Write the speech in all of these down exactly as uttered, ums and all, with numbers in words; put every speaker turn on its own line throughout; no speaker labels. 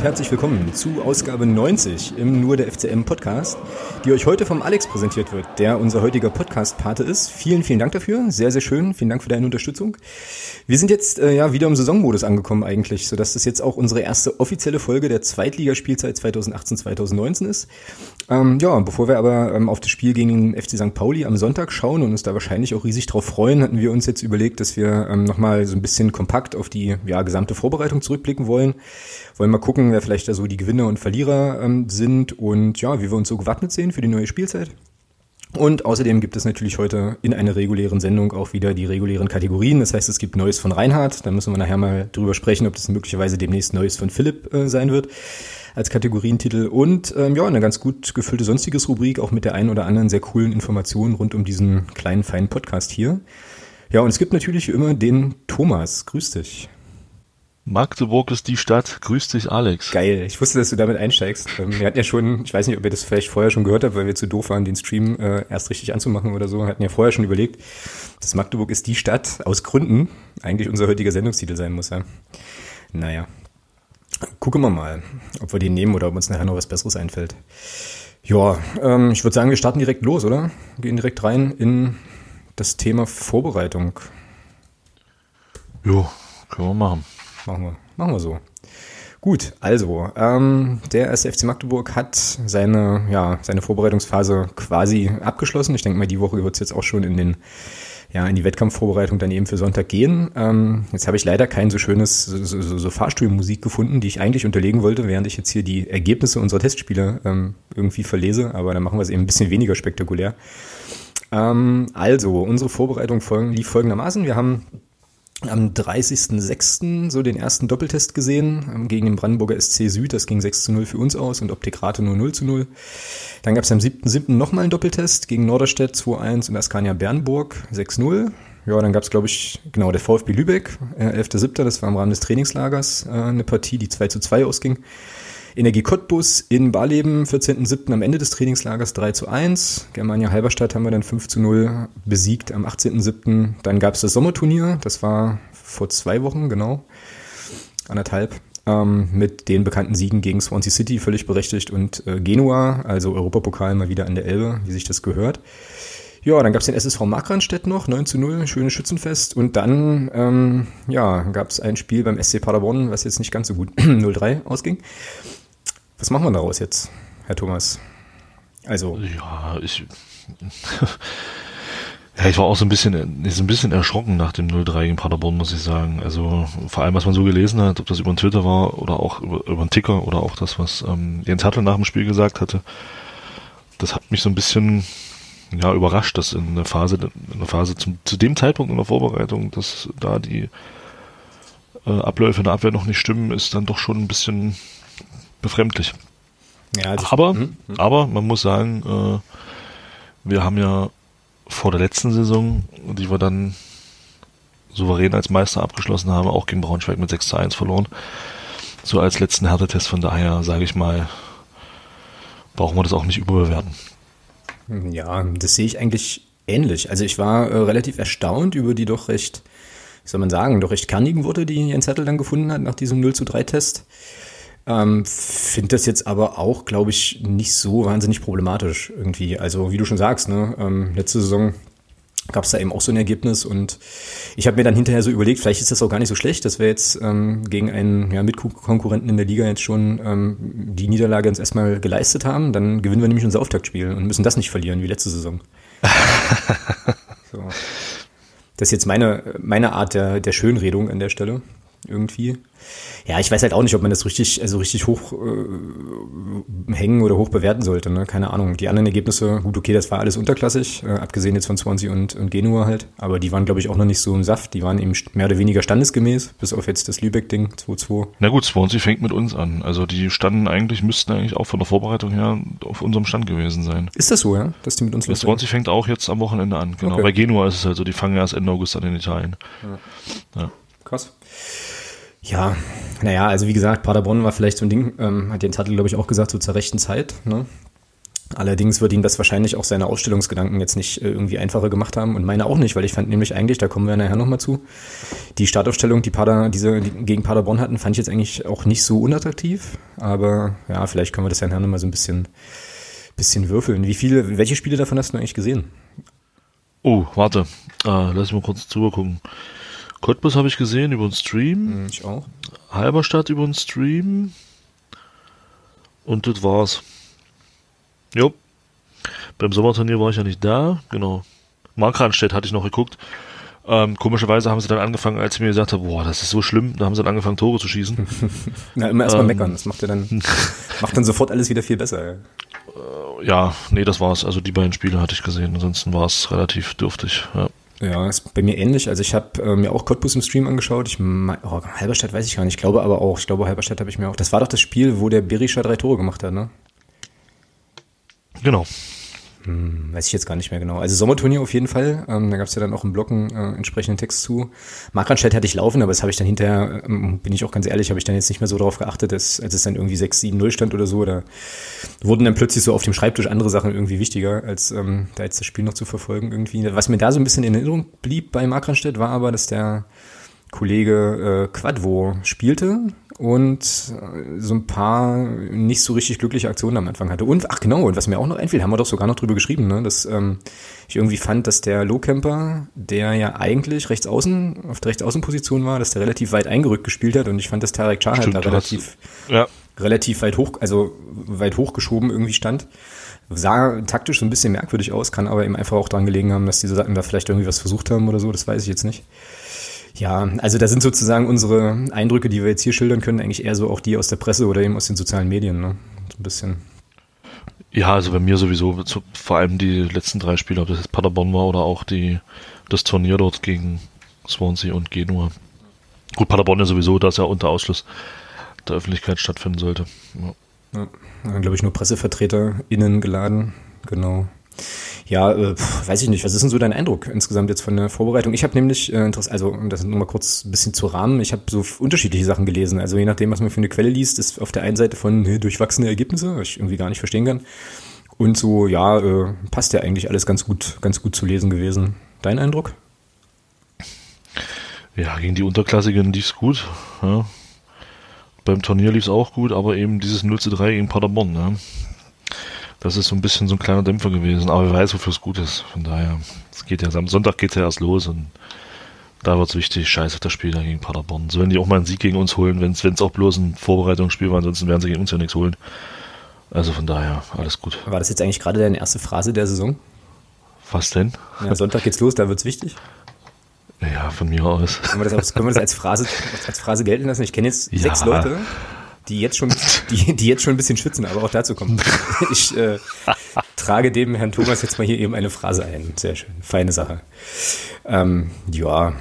und herzlich willkommen zu Ausgabe neunzig im Nur der F C M Podcast, die euch heute vom Alex präsentiert wird, der unser heutiger Podcast-Pate ist. Vielen, vielen Dank dafür. Sehr, sehr schön. Vielen Dank für deine Unterstützung. Wir sind jetzt äh, ja wieder im Saisonmodus angekommen eigentlich, sodass das jetzt auch unsere erste offizielle Folge der Zweitligaspielzeit zweitausendachtzehn zweitausendneunzehn ist. Ähm, ja, bevor wir aber ähm, auf das Spiel gegen den F C Sankt Pauli am Sonntag schauen und uns da wahrscheinlich auch riesig drauf freuen, hatten wir uns jetzt überlegt, dass wir ähm, nochmal so ein bisschen kompakt auf die ja, gesamte Vorbereitung zurückblicken wollen. Wollen mal gucken, wer vielleicht da so die Gewinner und Verlierer ähm, sind und ja, wie wir uns so gewappnet sehen für die neue Spielzeit. Und außerdem gibt es natürlich heute in einer regulären Sendung auch wieder die regulären Kategorien. Das heißt, es gibt Neues von Reinhard. Da müssen wir nachher mal drüber sprechen, ob das möglicherweise demnächst Neues von Philipp äh, sein wird als Kategorientitel. Und ähm, ja, eine ganz gut gefüllte sonstiges Rubrik, auch mit der einen oder anderen sehr coolen Informationen rund um diesen kleinen, feinen Podcast hier. Ja, und es gibt natürlich wie immer den Thomas. Grüß dich.
Magdeburg ist die Stadt. Grüß dich, Alex.
Geil. Ich wusste, dass du damit einsteigst. Wir hatten ja schon, ich weiß nicht, ob ihr das vielleicht vorher schon gehört habt, weil wir zu doof waren, den Stream äh, erst richtig anzumachen oder so. Wir hatten ja vorher schon überlegt, dass Magdeburg ist die Stadt aus Gründen eigentlich unser heutiger Sendungstitel sein muss. Ja. Naja. Gucken wir mal, ob wir den nehmen oder ob uns nachher noch was Besseres einfällt. Ja, ähm, ich würde sagen, wir starten direkt los, oder? Gehen direkt rein in das Thema Vorbereitung.
Jo, können wir machen.
Machen wir, machen wir so. Gut, also, ähm, der erste F C Magdeburg hat seine, ja, seine Vorbereitungsphase quasi abgeschlossen. Ich denke mal, die Woche wird es jetzt auch schon in den, ja, in die Wettkampfvorbereitung dann eben für Sonntag gehen. Ähm, jetzt habe ich leider kein so schönes, so, so, so Fahrstuhlmusik gefunden, die ich eigentlich unterlegen wollte, während ich jetzt hier die Ergebnisse unserer Testspiele ähm, irgendwie verlese, aber dann machen wir es eben ein bisschen weniger spektakulär. Ähm, also, unsere Vorbereitung folgen, lief folgendermaßen. Wir haben am dreißigsten sechsten so den ersten Doppeltest gesehen gegen den Brandenburger S C Süd. Das ging sechs zu null für uns aus und Optik Rate nur null zu null. Dann gab es am siebten siebten nochmal einen Doppeltest gegen Norderstedt zwei eins und Askania Bernburg sechs null. Ja, dann gab es, glaube ich, genau, der VfB Lübeck, äh, elfter siebter Das war im Rahmen des Trainingslagers äh, eine Partie, die zwei zu zwei ausging. Energie Cottbus in Barleben, vierzehnten siebten am Ende des Trainingslagers drei zu eins. Germania Halberstadt haben wir dann fünf zu null besiegt am achtzehnten siebten Dann gab es das Sommerturnier, das war vor zwei Wochen, genau, anderthalb, ähm, mit den bekannten Siegen gegen Swansea City, völlig berechtigt, und äh, Genua, also Europapokal mal wieder an der Elbe, wie sich das gehört. Ja, dann gab es den S S V Markranstädt noch, neun zu null, schönes Schützenfest. Und dann ähm, ja, gab es ein Spiel beim S C Paderborn, was jetzt nicht ganz so gut null drei ausging. Was machen wir daraus jetzt, Herr Thomas? Also
Ja, ich, ja, ich war auch so ein bisschen, so ein bisschen erschrocken nach dem null drei gegen Paderborn, muss ich sagen. Also vor allem, was man so gelesen hat, ob das über den Twitter war oder auch über, über den Ticker oder auch das, was ähm, Jens Hertel nach dem Spiel gesagt hatte. Das hat mich so ein bisschen ja, überrascht, dass in der Phase, in der Phase zum, zu dem Zeitpunkt in der Vorbereitung, dass da die äh, Abläufe in der Abwehr noch nicht stimmen, ist dann doch schon ein bisschen befremdlich. Ja, also aber, hm, hm. aber man muss sagen, äh, wir haben ja vor der letzten Saison, die wir dann souverän als Meister abgeschlossen haben, auch gegen Braunschweig mit sechs zu eins verloren. So als letzten Härtetest, von daher sage ich mal, brauchen wir das auch nicht überbewerten.
Ja, das sehe ich eigentlich ähnlich. Also ich war äh, relativ erstaunt über die doch recht, wie soll man sagen, doch recht kernigen Worte, die Jens Hertel dann gefunden hat nach diesem null zu drei Test. Ähm, finde das jetzt aber auch, glaube ich, nicht so wahnsinnig problematisch irgendwie. Also wie du schon sagst, ne, ähm, letzte Saison gab es da eben auch so ein Ergebnis und ich habe mir dann hinterher so überlegt, vielleicht ist das auch gar nicht so schlecht, dass wir jetzt ähm, gegen einen ja, Mitkonkurrenten in der Liga jetzt schon ähm, die Niederlage uns erstmal geleistet haben. Dann gewinnen wir nämlich unser Auftaktspiel und müssen das nicht verlieren wie letzte Saison. So. Das ist jetzt meine, meine Art der, der Schönredung an der Stelle irgendwie. Ja, ich weiß halt auch nicht, ob man das richtig, also richtig hoch äh, hängen oder hoch bewerten sollte, ne? Keine Ahnung. Die anderen Ergebnisse, gut, okay, das war alles unterklassig, äh, abgesehen jetzt von Swansea und, und Genua halt, aber die waren, glaube ich, auch noch nicht so im Saft. Die waren eben mehr oder weniger standesgemäß, bis auf jetzt das Lübeck-Ding, zwei zwei.
Na gut, Swansea fängt mit uns an. Also die standen eigentlich, müssten eigentlich auch von der Vorbereitung her auf unserem Stand gewesen sein.
Ist das so, ja? Dass die mit uns
ja, Swansea fängt auch jetzt am Wochenende an, genau. Okay. Bei Genua ist es halt so, die fangen erst Ende August an in Italien.
Ja. Ja. Krass. Ja, naja, also wie gesagt, Paderborn war vielleicht so ein Ding, ähm, hat Jens Hertel, glaube ich, auch gesagt, so zur rechten Zeit, ne? Allerdings wird ihm das wahrscheinlich auch seine Ausstellungsgedanken jetzt nicht äh, irgendwie einfacher gemacht haben und meine auch nicht, weil ich fand nämlich eigentlich, da kommen wir nachher nochmal zu, die Startaufstellung, die Pader, diese die gegen Paderborn hatten, fand ich jetzt eigentlich auch nicht so unattraktiv, aber ja, vielleicht können wir das ja nachher nochmal so ein bisschen, bisschen würfeln. Wie viele, welche Spiele davon hast du eigentlich gesehen?
Oh, warte, äh, lass mich mal kurz drüber gucken. Cottbus habe ich gesehen über den Stream.
Ich auch.
Halberstadt über den Stream. Und das war's. Jo. Beim Sommerturnier war ich ja nicht da. Genau. Markranstädt hatte ich noch geguckt. Ähm, komischerweise haben sie dann angefangen, als ich mir gesagt habe, boah, das ist so schlimm, da haben sie dann angefangen, Tore zu schießen.
Na, immer erstmal
ähm,
meckern. Das macht ja dann, macht dann sofort alles wieder viel besser. Ja.
Äh, ja, nee, das war's. Also die beiden Spiele hatte ich gesehen. Ansonsten war es relativ dürftig. Ja.
Ja, ist bei mir ähnlich. Also ich habe äh, mir auch Cottbus im Stream angeschaut. Ich mein, oh, Halberstadt weiß ich gar nicht. Ich glaube aber auch. Ich glaube, Halberstadt habe ich mir auch. Das war doch das Spiel, wo der Berisha drei Tore gemacht hat, ne?
Genau.
Hm, weiß ich jetzt gar nicht mehr genau. Also Sommerturnier auf jeden Fall. Ähm, da gab es ja dann auch im Blog einen äh, entsprechenden Text zu. Markranstädt hatte ich laufen, aber das habe ich dann hinterher, ähm, bin ich auch ganz ehrlich, habe ich dann jetzt nicht mehr so darauf geachtet, dass, als es dann irgendwie sechs sieben null stand oder so. Da wurden dann plötzlich so auf dem Schreibtisch andere Sachen irgendwie wichtiger, als ähm, da jetzt das Spiel noch zu verfolgen irgendwie. Was mir da so ein bisschen in Erinnerung blieb bei Markranstädt war aber, dass der Kollege äh, Quadvo spielte und äh, so ein paar nicht so richtig glückliche Aktionen am Anfang hatte. Und, ach genau, und was mir auch noch einfiel, haben wir doch sogar noch drüber geschrieben, ne, dass ähm, ich irgendwie fand, dass der Lohkemper, der ja eigentlich rechts außen, auf der Rechtsaußenposition war, dass der relativ weit eingerückt gespielt hat und ich fand, dass Tarek Çağ halt da relativ,
ja.
relativ weit hoch, also weit hochgeschoben irgendwie stand. Sah taktisch so ein bisschen merkwürdig aus, kann aber eben einfach auch dran gelegen haben, dass diese Sachen da vielleicht irgendwie was versucht haben oder so, das weiß ich jetzt nicht. Ja, also da sind sozusagen unsere Eindrücke, die wir jetzt hier schildern können, eigentlich eher so auch die aus der Presse oder eben aus den sozialen Medien, ne? So ein bisschen.
Ja, also bei mir sowieso, vor allem die letzten drei Spiele, ob das jetzt Paderborn war oder auch die das Turnier dort gegen Swansea und Genua. Gut, Paderborn ja sowieso, dass ja unter Ausschluss der Öffentlichkeit stattfinden sollte. Ja,
ja, dann glaube ich nur PressevertreterInnen geladen, genau. Ja, äh, weiß ich nicht. Was ist denn so dein Eindruck insgesamt jetzt von der Vorbereitung? Ich habe nämlich, äh, also das nur mal kurz ein bisschen zu Rahmen, ich habe so unterschiedliche Sachen gelesen. Also je nachdem, was man für eine Quelle liest, ist auf der einen Seite von äh, durchwachsene Ergebnisse, was ich irgendwie gar nicht verstehen kann. Und so, ja, äh, passt ja eigentlich alles ganz gut, ganz gut zu lesen gewesen. Dein Eindruck?
Ja, gegen die Unterklassigen lief's gut. Ja. Beim Turnier lief's auch gut, aber eben dieses null zu drei gegen Paderborn, ne? Das ist so ein bisschen so ein kleiner Dämpfer gewesen, aber wer weiß, wofür es gut ist. Von daher, es geht ja am Sonntag geht's ja erst los und da wird's wichtig, scheiß auf das Spiel da gegen Paderborn. So, wenn die auch mal einen Sieg gegen uns holen, wenn es auch bloß ein Vorbereitungsspiel war, ansonsten werden sie gegen uns ja nichts holen. Also von daher, alles gut.
War das jetzt eigentlich gerade deine erste Phrase der Saison?
Was denn?
Ja, Sonntag geht's los, da wird's wichtig.
Ja, von mir aus.
Können wir das, auch, können wir das als Phrase, als Phrase gelten lassen? Ich kenne jetzt ja. sechs Leute, die jetzt schon, die, die jetzt schon ein bisschen schwitzen, aber auch dazu kommt. Ich äh, trage dem Herrn Thomas jetzt mal hier eben eine Phrase ein. Sehr schön, feine Sache. Ähm, ja,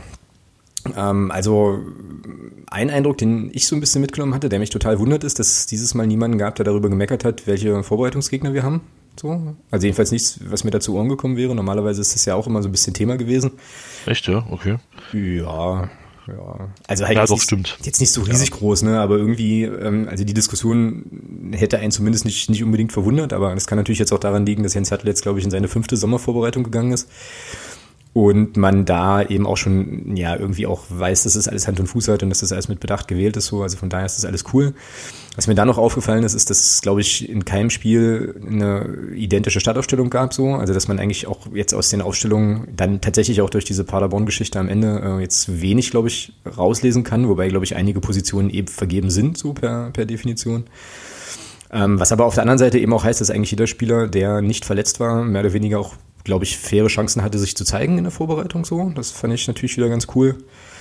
ähm, also ein Eindruck, den ich so ein bisschen mitgenommen hatte, der mich total wundert, ist, dass es dieses Mal niemanden gab, der darüber gemeckert hat, welche Vorbereitungsgegner wir haben. So. Also jedenfalls nichts, was mir dazu Ohren gekommen wäre. Normalerweise ist das ja auch immer so ein bisschen Thema gewesen.
Echt, ja? Okay.
Ja, ja. Also halt
ja,
jetzt,
doch,
nicht,
stimmt.
jetzt nicht so riesig ja. groß, ne? Aber irgendwie, ähm, also die Diskussion hätte einen zumindest nicht, nicht unbedingt verwundert, aber das kann natürlich jetzt auch daran liegen, dass Jens Hertel jetzt, glaube ich, in seine fünfte Sommervorbereitung gegangen ist. Und man da eben auch schon, ja, irgendwie auch weiß, dass es alles Hand und Fuß hat und dass das alles mit Bedacht gewählt ist, so. Also von daher ist das alles cool. Was mir da noch aufgefallen ist, ist, dass es, glaube ich, in keinem Spiel eine identische Startaufstellung gab, so. Also, dass man eigentlich auch jetzt aus den Aufstellungen dann tatsächlich auch durch diese Paderborn-Geschichte am Ende äh, jetzt wenig, glaube ich, rauslesen kann, wobei, glaube ich, einige Positionen eben vergeben sind, so per, per Definition. Ähm, was aber auf der anderen Seite eben auch heißt, dass eigentlich jeder Spieler, der nicht verletzt war, mehr oder weniger auch, glaube ich, faire Chancen hatte, sich zu zeigen in der Vorbereitung, so. Das fand ich natürlich wieder ganz cool.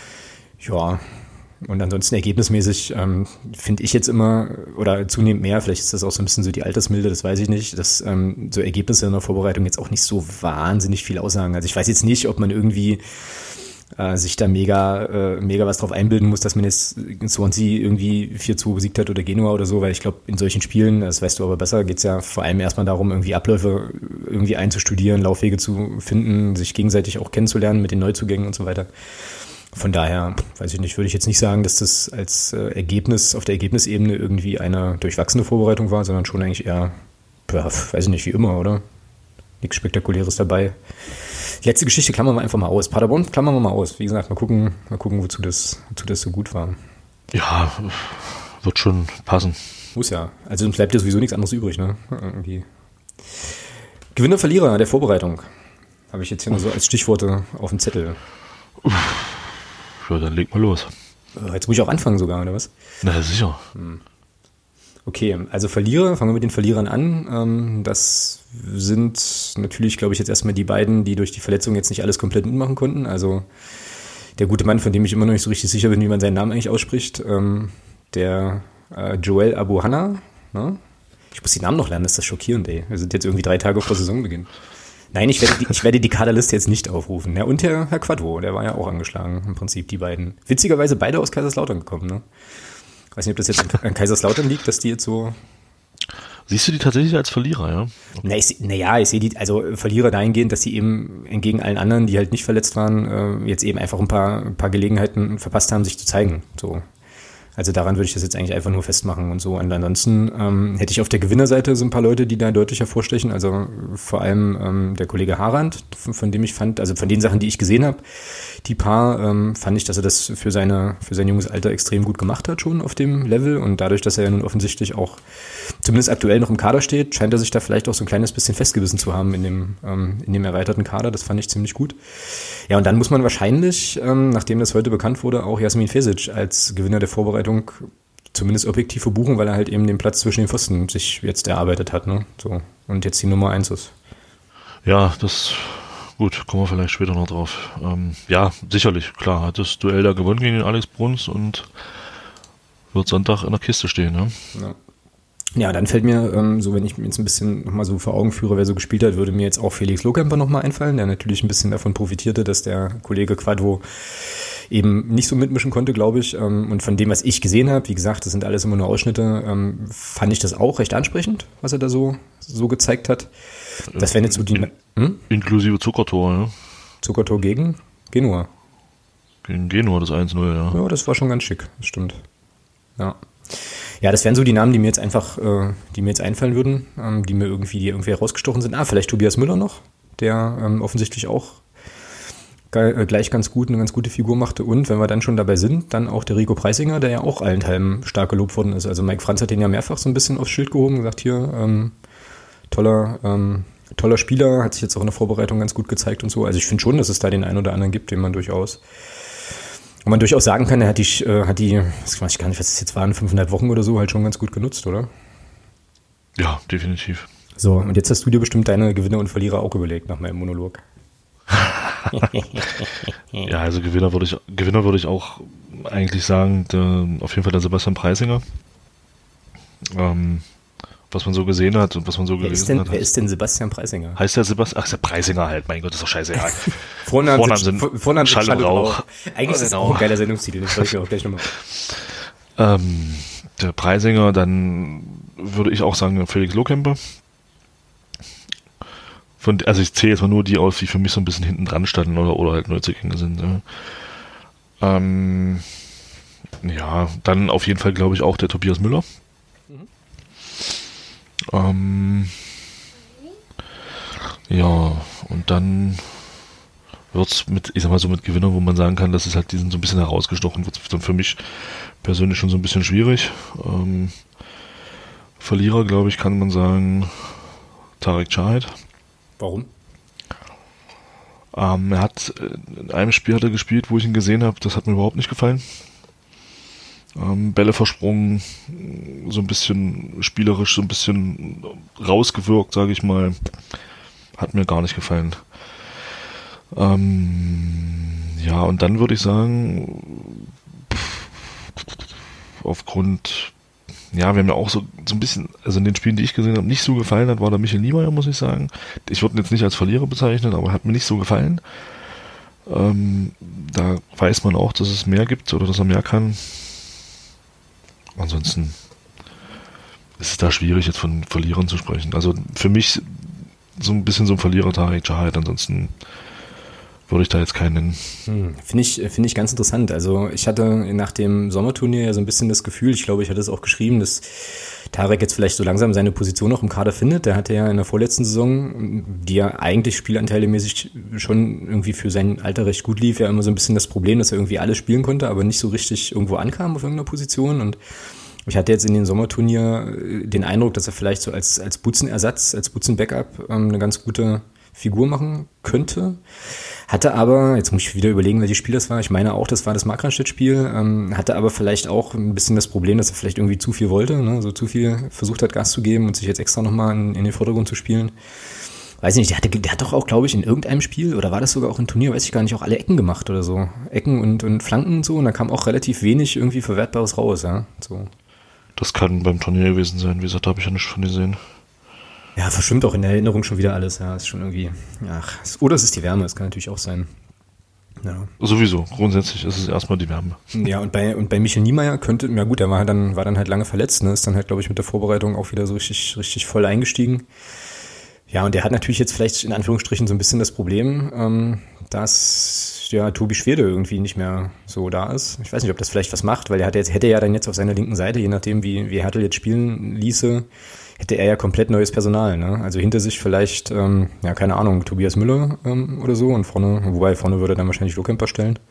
Ja. Und ansonsten ergebnismäßig ähm, finde ich jetzt immer, oder zunehmend mehr, vielleicht ist das auch so ein bisschen so die Altersmilde, das weiß ich nicht, dass ähm, so Ergebnisse in der Vorbereitung jetzt auch nicht so wahnsinnig viel aussagen. Also ich weiß jetzt nicht, ob man irgendwie äh, sich da mega äh, mega was drauf einbilden muss, dass man jetzt Swansea irgendwie vier zu besiegt hat oder Genua oder so, weil ich glaube, in solchen Spielen, das weißt du aber besser, geht es ja vor allem erstmal darum, irgendwie Abläufe irgendwie einzustudieren, Laufwege zu finden, sich gegenseitig auch kennenzulernen mit den Neuzugängen und so weiter. Von daher, weiß ich nicht, würde ich jetzt nicht sagen, dass das als äh, Ergebnis auf der Ergebnisebene irgendwie eine durchwachsene Vorbereitung war, sondern schon eigentlich eher Ja, weiß ich nicht, wie immer, oder? Nichts Spektakuläres dabei. Die letzte Geschichte klammern wir einfach mal aus. Paderborn klammern wir mal aus. Wie gesagt, mal gucken, mal gucken, wozu das, wozu das so gut war.
Ja, wird schon passen.
Muss ja. Also uns bleibt ja sowieso nichts anderes übrig, ne? Irgendwie. Gewinner, Verlierer der Vorbereitung. Habe ich jetzt hier nur so als Stichworte auf dem Zettel.
Ja, dann leg mal los.
Jetzt muss ich auch anfangen sogar, oder was?
Na, sicher.
Okay, also Verlierer, fangen wir mit den Verlierern an. Das sind natürlich, glaube ich, jetzt erstmal die beiden, die durch die Verletzung jetzt nicht alles komplett mitmachen konnten. Also der gute Mann, von dem ich immer noch nicht so richtig sicher bin, wie man seinen Namen eigentlich ausspricht, der Joel Abuhanna. Ne? Ich muss die Namen noch lernen, das ist das schockierend, ey. Wir sind jetzt irgendwie drei Tage vor Saisonbeginn. Nein, ich werde die, ich werde die Kaderliste jetzt nicht aufrufen. Ja, und der Herr Quadvo, der war ja auch angeschlagen, im Prinzip, die beiden. Witzigerweise beide aus Kaiserslautern gekommen, ne? Ich weiß nicht, ob das jetzt an Kaiserslautern liegt, dass die jetzt so...
Siehst du die tatsächlich als Verlierer, ja?
Na, ich, na ja, ich sehe die, also Verlierer dahingehend, dass sie eben entgegen allen anderen, die halt nicht verletzt waren, jetzt eben einfach ein paar, ein paar Gelegenheiten verpasst haben, sich zu zeigen, so. Also daran würde ich das jetzt eigentlich einfach nur festmachen und so. Und ansonsten ähm, hätte ich auf der Gewinnerseite so ein paar Leute, die da deutlich hervorstechen. Also vor allem ähm, der Kollege Harand, von, von dem ich fand, also von den Sachen, die ich gesehen habe, die paar, ähm, fand ich, dass er das für seine für sein junges Alter extrem gut gemacht hat schon auf dem Level. Und dadurch, dass er ja nun offensichtlich auch zumindest aktuell noch im Kader steht, scheint er sich da vielleicht auch so ein kleines bisschen festgebissen zu haben in dem ähm, in dem erweiterten Kader. Das fand ich ziemlich gut. Ja, und dann muss man wahrscheinlich, ähm, nachdem das heute bekannt wurde, auch Jasmin Fesic als Gewinner der Vorbereitung zumindest objektiv verbuchen, weil er halt eben den Platz zwischen den Pfosten sich jetzt erarbeitet hat, ne? So, und jetzt die Nummer eins ist.
Ja, das, gut, kommen wir vielleicht später noch drauf. Ähm, ja, sicherlich, klar, hat das Duell da gewonnen gegen den Alex Bruns und wird Sonntag in der Kiste stehen, ne?
Ja. Ja, dann fällt mir, ähm, so wenn ich mir jetzt ein bisschen nochmal so vor Augen führe, wer so gespielt hat, würde mir jetzt auch Felix Lohkemper nochmal einfallen, der natürlich ein bisschen davon profitierte, dass der Kollege Quadvo eben nicht so mitmischen konnte, glaube ich. Ähm, und von dem, was ich gesehen habe, wie gesagt, das sind alles immer nur Ausschnitte, ähm, fand ich das auch recht ansprechend, was er da so, so gezeigt hat. Das wären jetzt so die... Hm?
Inklusive Zuckertor, ja.
Zuckertor gegen Genua.
Gegen Genua, das eins null, ja.
Ja, das war schon ganz schick, das stimmt. Ja. Ja, das wären so die Namen, die mir jetzt einfach, äh, die mir jetzt einfallen würden, ähm, die mir irgendwie, die irgendwie herausgestochen sind. Ah, vielleicht Tobias Müller noch, der ähm, offensichtlich auch ge- äh, gleich ganz gut, eine ganz gute Figur machte. Und wenn wir dann schon dabei sind, dann auch der Rico Preisinger, der ja auch allenthalben stark gelobt worden ist. Also Mike Franz hat den ja mehrfach so ein bisschen aufs Schild gehoben, gesagt, hier, ähm, toller, ähm, toller Spieler, hat sich jetzt auch in der Vorbereitung ganz gut gezeigt und so. Also ich finde schon, dass es da den einen oder anderen gibt, den man durchaus Und man durchaus sagen kann, er hat die, äh, hat die, ich weiß gar nicht, was es jetzt waren, fünfeinhalb Wochen oder so, halt schon ganz gut genutzt, oder?
Ja, definitiv.
So, und jetzt hast du dir bestimmt deine Gewinner und Verlierer auch überlegt nach meinem Monolog.
Ja, also Gewinner würde ich, Gewinner würde ich auch eigentlich sagen, der, auf jeden Fall der Sebastian Preisinger. Ähm, was man so gesehen hat und was man so
wer
gelesen
ist denn,
hat.
Wer ist denn Sebastian Preisinger?
Heißt der Sebastian? Ach, ist der Preisinger halt. Mein Gott, ist doch scheißegal.
Vornamen,
Vornamen
sind,
sind
Vornamen
Schall
sind
und Rauch.
Eigentlich ist das
Genau.
auch ein geiler Sendungstitel, das schreibe ich mir auch gleich nochmal.
Ähm, der Preisinger, dann würde ich auch sagen Felix Lohkemper. Von, also ich zähle jetzt mal nur die aus, die für mich so ein bisschen hinten dran standen oder, oder halt Neuzugänge sind. Ja. Ähm, ja, dann auf jeden Fall glaube ich auch der Tobias Müller. Mhm. Ähm, ja, und dann wird's mit, ich sag mal so mit Gewinnern, wo man sagen kann, dass es halt diesen so ein bisschen herausgestochen wird, dann für mich persönlich schon so ein bisschen schwierig. Ähm, Verlierer, glaube ich, kann man sagen Tarek Çağat.
Warum?
Ähm, er hat in einem Spiel hat er gespielt, wo ich ihn gesehen habe, das hat mir überhaupt nicht gefallen. Ähm, Bälle versprungen, so ein bisschen spielerisch, so ein bisschen rausgewirkt, sage ich mal. Hat mir gar nicht gefallen. Ähm, ja, und dann würde ich sagen, aufgrund, ja, wir haben ja auch so, so ein bisschen, also in den Spielen, die ich gesehen habe, nicht so gefallen hat, war der Michael Niemeyer, muss ich sagen. Ich würde ihn jetzt nicht als Verlierer bezeichnen, aber hat mir nicht so gefallen. Ähm, da weiß man auch, dass es mehr gibt oder dass er mehr kann. Ansonsten ist es da schwierig, jetzt von Verlierern zu sprechen. Also für mich so ein bisschen so ein Verlierer Tarek Çağat, ansonsten würde ich da jetzt keinen nennen.
Hm, finde ich, finde ich ganz interessant. Also ich hatte nach dem Sommerturnier ja so ein bisschen das Gefühl, ich glaube, ich hatte es auch geschrieben, dass Tarek jetzt vielleicht so langsam seine Position noch im Kader findet. Der hatte ja in der vorletzten Saison, die ja eigentlich spielanteilmäßig schon irgendwie für sein Alter recht gut lief, ja immer so ein bisschen das Problem, dass er irgendwie alles spielen konnte, aber nicht so richtig irgendwo ankam auf irgendeiner Position. Und ich hatte jetzt in dem Sommerturnier den Eindruck, dass er vielleicht so als, als Butzenersatz, als Butzen-Backup ähm, eine ganz gute Figur machen könnte. Hatte aber, jetzt muss ich wieder überlegen, welches Spiel das war, ich meine auch, das war das Markranstädt-Spiel, ähm, hatte aber vielleicht auch ein bisschen das Problem, dass er vielleicht irgendwie zu viel wollte, ne? So zu viel versucht hat, Gas zu geben und sich jetzt extra nochmal in, in den Vordergrund zu spielen. Weiß ich nicht, der, hatte, der hat doch auch, glaube ich, in irgendeinem Spiel, oder war das sogar auch ein Turnier, weiß ich gar nicht, auch alle Ecken gemacht oder so. Ecken und, und Flanken und so, und da kam auch relativ wenig irgendwie Verwertbares raus, ja. So.
Das kann beim Turnier gewesen sein, wie gesagt, da habe ich ja nicht von gesehen.
Ja, verschwimmt auch in der Erinnerung schon wieder alles, ja, ist schon irgendwie, ach, oder es ist die Wärme, das kann natürlich auch sein. Ja.
Sowieso, grundsätzlich ist es erstmal die Wärme.
Ja, und bei, und bei Michel Niemeyer könnte, ja gut, der war dann, war dann halt lange verletzt, ne, ist dann halt, glaube ich, mit der Vorbereitung auch wieder so richtig, richtig voll eingestiegen. Ja, und der hat natürlich jetzt vielleicht in Anführungsstrichen so ein bisschen das Problem, ähm, dass ja Tobi Schwede irgendwie nicht mehr so da ist. Ich weiß nicht, ob das vielleicht was macht, weil er hat jetzt, hätte ja dann jetzt auf seiner linken Seite, je nachdem wie, wie Hertel jetzt spielen ließe, hätte er ja komplett neues Personal, ne? Also hinter sich vielleicht, ähm, ja, keine Ahnung, Tobias Müller ähm, oder so und vorne, wobei vorne würde er dann wahrscheinlich Lohkemper stellen.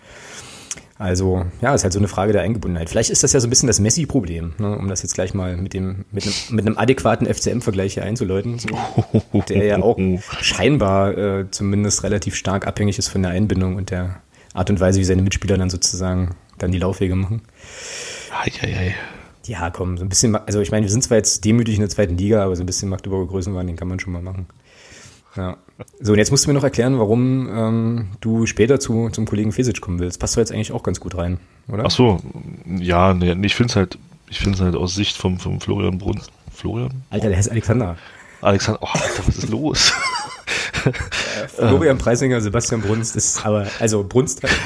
Also, ja, ist halt so eine Frage der Eingebundenheit. Vielleicht ist das ja so ein bisschen das Messi-Problem, ne? Um das jetzt gleich mal mit dem, mit einem, mit einem adäquaten F C M-Vergleich hier einzuläuten, so, der ja auch scheinbar äh, zumindest relativ stark abhängig ist von der Einbindung und der Art und Weise, wie seine Mitspieler dann sozusagen dann die Laufwege machen.
Ei, ei, ei.
Ja, komm, so ein bisschen, also ich meine, wir sind zwar jetzt demütig in der zweiten Liga, aber so ein bisschen Magdeburger Größenwahn, den kann man schon mal machen. Ja. So, und jetzt musst du mir noch erklären, warum ähm, du später zu, zum Kollegen Fesic kommen willst. Passt doch jetzt eigentlich auch ganz gut rein, oder?
Ach so, ja, nee, ich finde es halt, ich finde es halt aus Sicht vom, vom Florian Brunn. Florian?
Alter, der heißt Alexander.
Alexander, oh Alter, was ist los?
äh, Florian Preisinger, Sebastian Brunst ist aber, also Brunst halt.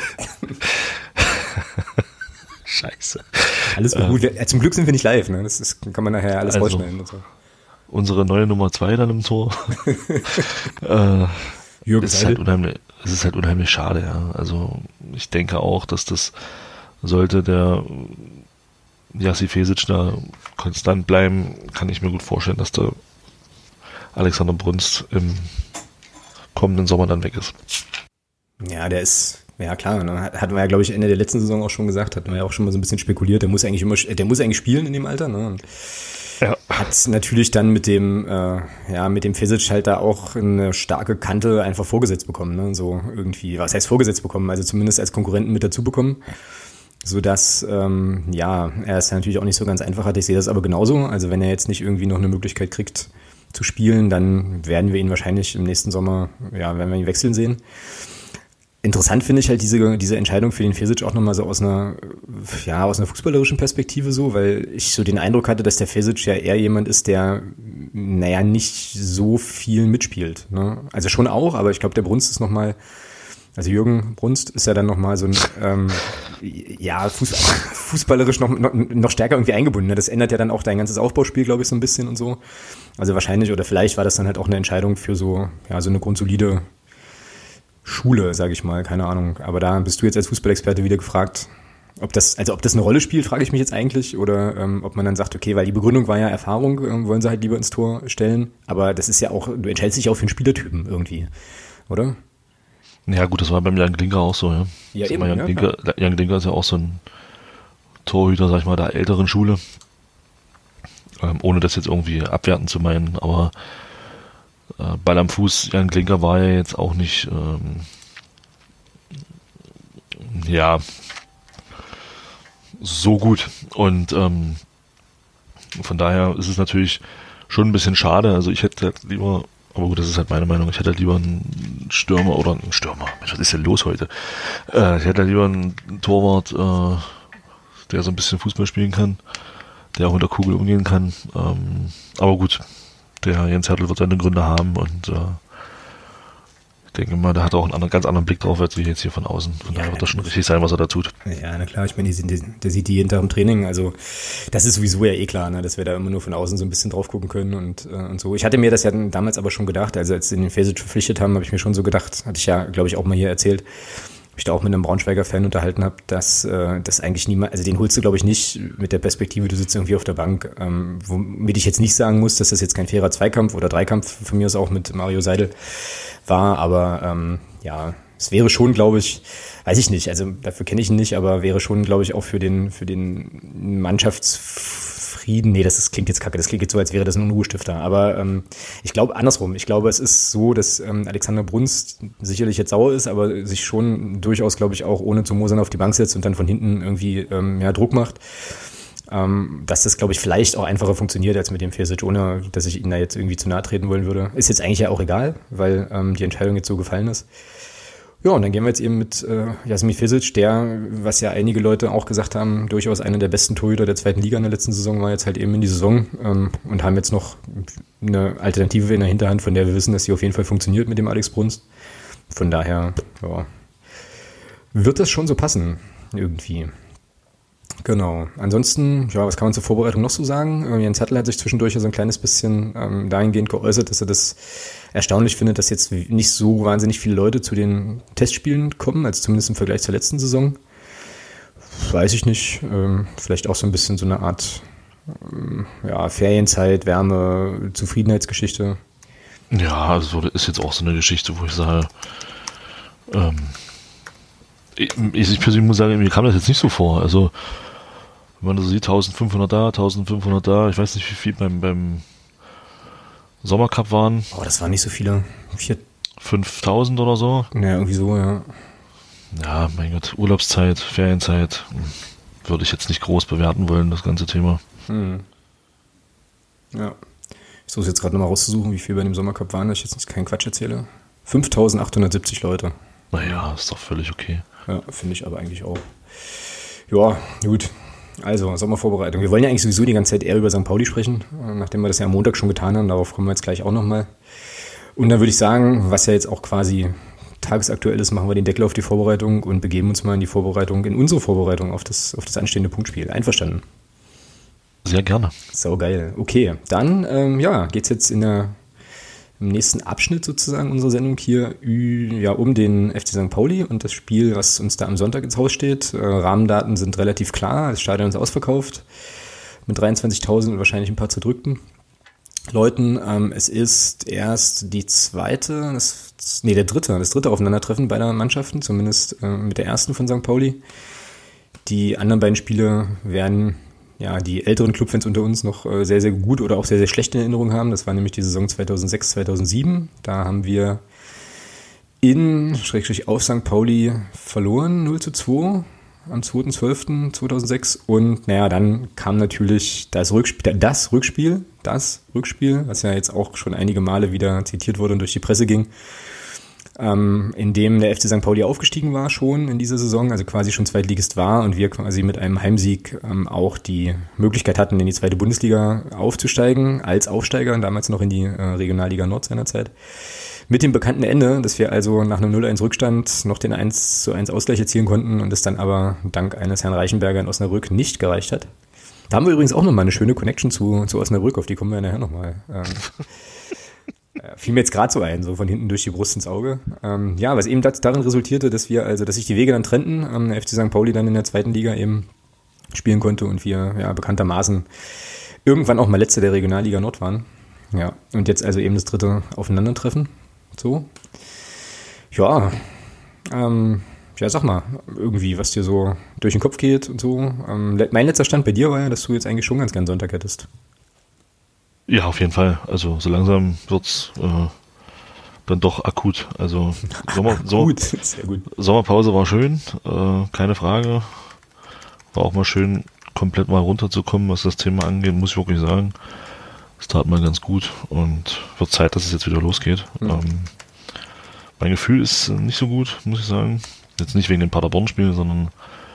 Scheiße.
Alles äh, gut. Wir, zum Glück sind wir nicht live, ne? Das ist, kann man nachher alles also, rausschneiden und so.
Unsere neue Nummer zwei dann im Tor. äh, es, ist halt unheimlich, es ist halt unheimlich schade, ja. Also ich denke auch, dass das sollte der Jassi Fesic da konstant bleiben, kann ich mir gut vorstellen, dass der Alexander Brunst im kommenden Sommer dann weg ist.
Ja, der ist, ja klar, ne? Hatten wir ja, glaube ich, Ende der letzten Saison auch schon gesagt, hatten wir ja auch schon mal so ein bisschen spekuliert, der muss eigentlich immer, der muss eigentlich spielen in dem Alter, ne? Und ja. Hat natürlich dann mit dem, äh, ja, mit dem Fesic halt da auch eine starke Kante einfach vorgesetzt bekommen, ne? So irgendwie, was heißt vorgesetzt bekommen, also zumindest als Konkurrenten mit dazu bekommen, sodass, ähm, ja, er es natürlich auch nicht so ganz einfach hat. Ich sehe das aber genauso, also wenn er jetzt nicht irgendwie noch eine Möglichkeit kriegt zu spielen, dann werden wir ihn wahrscheinlich im nächsten Sommer, ja, werden wir ihn wechseln sehen. Interessant finde ich halt diese, diese Entscheidung für den Fesic auch nochmal so aus einer, ja, aus einer fußballerischen Perspektive so, weil ich so den Eindruck hatte, dass der Fesic ja eher jemand ist, der, naja, nicht so viel mitspielt, ne? Also schon auch, aber ich glaube, der Brunst ist nochmal, also Jürgen Brunst ist ja dann nochmal so ein, ähm, ja, Fuß, fußballerisch noch, noch, noch stärker irgendwie eingebunden, ne? Das ändert ja dann auch dein ganzes Aufbauspiel, glaube ich, so ein bisschen und so. Also wahrscheinlich, oder vielleicht war das dann halt auch eine Entscheidung für so, ja, so eine grundsolide Schule, sage ich mal, keine Ahnung. Aber da bist du jetzt als Fußballexperte wieder gefragt, ob das, also ob das eine Rolle spielt, frage ich mich jetzt eigentlich, oder ähm, ob man dann sagt, okay, weil die Begründung war ja Erfahrung, ähm, wollen sie halt lieber ins Tor stellen. Aber das ist ja auch, du entscheidest dich auch für einen Spielertypen irgendwie, oder?
Ja gut, das war beim Jan Glinker auch so, ja.
Ja, eben,
Jan,
ja,
Glinker, Jan Glinker ist ja auch so ein Torhüter, sag ich mal, der älteren Schule. Ähm, ohne das jetzt irgendwie abwerten zu meinen, aber äh, Ball am Fuß, Jan Glinker war ja jetzt auch nicht ähm, ja so gut. Und ähm, von daher ist es natürlich schon ein bisschen schade. Also ich hätte halt lieber, aber gut, das ist halt meine Meinung, ich hätte halt lieber einen Stürmer oder einen Stürmer. Mensch, was ist denn los heute? Äh, ich hätte halt lieber einen Torwart, äh, der so ein bisschen Fußball spielen kann, der auch mit der Kugel umgehen kann. Ähm, aber gut, der Jens Hertel wird seine Gründe haben und äh, ich denke mal, der hat auch einen anderen, ganz anderen Blick drauf, als wir jetzt hier von außen. Von ja, daher wird das schon richtig sein, was er da tut.
Ja, na klar, ich meine, der, der sieht die jeden Tag im Training, also das ist sowieso ja eh klar, ne, dass wir da immer nur von außen so ein bisschen drauf gucken können und, äh, und so. Ich hatte mir das ja damals aber schon gedacht, also als sie den Fesic verpflichtet haben, habe ich mir schon so gedacht, hatte ich ja, glaube ich, auch mal hier erzählt, mich da auch mit einem Braunschweiger Fan unterhalten habe, dass äh, das eigentlich niemand, also den holst du, glaube ich, nicht mit der Perspektive, du sitzt irgendwie auf der Bank, ähm, womit ich jetzt nicht sagen muss, dass das jetzt kein fairer Zweikampf oder Dreikampf von mir aus auch mit Mario Seidel war, aber ähm, ja, es wäre schon, glaube ich, weiß ich nicht, also dafür kenne ich ihn nicht, aber wäre schon, glaube ich, auch für den für den Mannschaftsfrieden, nee, das ist, klingt jetzt kacke, das klingt jetzt so, als wäre das ein Unruhestifter, aber ähm, ich glaube andersrum, ich glaube, es ist so, dass ähm, Alexander Bruns sicherlich jetzt sauer ist, aber sich schon durchaus, glaube ich, auch ohne zu mosern auf die Bank setzt und dann von hinten irgendwie ähm, ja, Druck macht, ähm, dass das, glaube ich, vielleicht auch einfacher funktioniert als mit dem Fesic, ohne dass ich Ihnen da jetzt irgendwie zu nahe treten wollen würde. Ist jetzt eigentlich ja auch egal, weil ähm, die Entscheidung jetzt so gefallen ist. Ja, und dann gehen wir jetzt eben mit äh, Jasmin Fesic, der, was ja einige Leute auch gesagt haben, durchaus einer der besten Torhüter der zweiten Liga in der letzten Saison war, jetzt halt eben in die Saison ähm, und haben jetzt noch eine Alternative in der Hinterhand, von der wir wissen, dass sie auf jeden Fall funktioniert mit dem Alex Bruns. Von daher, ja, wird das schon so passen, irgendwie. Genau. Ansonsten, ja, was kann man zur Vorbereitung noch so sagen? Äh, Jens Hertel hat sich zwischendurch ja so ein kleines bisschen ähm, dahingehend geäußert, dass er das erstaunlich findet, dass jetzt nicht so wahnsinnig viele Leute zu den Testspielen kommen, also zumindest im Vergleich zur letzten Saison. Weiß ich nicht. Ähm, vielleicht auch so ein bisschen so eine Art ähm, ja, Ferienzeit, Wärme, Zufriedenheitsgeschichte.
Ja, also das ist jetzt auch so eine Geschichte, wo ich sage, ähm, ich, ich persönlich muss sagen, mir kam das jetzt nicht so vor. Also wenn man so sieht, eintausendfünfhundert da, eintausendfünfhundert da, ich weiß nicht, wie viel beim, beim Sommercup waren.
Oh, das waren nicht so viele. Vier
fünftausend oder so.
Ja, irgendwie so, ja.
Ja, mein Gott, Urlaubszeit, Ferienzeit, würde ich jetzt nicht groß bewerten wollen, das ganze Thema.
Hm. Ja. Ich versuche jetzt gerade nochmal rauszusuchen, wie viel bei dem Sommercup waren, dass ich jetzt nicht keinen Quatsch erzähle. fünftausendachthundertsiebzig Leute.
Naja, ist doch völlig okay.
Ja, finde ich aber eigentlich auch. Ja, gut. Also, Sommervorbereitung. Wir wollen ja eigentlich sowieso die ganze Zeit eher über Sankt Pauli sprechen, nachdem wir das ja am Montag schon getan haben. Darauf kommen wir jetzt gleich auch nochmal. Und dann würde ich sagen, was ja jetzt auch quasi tagesaktuell ist, machen wir den Deckel auf die Vorbereitung und begeben uns mal in die Vorbereitung, in unsere Vorbereitung auf das, auf das anstehende Punktspiel. Einverstanden?
Sehr gerne.
Sau geil. Okay, dann ähm, ja, geht's jetzt in der im nächsten Abschnitt sozusagen unserer Sendung hier ja, um den F C Sankt Pauli und das Spiel, was uns da am Sonntag ins Haus steht. Äh, Rahmendaten sind relativ klar. Das Stadion ist ausverkauft mit dreiundzwanzigtausend und wahrscheinlich ein paar zerdrückten Leuten. Ähm, es ist erst die zweite, das, nee, der dritte, das dritte Aufeinandertreffen beider Mannschaften, zumindest äh, mit der ersten von Sankt Pauli. Die anderen beiden Spiele werden ja, die älteren Clubfans unter uns noch äh, sehr, sehr gut oder auch sehr, sehr schlechte Erinnerungen haben. Das war nämlich die Saison zweitausendsechs, zweitausendsieben. Da haben wir in, Schrägstrich auf Sankt Pauli verloren, null zu zwei am zweiter zwölfter zweitausendsechs. Und naja, dann kam natürlich das Rückspiel, das Rückspiel, das Rückspiel, was ja jetzt auch schon einige Male wieder zitiert wurde und durch die Presse ging, Ähm, in dem der F C Sankt Pauli aufgestiegen war schon in dieser Saison, also quasi schon Zweitligist war und wir quasi mit einem Heimsieg ähm, auch die Möglichkeit hatten, in die zweite Bundesliga aufzusteigen, als Aufsteiger, damals noch in die äh, Regionalliga Nord seinerzeit. Mit dem bekannten Ende, dass wir also nach einem null eins Rückstand noch den eins zu eins Ausgleich erzielen konnten und es dann aber dank eines Herrn Reichenberger in Osnabrück nicht gereicht hat. Da haben wir übrigens auch nochmal eine schöne Connection zu, zu Osnabrück, auf die kommen wir nachher nochmal. Ähm, Fiel mir jetzt gerade so ein, so von hinten durch die Brust ins Auge. Ähm, ja, was eben das, darin resultierte, dass wir, also dass sich die Wege dann trennten, ähm, der F C Sankt Pauli dann in der zweiten Liga eben spielen konnte und wir ja bekanntermaßen irgendwann auch mal Letzte der Regionalliga Nord waren. Ja, und jetzt also eben das dritte Aufeinandertreffen. So. Ja, ähm, ja, sag mal, irgendwie, was dir so durch den Kopf geht und so. Ähm, mein letzter Stand bei dir war ja, dass du jetzt eigentlich schon ganz gern Sonntag hättest. Ja,
auf jeden Fall. Also so langsam wird's äh, dann doch akut. Also Sommer, Sommer,
Sehr gut.
Sommerpause war schön, äh, keine Frage. War auch mal schön, komplett mal runterzukommen, was das Thema angeht, muss ich wirklich sagen. Das tat mal ganz gut und wird Zeit, dass es jetzt wieder losgeht. Mhm. Ähm, mein Gefühl ist nicht so gut, muss ich sagen. Jetzt nicht wegen dem Paderborn-Spiel, sondern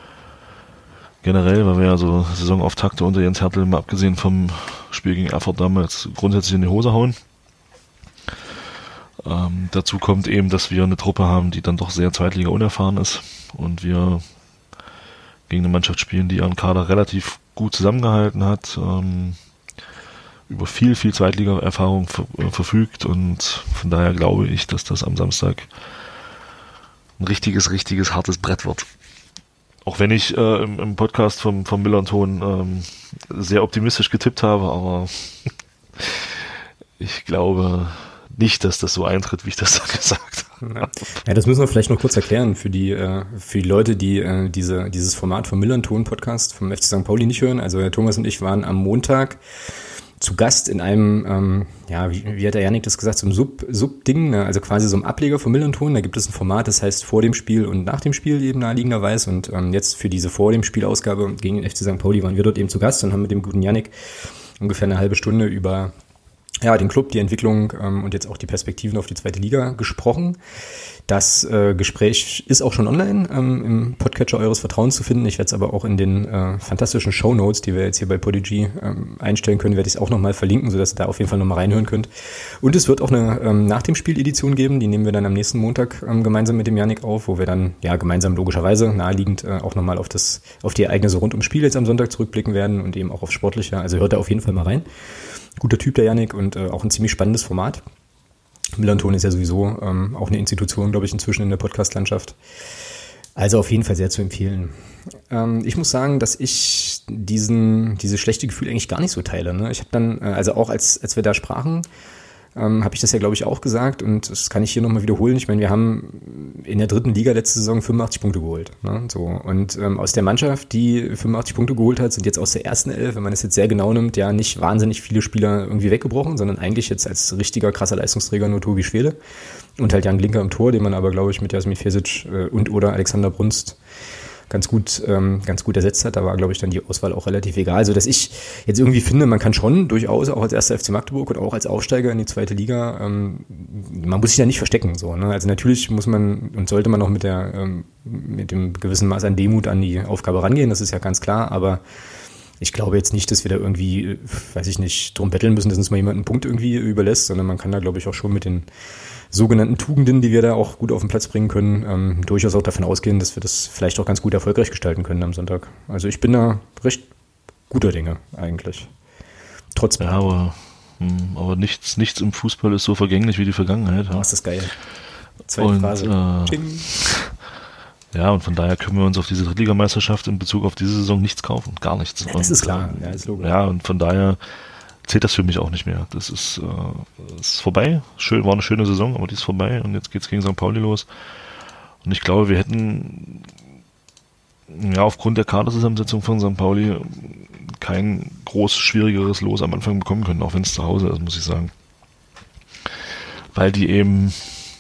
generell, weil wir ja so Saisonauftakte unter Jens Hertel, mal abgesehen vom Spiel gegen Erfurt damals, grundsätzlich in die Hose hauen. Ähm, dazu kommt eben, dass wir eine Truppe haben, die dann doch sehr Zweitliga unerfahren ist und wir gegen eine Mannschaft spielen, die ihren Kader relativ gut zusammengehalten hat, ähm, über viel, viel Zweitliga-Erfahrung ver- verfügt und von daher glaube ich, dass das am Samstag ein richtiges, richtiges hartes Brett wird. Auch wenn ich äh, im, im Podcast vom, vom Millanton ähm, sehr optimistisch getippt habe, aber ich glaube nicht, dass das so eintritt, wie ich das da gesagt habe.
Ja, das müssen wir vielleicht noch kurz erklären für die, äh, für die Leute, die äh, diese, dieses Format vom Millanton-Podcast vom F C Sankt Pauli nicht hören. Also Herr Thomas und ich waren am Montag zu Gast in einem, ähm, ja, wie, wie hat der Janik das gesagt, so ein Sub, Sub-Ding, ne? Also quasi so ein Ableger vom Millanton. Da gibt es ein Format, das heißt vor dem Spiel und nach dem Spiel eben naheliegenderweise. Und ähm, jetzt für diese vor dem Spielausgabe gegen den F C Sankt Pauli waren wir dort eben zu Gast und haben mit dem guten Janik ungefähr eine halbe Stunde über ja, den Club, die Entwicklung ähm, und jetzt auch die Perspektiven auf die zweite Liga gesprochen. Das äh, Gespräch ist auch schon online ähm, im Podcatcher eures Vertrauens zu finden. Ich werde es aber auch in den äh, fantastischen Shownotes, die wir jetzt hier bei Podigy ähm, einstellen können, werde ich es auch nochmal verlinken, sodass ihr da auf jeden Fall nochmal reinhören könnt. Und es wird auch eine ähm, Nach dem Spiel-Edition geben, die nehmen wir dann am nächsten Montag ähm, gemeinsam mit dem Janik auf, wo wir dann ja gemeinsam logischerweise naheliegend äh, auch nochmal auf das auf die Ereignisse rund ums Spiel jetzt am Sonntag zurückblicken werden und eben auch auf Sportliche. Also hört da auf jeden Fall mal rein. Guter Typ, der Janik, und äh, auch ein ziemlich spannendes Format. Millanton ist ja sowieso ähm, auch eine Institution, glaube ich, inzwischen in der Podcast-Landschaft. Also auf jeden Fall sehr zu empfehlen. Ähm, ich muss sagen, dass ich diesen dieses schlechte Gefühl eigentlich gar nicht so teile. Ne? Ich habe dann, äh, also auch als als wir da sprachen, ähm, habe ich das ja, glaube ich, auch gesagt, und das kann ich hier nochmal wiederholen. Ich meine, wir haben in der dritten Liga letzte Saison fünfundachtzig Punkte geholt. Ne? So, und ähm, aus der Mannschaft, die fünfundachtzig Punkte geholt hat, sind jetzt aus der ersten Elf, wenn man das jetzt sehr genau nimmt, ja nicht wahnsinnig viele Spieler irgendwie weggebrochen, sondern eigentlich jetzt als richtiger krasser Leistungsträger nur Tobi Schwede und halt Jan Glinker im Tor, den man aber, glaube ich, mit Jasmin Fesic äh, und oder Alexander Brunst ganz gut, ähm, ganz gut ersetzt hat. Da war, glaube ich, dann die Auswahl auch relativ egal. Also, dass ich jetzt irgendwie finde, man kann schon durchaus auch als erster F C Magdeburg und auch als Aufsteiger in die zweite Liga, ähm, man muss sich ja nicht verstecken, so, ne? Also natürlich muss man und sollte man auch mit der, ähm, mit dem gewissen Maß an Demut an die Aufgabe rangehen, das ist ja ganz klar, aber ich glaube jetzt nicht, dass wir da irgendwie, weiß ich nicht, drum betteln müssen, dass uns mal jemand einen Punkt irgendwie überlässt, sondern man kann da, glaube ich, auch schon mit den sogenannten Tugenden, die wir da auch gut auf den Platz bringen können, ähm, durchaus auch davon ausgehen, dass wir das vielleicht auch ganz gut erfolgreich gestalten können am Sonntag. Also ich bin da recht guter Dinge eigentlich. Trotz
Ja, aber, mh, aber nichts, nichts im Fußball ist so vergänglich wie die Vergangenheit.
Ja. Oh, ist das geil. Zweite
und,
Phase.
Äh, ja, und von daher können wir uns auf diese Drittligameisterschaft in Bezug auf diese Saison nichts kaufen. Gar nichts.
Ja, das
und,
ist klar. Ja, ist logisch.
Ja, und von daher zählt das für mich auch nicht mehr. Das ist, äh, ist vorbei. Schön, war eine schöne Saison, aber die ist vorbei und jetzt geht's gegen Sankt Pauli los. Und ich glaube, wir hätten ja aufgrund der Kaderzusammensetzung von Sankt Pauli kein groß schwierigeres Los am Anfang bekommen können, auch wenn es zu Hause ist, muss ich sagen. Weil die eben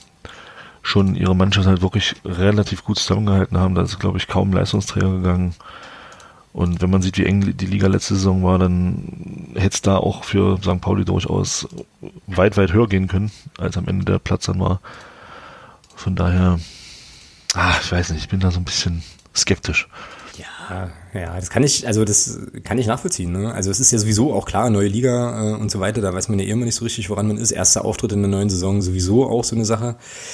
schon ihre Mannschaft halt wirklich relativ gut zusammengehalten haben. Da ist, glaube ich, kaum Leistungsträger gegangen. Und wenn man sieht, wie eng die Liga letzte Saison war, dann hätte es da auch für Sankt Pauli durchaus weit, weit höher gehen können, als am Ende der Platz dann war. Von daher, ah, ich weiß nicht, ich bin da so ein bisschen skeptisch.
Ja, ja, das kann ich, also das kann ich nachvollziehen, ne? Also es ist ja sowieso auch klar, neue Liga äh, und so weiter, da weiß man ja immer nicht so richtig, woran man ist. Erster Auftritt in der neuen Saison sowieso auch so eine Sache.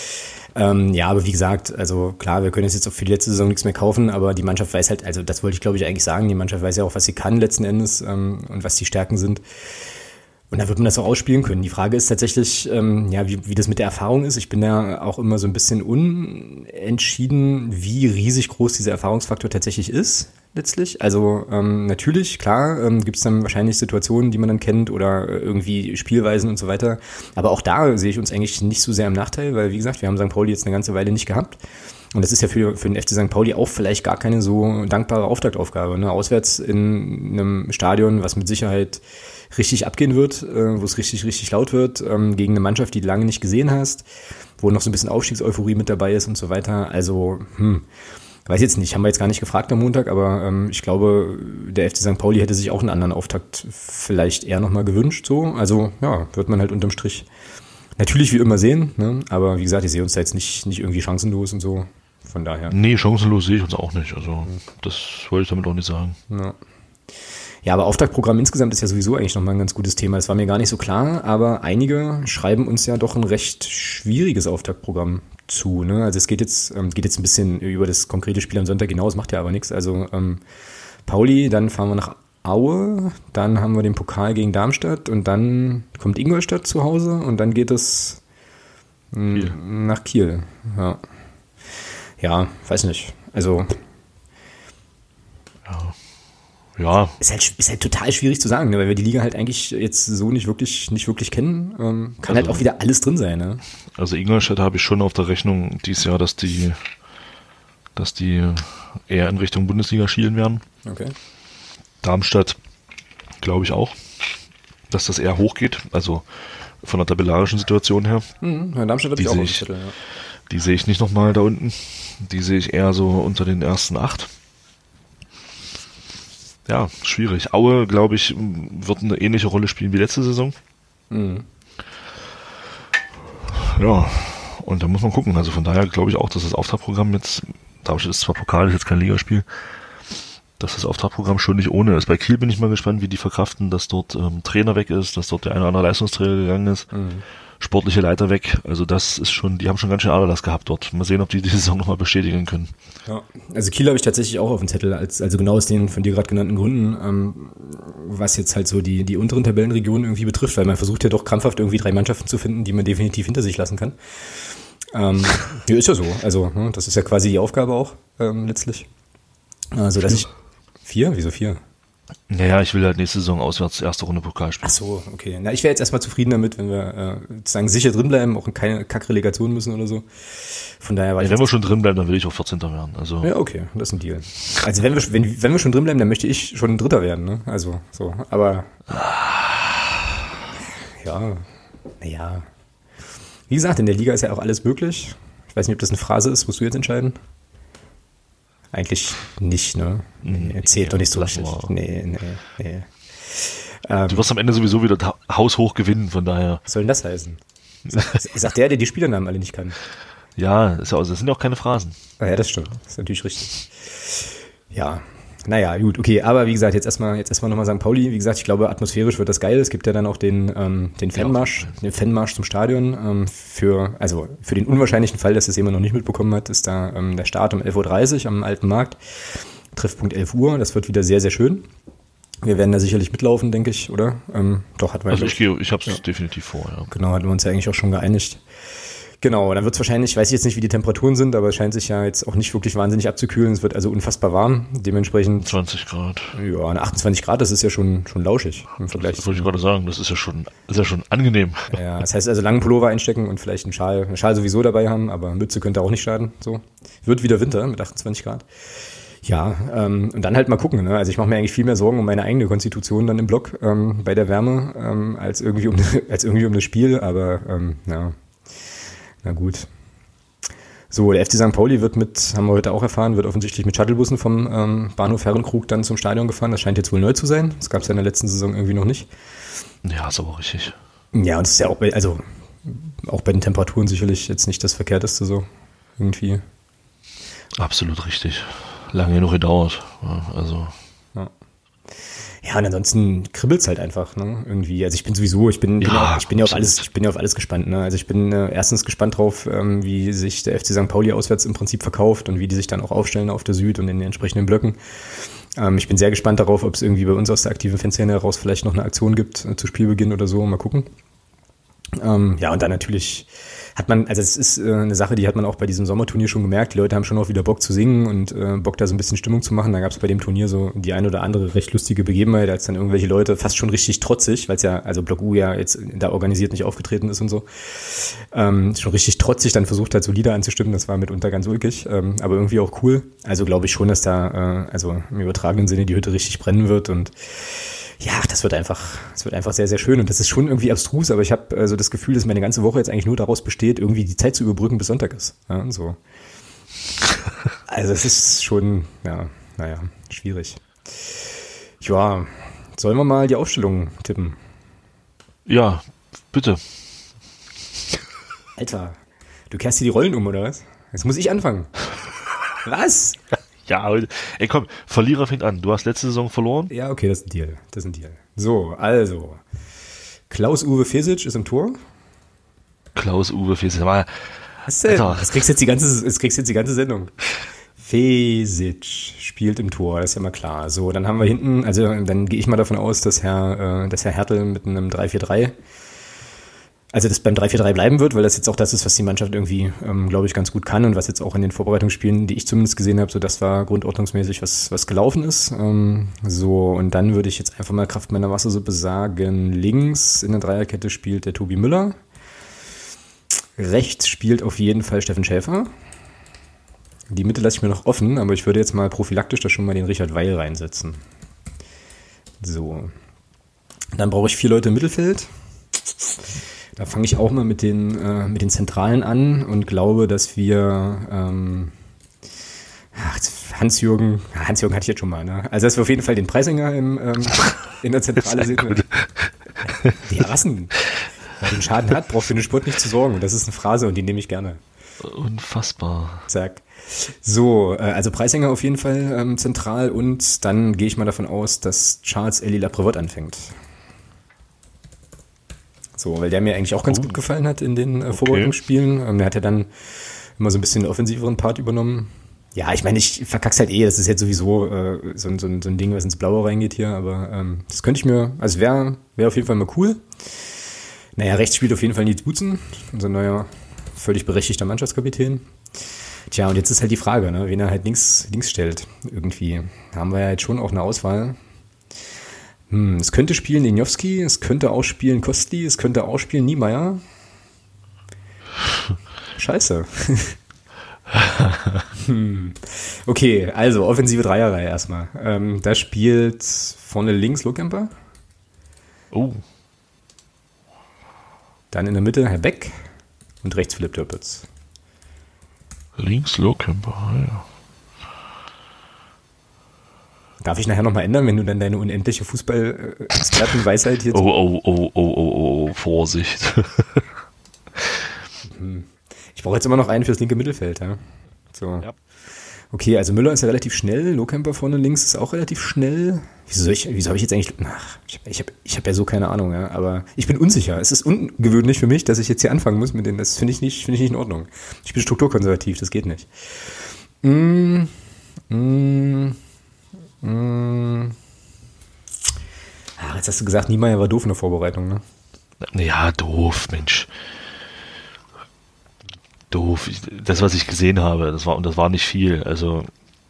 Ähm, ja, aber wie gesagt, also klar, wir können jetzt, jetzt auch für die letzte Saison nichts mehr kaufen, aber die Mannschaft weiß halt, also das wollte ich glaube ich eigentlich sagen, die Mannschaft weiß ja auch, was sie kann letzten Endes ähm, und was die Stärken sind. Und da wird man das auch ausspielen können. Die Frage ist tatsächlich, ähm, ja, wie, wie das mit der Erfahrung ist. Ich bin da auch immer so ein bisschen unentschieden, wie riesig groß dieser Erfahrungsfaktor tatsächlich ist, letztlich. Also ähm, natürlich, klar, ähm, gibt es dann wahrscheinlich Situationen, die man dann kennt oder irgendwie Spielweisen und so weiter. Aber auch da sehe ich uns eigentlich nicht so sehr im Nachteil, weil, wie gesagt, wir haben Sankt Pauli jetzt eine ganze Weile nicht gehabt. Und das ist ja für, für den F C Sankt Pauli auch vielleicht gar keine so dankbare Auftaktaufgabe. Ne? Auswärts in einem Stadion, was mit Sicherheit richtig abgehen wird, äh, wo es richtig, richtig laut wird, ähm, gegen eine Mannschaft, die du lange nicht gesehen hast, wo noch so ein bisschen Aufstiegseuphorie mit dabei ist und so weiter. Also, hm, weiß jetzt nicht, haben wir jetzt gar nicht gefragt am Montag, aber ähm, ich glaube, der F C Sankt Pauli hätte sich auch einen anderen Auftakt vielleicht eher nochmal gewünscht. So. Also, ja, wird man halt unterm Strich natürlich wie immer sehen, ne? Aber wie gesagt, ich sehe uns da jetzt nicht, nicht irgendwie chancenlos und so. Von daher.
Nee, chancenlos sehe ich uns auch nicht. Also, das wollte ich damit auch nicht sagen.
Ja. Ja, aber Auftaktprogramm insgesamt ist ja sowieso eigentlich nochmal ein ganz gutes Thema. Das war mir gar nicht so klar, aber einige schreiben uns ja doch ein recht schwieriges Auftaktprogramm zu. Ne? Also es geht jetzt, ähm, geht jetzt ein bisschen über das konkrete Spiel am Sonntag hinaus, macht ja aber nichts. Also ähm, Pauli, dann fahren wir nach Aue, dann haben wir den Pokal gegen Darmstadt und dann kommt Ingolstadt zu Hause und dann geht es mh, nach Kiel. Ja. ja, weiß nicht. Also
Ja. Ja.
Ist halt, ist halt total schwierig zu sagen, ne? Weil wir die Liga halt eigentlich jetzt so nicht wirklich, nicht wirklich kennen. Ähm, kann also, halt auch wieder alles drin sein. Ne?
Also Ingolstadt habe ich schon auf der Rechnung dieses Jahr, dass die, dass die eher in Richtung Bundesliga schielen werden.
Okay.
Darmstadt glaube ich auch, dass das eher hochgeht, also von der tabellarischen Situation her.
Mhm, ja, Darmstadt habe ich auch auf dem Zettel, ja.
Die sehe ich nicht nochmal da unten. Die sehe ich eher so unter den ersten acht. Ja, schwierig. Aue, glaube ich, wird eine ähnliche Rolle spielen wie letzte Saison.
Mhm.
Ja, und da muss man gucken. Also von daher glaube ich auch, dass das Auftaktprogramm jetzt, Darmstadt ist zwar Pokal, ist jetzt kein Ligaspiel, dass das Auftaktprogramm schon nicht ohne ist. Bei Kiel bin ich mal gespannt, wie die verkraften, dass dort ähm, Trainer weg ist, dass dort der eine oder andere Leistungsträger gegangen ist,
Mhm.
sportliche Leiter weg. Also das ist schon, die haben schon ganz schön Aderlass gehabt dort. Mal sehen, ob die die Saison nochmal bestätigen können.
Ja, also Kiel habe ich tatsächlich auch auf dem Zettel, als, also genau aus den von dir gerade genannten Gründen, ähm, was jetzt halt so die, die unteren Tabellenregionen irgendwie betrifft, weil man versucht ja doch krampfhaft irgendwie drei Mannschaften zu finden, die man definitiv hinter sich lassen kann. Ähm, ja, ist ja so. Also, ne, das ist ja quasi die Aufgabe auch, ähm, letztlich. Also, dass ich, vier? Wieso vier?
Naja, ich will halt nächste Saison auswärts erste Runde Pokal spielen.
Ach so, okay. Na, ich wäre jetzt erstmal zufrieden damit, wenn wir äh, sozusagen sicher drin bleiben, auch in keine Kackrelegation müssen oder so. Von daher war
Ja,
ich
wenn wir
jetzt,
schon drin bleiben, dann will ich auch vierzehnter werden. Also
ja, okay, das ist ein Deal. Also wenn wir wenn, wenn wir schon drin bleiben, dann möchte ich schon ein Dritter werden, ne? Also so, aber ja, naja. Wie gesagt, in der Liga ist ja auch alles möglich. Ich weiß nicht, ob das eine Phrase ist, musst du jetzt entscheiden? Eigentlich nicht, ne? Nee, zählt doch nicht so richtig. Nee, nee, nee. Ähm,
du wirst am Ende sowieso wieder ta- haushoch gewinnen, von daher.
Was soll denn das heißen? Sagt der, der die Spielernamen alle nicht kann.
Ja, das, ist ja auch, das sind ja auch keine Phrasen.
Ah, ja, das stimmt. Das ist natürlich richtig. Ja, naja, gut, okay. Aber wie gesagt, jetzt erstmal jetzt erstmal nochmal Sankt Pauli. Wie gesagt, ich glaube, atmosphärisch wird das geil. Es gibt ja dann auch den, ähm, den Fanmarsch, den Fanmarsch zum Stadion. Ähm, für, also für den unwahrscheinlichen Fall, dass es jemand noch nicht mitbekommen hat, ist da ähm, der Start um elf Uhr dreißig am Alten Markt. Treffpunkt elf Uhr. Das wird wieder sehr, sehr schön. Wir werden da sicherlich mitlaufen, denke ich, oder? Ähm, doch, hatten wir
Also ich gehe, ich habe es
ja.
definitiv vor, ja.
Genau, hatten wir uns ja eigentlich auch schon geeinigt. Genau, dann wird es wahrscheinlich, ich weiß jetzt nicht, wie die Temperaturen sind, aber es scheint sich ja jetzt auch nicht wirklich wahnsinnig abzukühlen. Es wird also unfassbar warm. Dementsprechend.
zwanzig Grad.
Ja, achtundzwanzig Grad, das ist ja schon, schon lauschig im Vergleich.
Das wollte ich gerade sagen, das ist ja schon, ist ja schon angenehm.
Ja, das heißt also langen Pullover einstecken und vielleicht einen Schal, einen Schal sowieso dabei haben, aber Mütze könnte auch nicht schaden. So. Wird wieder Winter mit achtundzwanzig Grad. Ja, ähm, und dann halt mal gucken. Ne? Also ich mache mir eigentlich viel mehr Sorgen um meine eigene Konstitution dann im Block ähm, bei der Wärme ähm, als irgendwie um als irgendwie um das Spiel. Aber ähm, ja, na gut. So, der F C Sankt Pauli wird mit, haben wir heute auch erfahren, wird offensichtlich mit Shuttlebussen vom ähm, Bahnhof Herrenkrug dann zum Stadion gefahren. Das scheint jetzt wohl neu zu sein. Das gab es ja in der letzten Saison irgendwie noch nicht.
Ja, ist aber richtig.
Ja, und es ist ja auch bei, also auch bei den Temperaturen sicherlich jetzt nicht das Verkehrteste so irgendwie.
Absolut richtig. Lange genug gedauert. Ja, also.
Ja. Ja, und ansonsten kribbelt's halt einfach, ne? Irgendwie. Also ich bin sowieso, ich bin, bin
Ja,
ja, ich bin ja auf
absolut.
alles, ich bin ja auf alles gespannt, ne? Also ich bin äh, erstens gespannt drauf, ähm, wie sich der F C Sankt Pauli auswärts im Prinzip verkauft und wie die sich dann auch aufstellen auf der Süd und in den entsprechenden Blöcken. Ähm, ich bin sehr gespannt darauf, ob es irgendwie bei uns aus der aktiven Fanszene heraus vielleicht noch eine Aktion gibt äh, zu Spielbeginn oder so. Mal gucken. Ähm, ja, und dann natürlich hat man, also es ist äh, eine Sache, die hat man auch bei diesem Sommerturnier schon gemerkt. Die Leute haben schon auch wieder Bock zu singen und äh, Bock da so ein bisschen Stimmung zu machen. Da gab es bei dem Turnier so die ein oder andere recht lustige Begebenheit, als dann irgendwelche Leute fast schon richtig trotzig, weil es ja, also Block U ja jetzt da organisiert nicht aufgetreten ist und so, ähm, schon richtig trotzig dann versucht hat, so Lieder anzustimmen. Das war mitunter ganz ulkig, ähm, aber irgendwie auch cool. Also glaube ich schon, dass da, äh, also im übertragenen Sinne die Hütte richtig brennen wird und ja, das wird einfach, das wird einfach sehr, sehr schön und das ist schon irgendwie abstrus, aber ich habe äh, so das Gefühl, dass meine ganze Woche jetzt eigentlich nur daraus besteht, irgendwie die Zeit zu überbrücken, bis Sonntag ist. Ja, so. Also es ist schon, ja, naja, schwierig. Ja, sollen wir mal die Aufstellung tippen?
Ja, bitte.
Alter, du kehrst hier die Rollen um, oder was? Jetzt muss ich anfangen. Was?
Ja, ey komm, Verlierer fängt an. Du hast letzte Saison verloren.
Ja, okay, das ist ein Deal. Das ist ein Deal. So, also. Klaus-Uwe Fesic ist im Tor.
Klaus-Uwe Fesic. Mal,
Was denn?
Alter.
Das kriegst jetzt die ganze, das kriegst jetzt die ganze Sendung. Fesic spielt im Tor, das ist ja mal klar. So, dann haben wir hinten, also dann gehe ich mal davon aus, dass Herr, äh, dass Herr Hertel mit einem drei vier drei Also das beim drei vier drei bleiben wird, weil das jetzt auch das ist, was die Mannschaft irgendwie, ähm, glaube ich, ganz gut kann und was jetzt auch in den Vorbereitungsspielen, die ich zumindest gesehen habe, so das war grundordnungsmäßig, was was gelaufen ist. Ähm, so, und dann würde ich jetzt einfach mal Kraft meiner Wassersuppe sagen, links in der Dreierkette spielt der Tobi Müller. Rechts spielt auf jeden Fall Steffen Schäfer. Die Mitte lasse ich mir noch offen, aber ich würde jetzt mal prophylaktisch da schon mal den Richard Weil reinsetzen. So. Dann brauche ich vier Leute im Mittelfeld. Da fange ich auch mal mit den, äh, mit den Zentralen an und glaube, dass wir ähm, Hans-Jürgen, Hans-Jürgen hatte ich jetzt schon mal, ne? Also dass wir auf jeden Fall den Preisinger im, ähm, in der Zentrale sehen. Der Rassen, wer den Schaden hat, braucht für den Sport nicht zu sorgen. Das ist eine Phrase und die nehme ich gerne.
Unfassbar.
Zack. So, äh, also Preisinger auf jeden Fall ähm, zentral und dann gehe ich mal davon aus, dass Charles Eli Laprevot anfängt. So, weil der mir eigentlich auch ganz oh. gut gefallen hat in den äh, Vorbereitungsspielen. Okay. Ähm, der hat ja dann immer so ein bisschen den offensiveren Part übernommen. Ja, ich meine, ich verkack's halt eh, das ist jetzt sowieso äh, so, so, so ein Ding, was ins Blaue reingeht hier, aber ähm, das könnte ich mir, also wäre wär auf jeden Fall mal cool. Naja, rechts spielt auf jeden Fall Nils Butzen, unser neuer, völlig berechtigter Mannschaftskapitän. Tja, und jetzt ist halt die Frage, ne, wen er halt links, links stellt. Irgendwie haben wir ja jetzt schon auch eine Auswahl. Hm, es könnte spielen Linjowski, es könnte auch spielen Kostli, es könnte auch spielen Niemeyer. Scheiße. hm. Okay, also offensive Dreierreihe erstmal. Ähm, da spielt vorne links Lohkemper.
Oh.
Dann in der Mitte Herr Beck und rechts Philipp Türpitz.
Links Lohkemper, ja.
Darf ich nachher nochmal ändern, wenn du dann deine unendliche Fußball-Expertenweisheit hier...
Oh, oh, oh, oh, oh, oh, Vorsicht.
Ich brauche jetzt immer noch einen fürs linke Mittelfeld, ja. So. Ja. Okay, also Müller ist ja relativ schnell, Lohkemper vorne links ist auch relativ schnell. Wieso, ich, wieso habe ich jetzt eigentlich... Ach, ich habe ich hab, ich hab ja so keine Ahnung, ja, aber ich bin unsicher. Es ist ungewöhnlich für mich, dass ich jetzt hier anfangen muss mit denen. Das finde ich nicht, finde ich nicht in Ordnung. Ich bin strukturkonservativ, das geht nicht. Mm, mm, mm. Ach, jetzt hast du gesagt, Niemeyer war doof in der Vorbereitung, ne?
Ja, doof, Mensch. Doof. Das, was ich gesehen habe, das war, und das war nicht viel, also...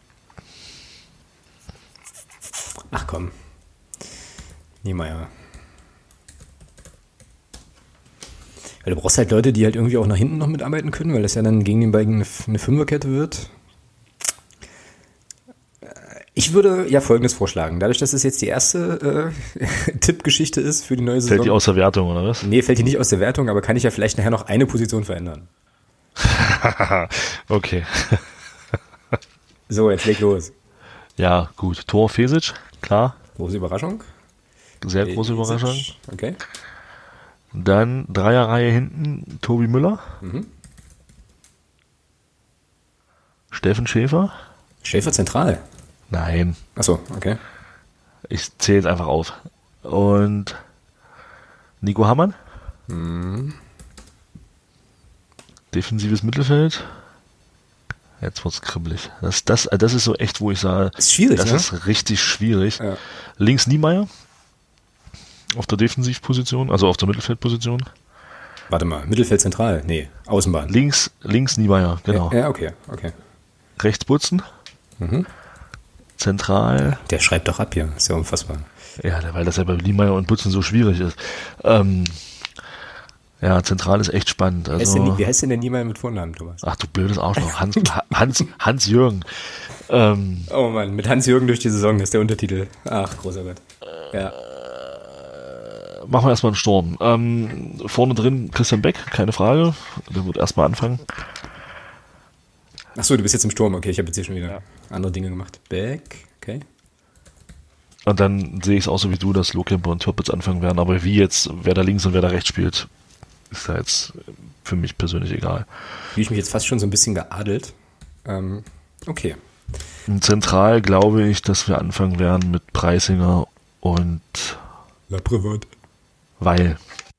Ach komm. Niemeyer. Weil du brauchst halt Leute, die halt irgendwie auch nach hinten noch mitarbeiten können, weil das ja dann gegen den beiden eine, eine Fünferkette wird. Ich würde ja Folgendes vorschlagen. Dadurch, dass es jetzt die erste äh, Tippgeschichte ist für die neue Saison.
Fällt die aus der Wertung, oder was?
Nee, fällt die nicht aus der Wertung, aber kann ich ja vielleicht nachher noch eine Position verändern.
Okay.
So, jetzt leg los.
Ja, gut. Tor Fesic, klar.
Große Überraschung.
Sehr große Überraschung.
Okay.
Dann Dreierreihe hinten, Tobi Müller. Mhm. Steffen Schäfer.
Schäfer zentral?
Nein.
Achso, okay.
Ich zähle jetzt einfach auf. Und Nico Hammann.
Mhm.
Defensives Mittelfeld. Jetzt wird's kribbelig. Das, das, das ist so echt, wo ich sage,
das ist schwierig,
das
ne?
ist richtig schwierig.
Ja.
Links Niemeyer. Auf der Defensivposition, also auf der Mittelfeldposition.
Warte mal, Mittelfeld zentral? Nee, Außenbahn.
Links, links Niemeyer, genau.
Ja, ja, okay, okay.
Rechts Butzen.
Mhm.
Zentral.
Der schreibt doch ab hier, ist ja unfassbar.
Ja, weil das ja bei Niemeyer und Butzen so schwierig ist. Ähm, ja, zentral ist echt spannend. Also,
heißt denn, wie heißt denn der Niemeyer mit Vornamen, Thomas?
Ach du blödes Arschloch, Hans, Hans, Hans-Jürgen. Ähm,
oh Mann, mit Hans-Jürgen durch die Saison, das ist der Untertitel. Ach, großer Gott. Ja.
Machen wir erstmal einen Sturm. Ähm, vorne drin Christian Beck, keine Frage. Der wird erstmal anfangen.
Achso, du bist jetzt im Sturm, okay, ich habe jetzt hier schon wieder ja. andere Dinge gemacht. Beck, okay.
Und dann sehe ich es auch so wie du, dass Lohkemper und Türpitz anfangen werden, aber wie jetzt, wer da links und wer da rechts spielt, ist da jetzt für mich persönlich egal.
Fühle ich mich jetzt fast schon so ein bisschen geadelt. Ähm, okay.
Und zentral glaube ich, dass wir anfangen werden mit Preisinger und
Laprevot.
Weil.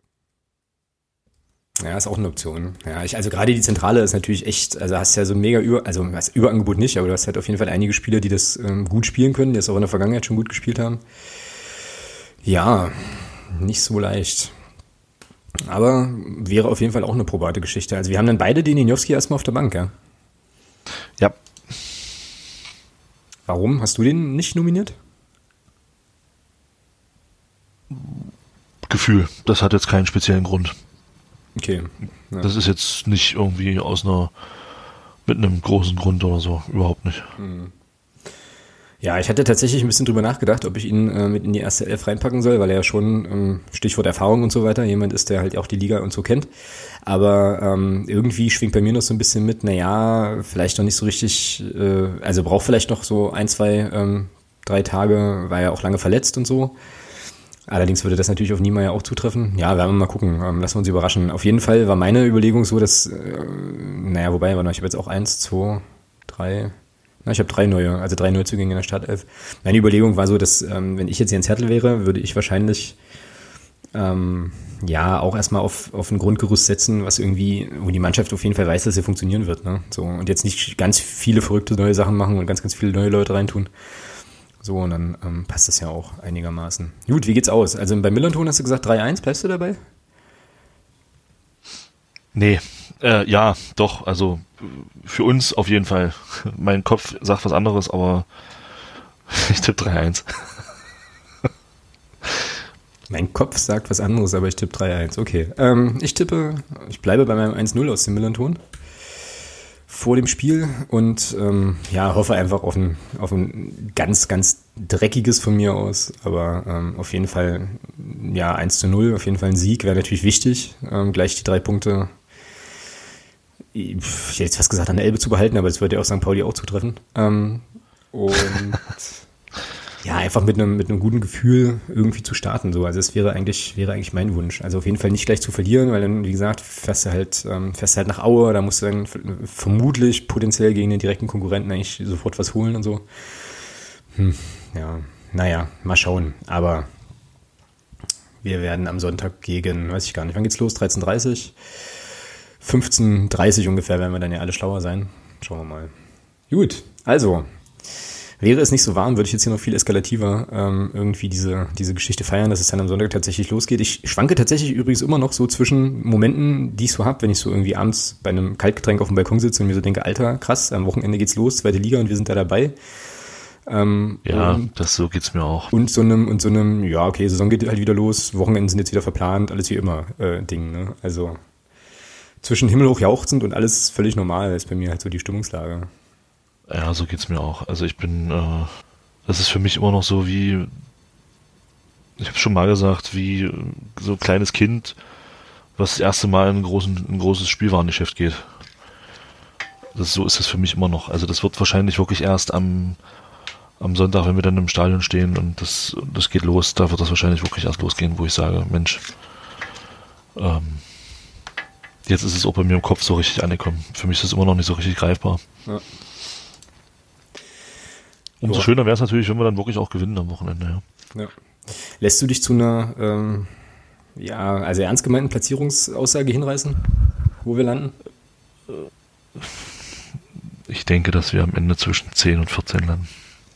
Ja, ist auch eine Option. Ja, ich, also gerade die Zentrale ist natürlich echt, also hast ja so ein mega Über, also das Überangebot nicht, aber du hast halt auf jeden Fall einige Spieler, die das ähm, gut spielen können, die das auch in der Vergangenheit schon gut gespielt haben. Ja, nicht so leicht. Aber wäre auf jeden Fall auch eine probate Geschichte. Also wir haben dann beide den Niniowski erstmal auf der Bank, ja?
Ja.
Warum? Hast du den nicht nominiert?
Gefühl. Das hat jetzt keinen speziellen Grund.
Okay.
Ja. Das ist jetzt nicht irgendwie aus einer, mit einem großen Grund oder so. Überhaupt nicht.
Hm. Ja, ich hatte tatsächlich ein bisschen drüber nachgedacht, ob ich ihn äh, mit in die erste Elf reinpacken soll, weil er ja schon, ähm, Stichwort Erfahrung und so weiter, jemand ist, der halt auch die Liga und so kennt. Aber ähm, irgendwie schwingt bei mir noch so ein bisschen mit, naja, vielleicht noch nicht so richtig, äh, also braucht vielleicht noch so ein, zwei, ähm, drei Tage, war ja auch lange verletzt und so. Allerdings würde das natürlich auf Niemeyer auch zutreffen. Ja, werden wir mal gucken. Ähm, lassen wir uns überraschen. Auf jeden Fall war meine Überlegung so, dass, äh, naja, wobei, ich habe jetzt auch eins, zwei, drei, na, ich habe drei neue, also drei Neuzugänge in der Startelf. Meine Überlegung war so, dass, ähm, wenn ich jetzt hier ins Hertel wäre, würde ich wahrscheinlich, ähm, ja, auch erstmal auf, auf ein Grundgerüst setzen, was irgendwie, wo die Mannschaft auf jeden Fall weiß, dass sie funktionieren wird, ne? So, und jetzt nicht ganz viele verrückte neue Sachen machen und ganz, ganz viele neue Leute reintun. So, und dann ähm, passt das ja auch einigermaßen. Gut, wie geht's aus? Also bei Millanton hast du gesagt drei eins, bleibst du dabei?
Nee, äh, ja, doch, also für uns auf jeden Fall. Mein Kopf sagt was anderes, aber ich tippe drei eins.
Mein Kopf sagt was anderes, aber ich tippe drei eins. Okay, ähm, ich tippe, ich bleibe bei meinem eins null aus dem Millanton vor dem Spiel und ähm, ja, hoffe einfach auf ein, auf ein ganz, ganz dreckiges von mir aus, aber ähm, auf jeden Fall ja eins zu null, auf jeden Fall ein Sieg, wäre natürlich wichtig, ähm, gleich die drei Punkte, ich hätte jetzt fast gesagt an der Elbe zu behalten, aber das würde ja auch Sankt Pauli auch zutreffen. Ähm, und ja, einfach mit einem, mit einem guten Gefühl irgendwie zu starten. So. Also das wäre eigentlich, wäre eigentlich mein Wunsch. Also auf jeden Fall nicht gleich zu verlieren, weil dann, wie gesagt, fährst du halt, ähm, fährst du halt nach Aue, da musst du dann vermutlich potenziell gegen den direkten Konkurrenten eigentlich sofort was holen und so. Hm, ja, naja, mal schauen. Aber wir werden am Sonntag gegen, weiß ich gar nicht, wann geht's los? dreizehn Uhr dreißig? fünfzehn Uhr dreißig ungefähr werden wir dann ja alle schlauer sein. Schauen wir mal. Gut, also wäre es nicht so warm, würde ich jetzt hier noch viel eskalativer ähm, irgendwie diese, diese Geschichte feiern, dass es dann am Sonntag tatsächlich losgeht. Ich schwanke tatsächlich übrigens immer noch so zwischen Momenten, die ich so habe, wenn ich so irgendwie abends bei einem Kaltgetränk auf dem Balkon sitze und mir so denke, Alter, krass, am Wochenende geht's los, zweite Liga und wir sind da dabei. Ähm,
ja,
und,
das so geht's mir auch.
Und so einem, und so einem, ja, okay, Saison geht halt wieder los, Wochenenden sind jetzt wieder verplant, alles wie immer äh, Ding, ne? Also zwischen himmelhoch jauchzend und alles völlig normal ist bei mir halt so die Stimmungslage.
Ja, so geht's mir auch. Also ich bin, äh, das ist für mich immer noch so wie, ich habe schon mal gesagt, wie so ein kleines Kind, was das erste Mal in ein, großen, ein großes Spielwarengeschäft geht. Das, so ist es für mich immer noch. Also das wird wahrscheinlich wirklich erst am, am Sonntag, wenn wir dann im Stadion stehen und das, das geht los, da wird das wahrscheinlich wirklich erst losgehen, wo ich sage, Mensch, ähm, jetzt ist es auch bei mir im Kopf so richtig angekommen. Für mich ist es immer noch nicht so richtig greifbar. Ja. Umso ja. schöner wäre es natürlich, wenn wir dann wirklich auch gewinnen am Wochenende. Ja.
Ja. Lässt du dich zu einer ähm, ja, also ernst gemeinten Platzierungsaussage hinreißen, wo wir landen?
Ich denke, dass wir am Ende zwischen zehn und vierzehn landen.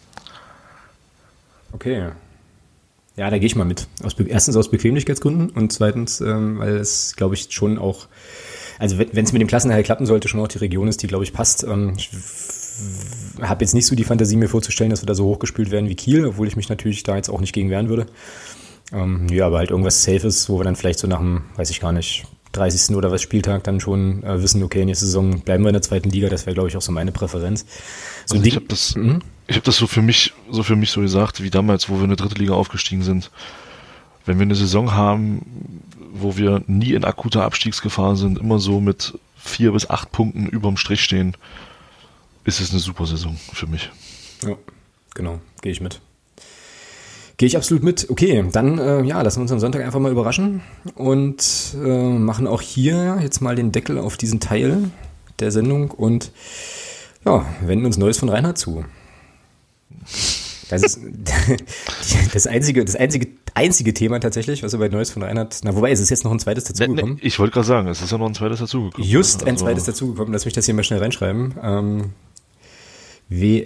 Okay. Ja, da gehe ich mal mit. Aus, erstens aus Bequemlichkeitsgründen und zweitens, ähm, weil es, glaube ich, schon auch, also wenn es mit dem Klassenerhalt klappen sollte, schon auch die Region ist, die, glaube ich, passt. Ähm, ich habe jetzt nicht so die Fantasie, mir vorzustellen, dass wir da so hochgespielt werden wie Kiel, obwohl ich mich natürlich da jetzt auch nicht gegen wehren würde. Ähm, ja, aber halt irgendwas Safes, wo wir dann vielleicht so nach dem, weiß ich gar nicht, dreißigsten oder was Spieltag dann schon äh, wissen, okay, nächste Saison bleiben wir in der zweiten Liga. Das wäre, glaube ich, auch so meine Präferenz. So
also ich habe das, mhm. ich habe das so für mich, so für mich so gesagt, wie damals, wo wir in der dritte Liga aufgestiegen sind. Wenn wir eine Saison haben, wo wir nie in akuter Abstiegsgefahr sind, immer so mit vier bis acht Punkten überm Strich stehen, ist es eine super Saison für mich.
Ja, genau, gehe ich mit. Gehe ich absolut mit. Okay, dann äh, ja, lassen wir uns am Sonntag einfach mal überraschen und äh, machen auch hier jetzt mal den Deckel auf diesen Teil der Sendung und ja, wenden uns Neues von Reinhard zu. Das ist das einzige, das einzige, einzige Thema tatsächlich, was wir bei Neues von Reinhard, na wobei, es ist jetzt noch ein zweites dazugekommen.
Nee, nee, ich wollte gerade sagen, es ist ja noch ein zweites dazugekommen.
Just ein also. zweites dazugekommen, lass mich das hier mal schnell reinschreiben. Ähm, W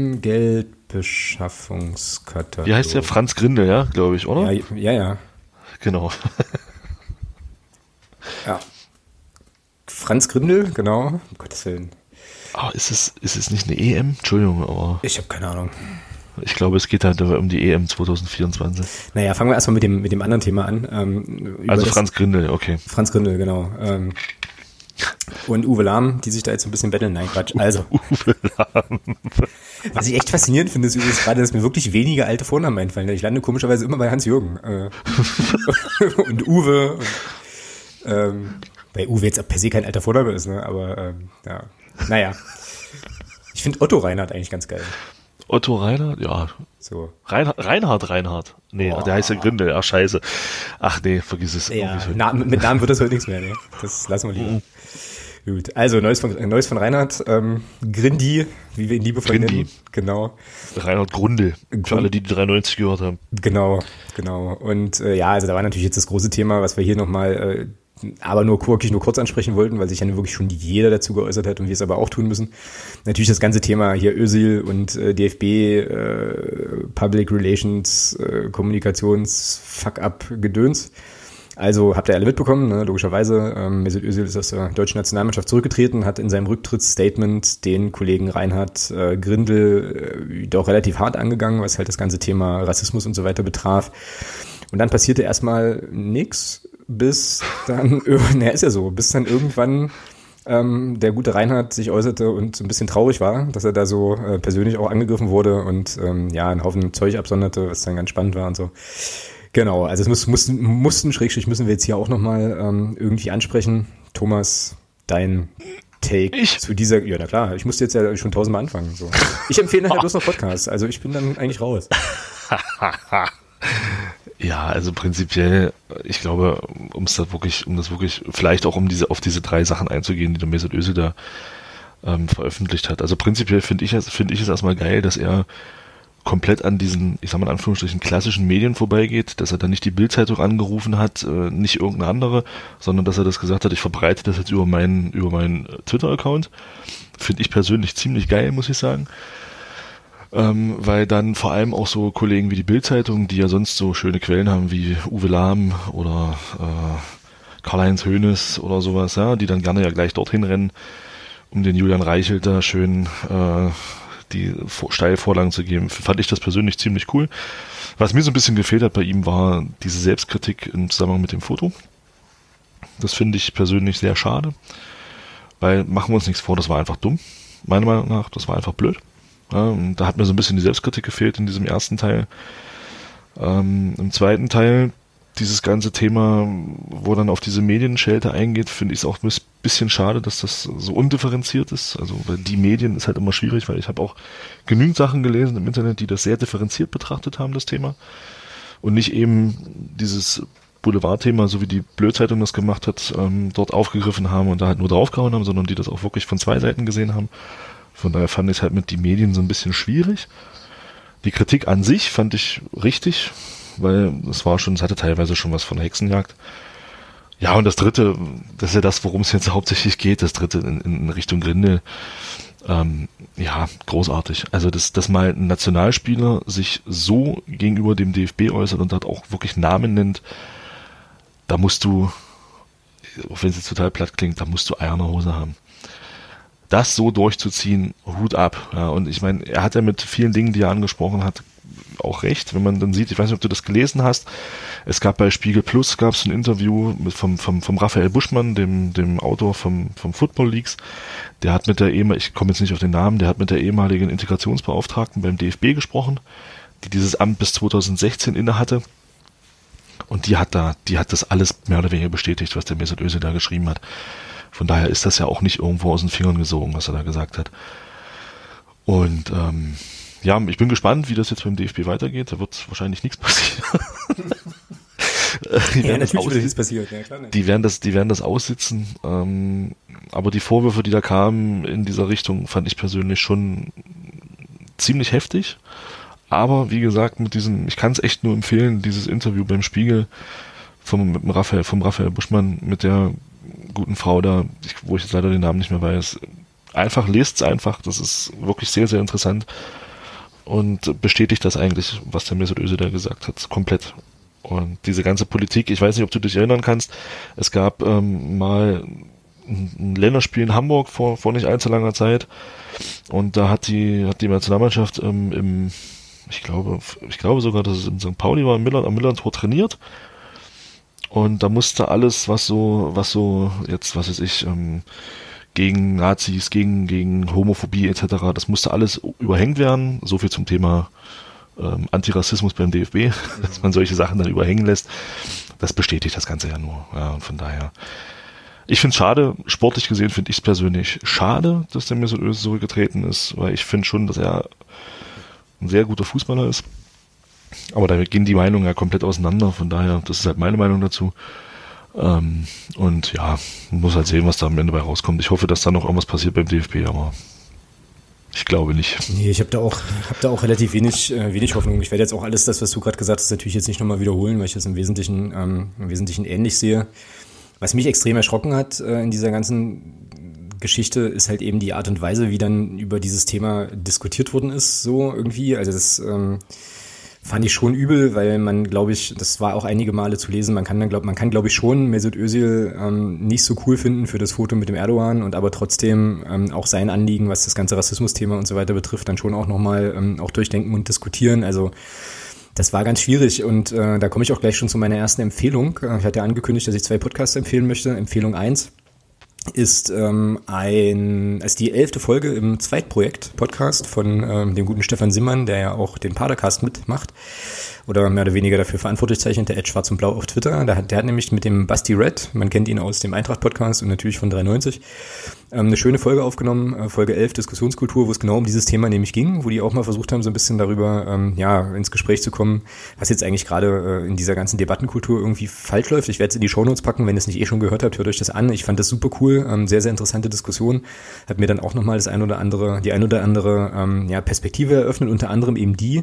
M-Geldbeschaffungskatalog.
Wie heißt der? Franz Grindel, ja, glaube ich, oder?
Ja, ja. ja.
Genau.
Ja. Franz Grindel, genau. Um Gottes Willen.
Ah, ist es, ist es nicht eine E M? Entschuldigung, aber.
Ich habe keine Ahnung.
Ich glaube, es geht halt um die E M zwanzig vierundzwanzig.
Naja, fangen wir erstmal mit dem, mit dem anderen Thema an. Ähm,
also Franz Grindel, okay.
Franz Grindel, genau. Ähm, und Uwe Lahm, die sich da jetzt ein bisschen betteln. Nein, Quatsch. Also. Uwe Lahm. Was ich echt faszinierend finde, ist übrigens gerade, dass mir wirklich wenige alte Vornamen einfallen. Ich lande komischerweise immer bei Hans-Jürgen. Äh, und Uwe. Und, ähm, bei Uwe jetzt per se kein alter Vorname ist, ne? Aber ähm, ja. Naja. Ich finde Otto Reinhardt eigentlich ganz geil.
Otto Reinhardt? Ja.
So.
Reinhard, Reinhard Reinhardt. Nee, oh. Der heißt ja Grindel. Ach, scheiße. Ach nee, vergiss es.
Ja, na, mit Namen wird das heute nichts mehr, ne? Das lassen wir lieber. Mhm. Gut, also Neues von, Neues von Reinhard. Ähm, Grindi, wie wir ihn liebevoll nennen. Genau.
Reinhard Grundel. Für alle, die die dreiundneunzig gehört haben.
Genau, genau. Und äh, ja, also da war natürlich jetzt das große Thema, was wir hier nochmal äh, aber nur wirklich nur kurz ansprechen wollten, weil sich ja wirklich schon jeder dazu geäußert hat und wir es aber auch tun müssen. Natürlich das ganze Thema hier Özil und äh, D F B, äh, Public Relations, äh, Kommunikations, Fuck-up-Gedöns. Also habt ihr alle mitbekommen, ne? Logischerweise. Ähm, Mesut Özil ist aus der deutschen Nationalmannschaft zurückgetreten, hat in seinem Rücktrittsstatement den Kollegen Reinhard äh, Grindel äh, doch relativ hart angegangen, was halt das ganze Thema Rassismus und so weiter betraf. Und dann passierte erstmal nix, bis dann, na ist ja so, bis dann irgendwann ähm, der gute Reinhard sich äußerte und so ein bisschen traurig war, dass er da so äh, persönlich auch angegriffen wurde und ähm, ja, einen Haufen Zeug absonderte, was dann ganz spannend war und so. Genau, also es muss, mussten, mussten, Schrägstrich müssen wir jetzt hier auch nochmal ähm, irgendwie ansprechen. Thomas, dein Take
ich?
zu dieser, ja na klar, ich musste jetzt ja schon tausendmal anfangen. So. Ich empfehle nachher bloß noch Podcasts, also ich bin dann eigentlich raus.
Ja, also prinzipiell, ich glaube, um es da wirklich, um das wirklich, vielleicht auch um diese, auf diese drei Sachen einzugehen, die der Mesut Özil da ähm, veröffentlicht hat. Also prinzipiell finde ich es, finde ich es erstmal geil, dass er komplett an diesen, ich sag mal in Anführungsstrichen, klassischen Medien vorbeigeht, dass er dann nicht die Bild-Zeitung angerufen hat, äh, nicht irgendeine andere, sondern dass er das gesagt hat, ich verbreite das jetzt über meinen, über meinen Twitter-Account. Finde ich persönlich ziemlich geil, muss ich sagen. Ähm, weil dann vor allem auch so Kollegen wie die Bild-Zeitung, die ja sonst so schöne Quellen haben wie Uwe Lahm oder äh, Karl-Heinz Hoeneß oder sowas, ja, die dann gerne ja gleich dorthin rennen, um den Julian Reichelt da schön äh, die Steilvorlagen zu geben, fand ich das persönlich ziemlich cool. Was mir so ein bisschen gefehlt hat bei ihm, war diese Selbstkritik im Zusammenhang mit dem Foto. Das finde ich persönlich sehr schade, weil, machen wir uns nichts vor, das war einfach dumm, meiner Meinung nach, das war einfach blöd. Ja, und da hat mir so ein bisschen die Selbstkritik gefehlt in diesem ersten Teil. Ähm, im zweiten Teil, dieses ganze Thema, wo dann auf diese Medienschelte eingeht, finde ich es auch ein bisschen schade, dass das so undifferenziert ist. Also, weil die Medien ist halt immer schwierig, weil ich habe auch genügend Sachen gelesen im Internet, die das sehr differenziert betrachtet haben, das Thema. Und nicht eben dieses Boulevardthema, so wie die Blödzeitung das gemacht hat, ähm, dort aufgegriffen haben und da halt nur draufgehauen haben, sondern die das auch wirklich von zwei Seiten gesehen haben. Von daher fand ich es halt mit die Medien so ein bisschen schwierig. Die Kritik an sich fand ich richtig, weil es war schon, es hatte teilweise schon was von Hexenjagd. Ja, und das dritte, das ist ja das, worum es jetzt hauptsächlich geht, das dritte in, in Richtung Grindel. Ähm, ja, großartig. Also, dass, dass mal ein Nationalspieler sich so gegenüber dem D F B äußert und dort auch wirklich Namen nennt, da musst du, auch wenn es jetzt total platt klingt, da musst du Eier in der Hose haben. Das so durchzuziehen, Hut ab. Ja, und ich meine, er hat ja mit vielen Dingen, die er angesprochen hat, auch recht. Wenn man dann sieht, ich weiß nicht, ob du das gelesen hast, es gab bei Spiegel Plus gab es ein Interview mit vom, vom, vom Raphael Buschmann, dem, dem Autor vom, vom Football Leagues. Der hat mit der ehemaligen, ich komme jetzt nicht auf den Namen, der hat mit der ehemaligen Integrationsbeauftragten beim D F B gesprochen, die dieses Amt bis zweitausendsechzehn innehatte. Und die hat da, die hat das alles mehr oder weniger bestätigt, was der Mesut Özil da geschrieben hat. Von daher ist das ja auch nicht irgendwo aus den Fingern gesogen, was er da gesagt hat. Und ähm, ja, ich bin gespannt, wie das jetzt beim D F B weitergeht. Da wird wahrscheinlich nichts passieren. die, ja, werden das nichts passiert. Ja, klar, ne? die werden das, die werden das aussitzen. Ähm, aber die Vorwürfe, die da kamen in dieser Richtung, fand ich persönlich schon ziemlich heftig. Aber wie gesagt, mit diesem, ich kann es echt nur empfehlen, dieses Interview beim Spiegel vom, mit dem Raphael, vom Raphael Buschmann mit der guten Frau da, ich, wo ich jetzt leider den Namen nicht mehr weiß. Einfach, lest's einfach, das ist wirklich sehr, sehr interessant und bestätigt das eigentlich, was der Mesut Özil da gesagt hat, komplett. Und diese ganze Politik, ich weiß nicht, ob du dich erinnern kannst, es gab ähm, mal ein Länderspiel in Hamburg vor, vor nicht allzu langer Zeit und da hat die, hat die Nationalmannschaft ähm, im, ich glaube, ich glaube sogar, dass es in Sankt Pauli war, im Millern, am Millern-Tor trainiert und da musste alles, was so, was so jetzt, was weiß ich, ähm, gegen Nazis, gegen, gegen Homophobie et cetera, das musste alles überhängt werden, so viel zum Thema ähm, Antirassismus beim D F B, dass man solche Sachen dann überhängen lässt, das bestätigt das Ganze ja nur, ja, und von daher ich finde es schade, sportlich gesehen finde ich es persönlich schade, dass der Mesut Özil zurückgetreten ist, weil ich finde schon, dass er ein sehr guter Fußballer ist. Aber da gehen die Meinungen ja komplett auseinander, von daher, das ist halt meine Meinung dazu. Ähm, und ja, man muss halt sehen, was da am Ende bei rauskommt. Ich hoffe, dass da noch irgendwas passiert beim D F B, aber ich glaube nicht.
Nee, ich habe da auch, hab da auch relativ wenig, äh, wenig Hoffnung. Ich werde jetzt auch alles das, was du gerade gesagt hast, natürlich jetzt nicht nochmal wiederholen, weil ich das im Wesentlichen, ähm, im Wesentlichen ähnlich sehe. Was mich extrem erschrocken hat äh, in dieser ganzen Geschichte, ist halt eben die Art und Weise, wie dann über dieses Thema diskutiert worden ist, so irgendwie. Also das ähm, fand ich schon übel, weil man, glaube ich, das war auch einige Male zu lesen, man kann dann, glaub, man kann, glaube ich, schon Mesut Özil ähm, nicht so cool finden für das Foto mit dem Erdogan und aber trotzdem ähm, auch sein Anliegen, was das ganze Rassismusthema und so weiter betrifft, dann schon auch nochmal ähm, auch durchdenken und diskutieren. Also das war ganz schwierig und äh, da komme ich auch gleich schon zu meiner ersten Empfehlung. Ich hatte ja angekündigt, dass ich zwei Podcasts empfehlen möchte. Empfehlung eins ist ähm, ein, ist die elfte Folge im Zweitprojekt-Podcast von ähm, dem guten Stefan Simmern, der ja auch den Padercast mitmacht oder mehr oder weniger dafür verantwortlich zeichnet, der Ed Schwarz und Blau auf Twitter. Der hat, der hat nämlich mit dem Basti Red, man kennt ihn aus dem Eintracht-Podcast und natürlich von dreiundneunzig, ähm, eine schöne Folge aufgenommen, äh, Folge elf, Diskussionskultur, wo es genau um dieses Thema nämlich ging, wo die auch mal versucht haben, so ein bisschen darüber ähm, ja ins Gespräch zu kommen, was jetzt eigentlich gerade äh, in dieser ganzen Debattenkultur irgendwie falsch läuft. Ich werde es in die Shownotes packen, wenn ihr es nicht eh schon gehört habt, hört euch das an. Ich fand das super cool, ähm, sehr, sehr interessante Diskussion. Hat mir dann auch nochmal das ein oder andere, die ein oder andere ähm, ja, Perspektive eröffnet, unter anderem eben die,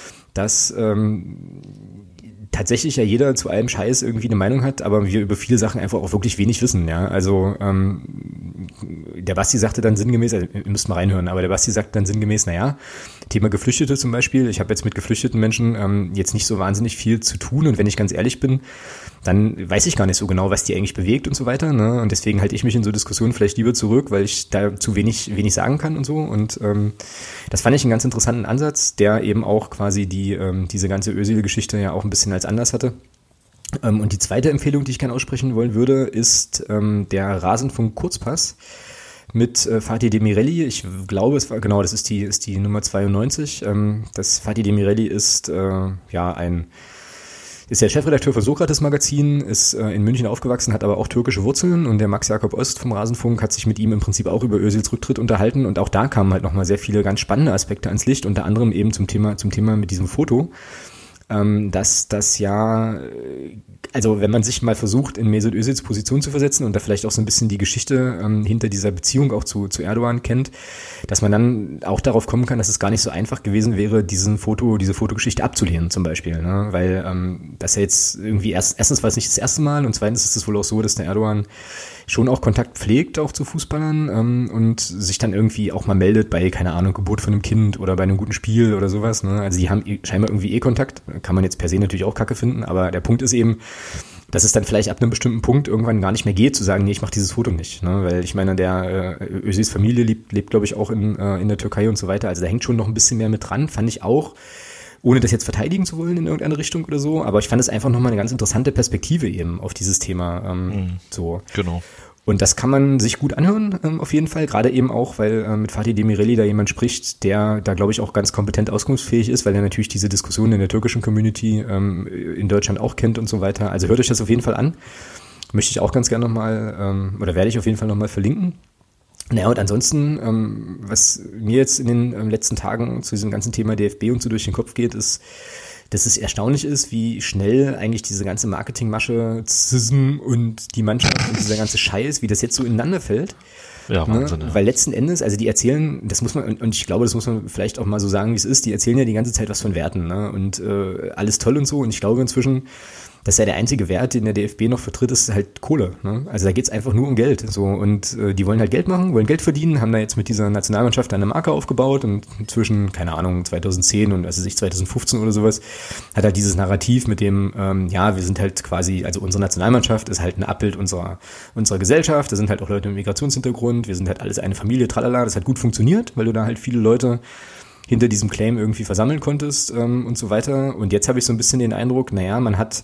dass ähm, tatsächlich ja jeder zu allem Scheiß irgendwie eine Meinung hat, aber wir über viele Sachen einfach auch wirklich wenig wissen, ja. Also ähm, der Basti sagte dann sinngemäß, also, ihr müsst mal reinhören, aber der Basti sagt dann sinngemäß, naja, Thema Geflüchtete zum Beispiel, ich habe jetzt mit geflüchteten Menschen ähm, jetzt nicht so wahnsinnig viel zu tun und wenn ich ganz ehrlich bin, dann weiß ich gar nicht so genau, was die eigentlich bewegt und so weiter, ne? Und deswegen halte ich mich in so Diskussionen vielleicht lieber zurück, weil ich da zu wenig wenig sagen kann und so. Und ähm, das fand ich einen ganz interessanten Ansatz, der eben auch quasi die ähm, diese ganze Özil-Geschichte ja auch ein bisschen als Anlass hatte. Ähm, und die zweite Empfehlung, die ich gerne aussprechen wollen würde, ist ähm, der Rasenfunk Kurzpass mit äh, Fatih Demirelli. Ich glaube, es war genau, das ist die ist die Nummer zweiundneunzig. Ähm, das Fatih Demirelli ist äh, ja ein ist der Chefredakteur für Sokrates Magazin, ist äh, in München aufgewachsen, hat aber auch türkische Wurzeln und der Max Jakob Ost vom Rasenfunk hat sich mit ihm im Prinzip auch über Özils Rücktritt unterhalten und auch da kamen halt nochmal sehr viele ganz spannende Aspekte ans Licht, unter anderem eben zum Thema zum Thema mit diesem Foto, ähm, dass das ja, also wenn man sich mal versucht, in Mesut Özils Position zu versetzen und da vielleicht auch so ein bisschen die Geschichte ähm, hinter dieser Beziehung auch zu, zu Erdogan kennt, dass man dann auch darauf kommen kann, dass es gar nicht so einfach gewesen wäre, diesen Foto, diese Fotogeschichte abzulehnen zum Beispiel, ne? Weil ähm, das ja jetzt irgendwie erst, erstens war es nicht das erste Mal und zweitens ist es wohl auch so, dass der Erdogan schon auch Kontakt pflegt, auch zu Fußballern ähm, und sich dann irgendwie auch mal meldet bei, keine Ahnung, Geburt von einem Kind oder bei einem guten Spiel oder sowas, ne? Also die haben scheinbar irgendwie eh Kontakt, kann man jetzt per se natürlich auch kacke finden, aber der Punkt ist eben, dass es dann vielleicht ab einem bestimmten Punkt irgendwann gar nicht mehr geht, zu sagen, nee, ich mache dieses Foto nicht, ne? Weil ich meine, der äh, Özils Familie lebt, lebt glaube ich, auch in, äh, in der Türkei und so weiter, also da hängt schon noch ein bisschen mehr mit dran, fand ich auch, ohne das jetzt verteidigen zu wollen in irgendeine Richtung oder so, aber ich fand es einfach nochmal eine ganz interessante Perspektive eben auf dieses Thema, ähm, mhm. so.
Genau.
Und das kann man sich gut anhören, ähm, auf jeden Fall, gerade eben auch, weil äh, mit Fatih Demirelli da jemand spricht, der da, glaube ich, auch ganz kompetent auskunftsfähig ist, weil er natürlich diese Diskussion in der türkischen Community ähm, in Deutschland auch kennt und so weiter. Also hört euch das auf jeden Fall an. Möchte ich auch ganz gerne nochmal, ähm, oder werde ich auf jeden Fall nochmal verlinken. Naja, und ansonsten, ähm, was mir jetzt in den ähm, letzten Tagen zu diesem ganzen Thema D F B und so durch den Kopf geht, ist, dass es erstaunlich ist, wie schnell eigentlich diese ganze Marketingmasche Z I S M und die Mannschaft und dieser ganze Scheiß, wie das jetzt so ineinander fällt.
Ja, Wahnsinn,
ne?
ja.
Weil letzten Endes, also die erzählen, das muss man, und ich glaube, das muss man vielleicht auch mal so sagen, wie es ist, die erzählen ja die ganze Zeit was von Werten, ne? Und äh, alles toll und so. Und ich glaube inzwischen, das ist ja der einzige Wert, den der D F B noch vertritt, ist halt Kohle. Ne? Also da geht's einfach nur um Geld. So. Und äh, die wollen halt Geld machen, wollen Geld verdienen, haben da jetzt mit dieser Nationalmannschaft eine Marke aufgebaut und zwischen, keine Ahnung, zweitausendzehn und also sich zweitausendfünfzehn oder sowas, hat halt dieses Narrativ mit dem, ähm, ja, wir sind halt quasi, also unsere Nationalmannschaft ist halt ein Abbild unserer, unserer Gesellschaft, da sind halt auch Leute mit Migrationshintergrund, wir sind halt alles eine Familie, tralala, das hat gut funktioniert, weil du da halt viele Leute hinter diesem Claim irgendwie versammeln konntest ähm, und so weiter. Und jetzt habe ich so ein bisschen den Eindruck, naja, man hat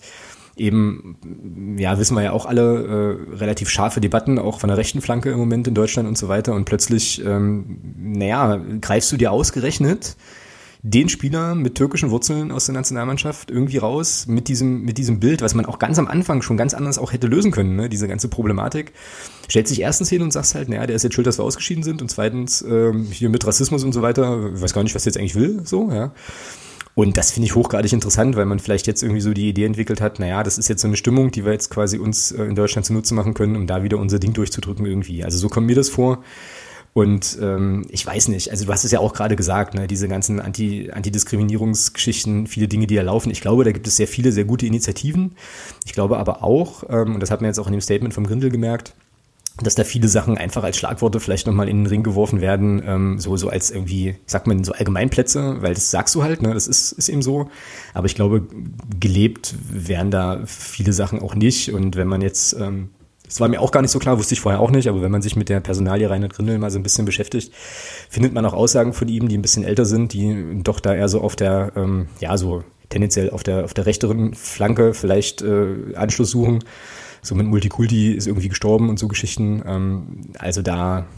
eben, ja, wissen wir ja auch alle, äh, relativ scharfe Debatten, auch von der rechten Flanke im Moment in Deutschland und so weiter. Und plötzlich, ähm, naja, greifst du dir ausgerechnet den Spieler mit türkischen Wurzeln aus der Nationalmannschaft irgendwie raus mit diesem mit diesem Bild, was man auch ganz am Anfang schon ganz anders auch hätte lösen können, ne? Diese ganze Problematik. Stellt sich erstens hin und sagst halt, naja, der ist jetzt schuld, dass wir ausgeschieden sind und zweitens ähm, hier mit Rassismus und so weiter, ich weiß gar nicht, was der jetzt eigentlich will, so, ja. Und das finde ich hochgradig interessant, weil man vielleicht jetzt irgendwie so die Idee entwickelt hat, naja, das ist jetzt so eine Stimmung, die wir jetzt quasi uns äh, in Deutschland zunutze machen können, um da wieder unser Ding durchzudrücken irgendwie. Also so kommt mir das vor. Und ähm, ich weiß nicht, also du hast es ja auch gerade gesagt, ne, diese ganzen Anti, Antidiskriminierungsgeschichten, viele Dinge, die da laufen. Ich glaube, da gibt es sehr viele, sehr gute Initiativen. Ich glaube aber auch, ähm, und das hat man jetzt auch in dem Statement vom Grindel gemerkt, dass da viele Sachen einfach als Schlagworte vielleicht nochmal in den Ring geworfen werden, ähm, so so als irgendwie, sagt man, so Allgemeinplätze, weil das sagst du halt, ne, das ist ist eben so. Aber ich glaube, gelebt werden da viele Sachen auch nicht. Und wenn man jetzt ähm, das war mir auch gar nicht so klar, wusste ich vorher auch nicht, aber wenn man sich mit der Personalie Reinhard Grindel mal so ein bisschen beschäftigt, findet man auch Aussagen von ihm, die ein bisschen älter sind, die doch da eher so auf der, ähm, ja, so tendenziell auf der auf der rechteren Flanke vielleicht äh, Anschluss suchen. So mit Multikulti ist irgendwie gestorben und so Geschichten. Ähm, also da,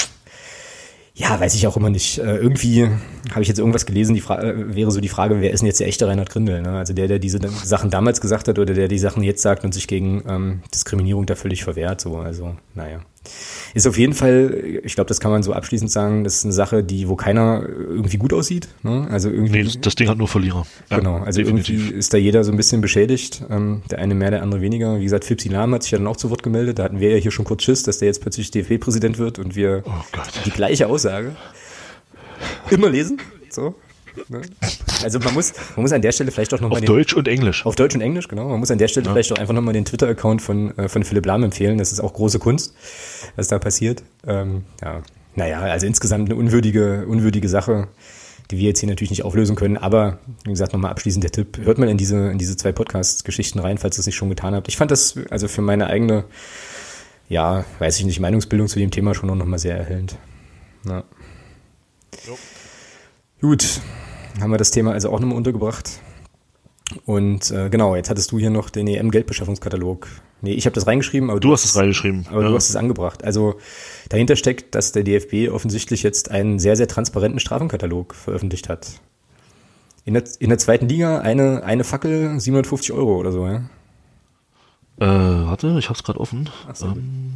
ja, weiß ich auch immer nicht. Äh, irgendwie habe ich jetzt irgendwas gelesen, die Fra- äh, wäre so die Frage, wer ist denn jetzt der echte Reinhard Grindel? Ne? Also der, der diese Sachen damals gesagt hat oder der die Sachen jetzt sagt und sich gegen ähm, Diskriminierung da völlig verwehrt. So, also, naja. Ist auf jeden Fall, ich glaube, das kann man so abschließend sagen, das ist eine Sache, die, wo keiner irgendwie gut aussieht. Ne? Also irgendwie.
Nee, das, das Ding hat nur Verlierer.
Genau,
ja,
also definitiv. Irgendwie ist da jeder so ein bisschen beschädigt. Ähm, der eine mehr, der andere weniger. Wie gesagt, Fipsi Lahm hat sich ja dann auch zu Wort gemeldet. Da hatten wir ja hier schon kurz Schiss, dass der jetzt plötzlich D F B-Präsident wird und wir
oh Gott.
die gleiche Aussage immer lesen. So. Ne? Also man muss, man muss an der Stelle vielleicht auch nochmal
auf Deutsch und Englisch.
Auf Deutsch und Englisch, genau. Man muss an der Stelle ja. vielleicht auch einfach nochmal den Twitter-Account von, äh, von Philipp Lahm empfehlen. Das ist auch große Kunst, was da passiert. Ähm, ja, naja, also insgesamt eine unwürdige, unwürdige Sache, die wir jetzt hier natürlich nicht auflösen können. Aber wie gesagt, nochmal abschließend der Tipp. Hört mal in diese, in diese zwei Podcast-Geschichten rein, falls ihr es nicht schon getan habt. Ich fand das also für meine eigene, ja, weiß ich nicht, Meinungsbildung zu dem Thema schon nochmal sehr erhellend. Ja. Gut. Haben wir das Thema also auch nochmal untergebracht. Und äh, genau, jetzt hattest du hier noch den E M-Geldbeschaffungskatalog. Nee, ich habe das reingeschrieben. Aber
du, du hast es reingeschrieben.
Aber
ja.
du hast es angebracht. Also dahinter steckt, dass der D F B offensichtlich jetzt einen sehr, sehr transparenten Strafenkatalog veröffentlicht hat. In der, in der zweiten Liga eine, eine Fackel, siebenhundertfünfzig Euro oder so, ja?
Äh, warte, ich hab's gerade offen.
Ach so.
Ähm,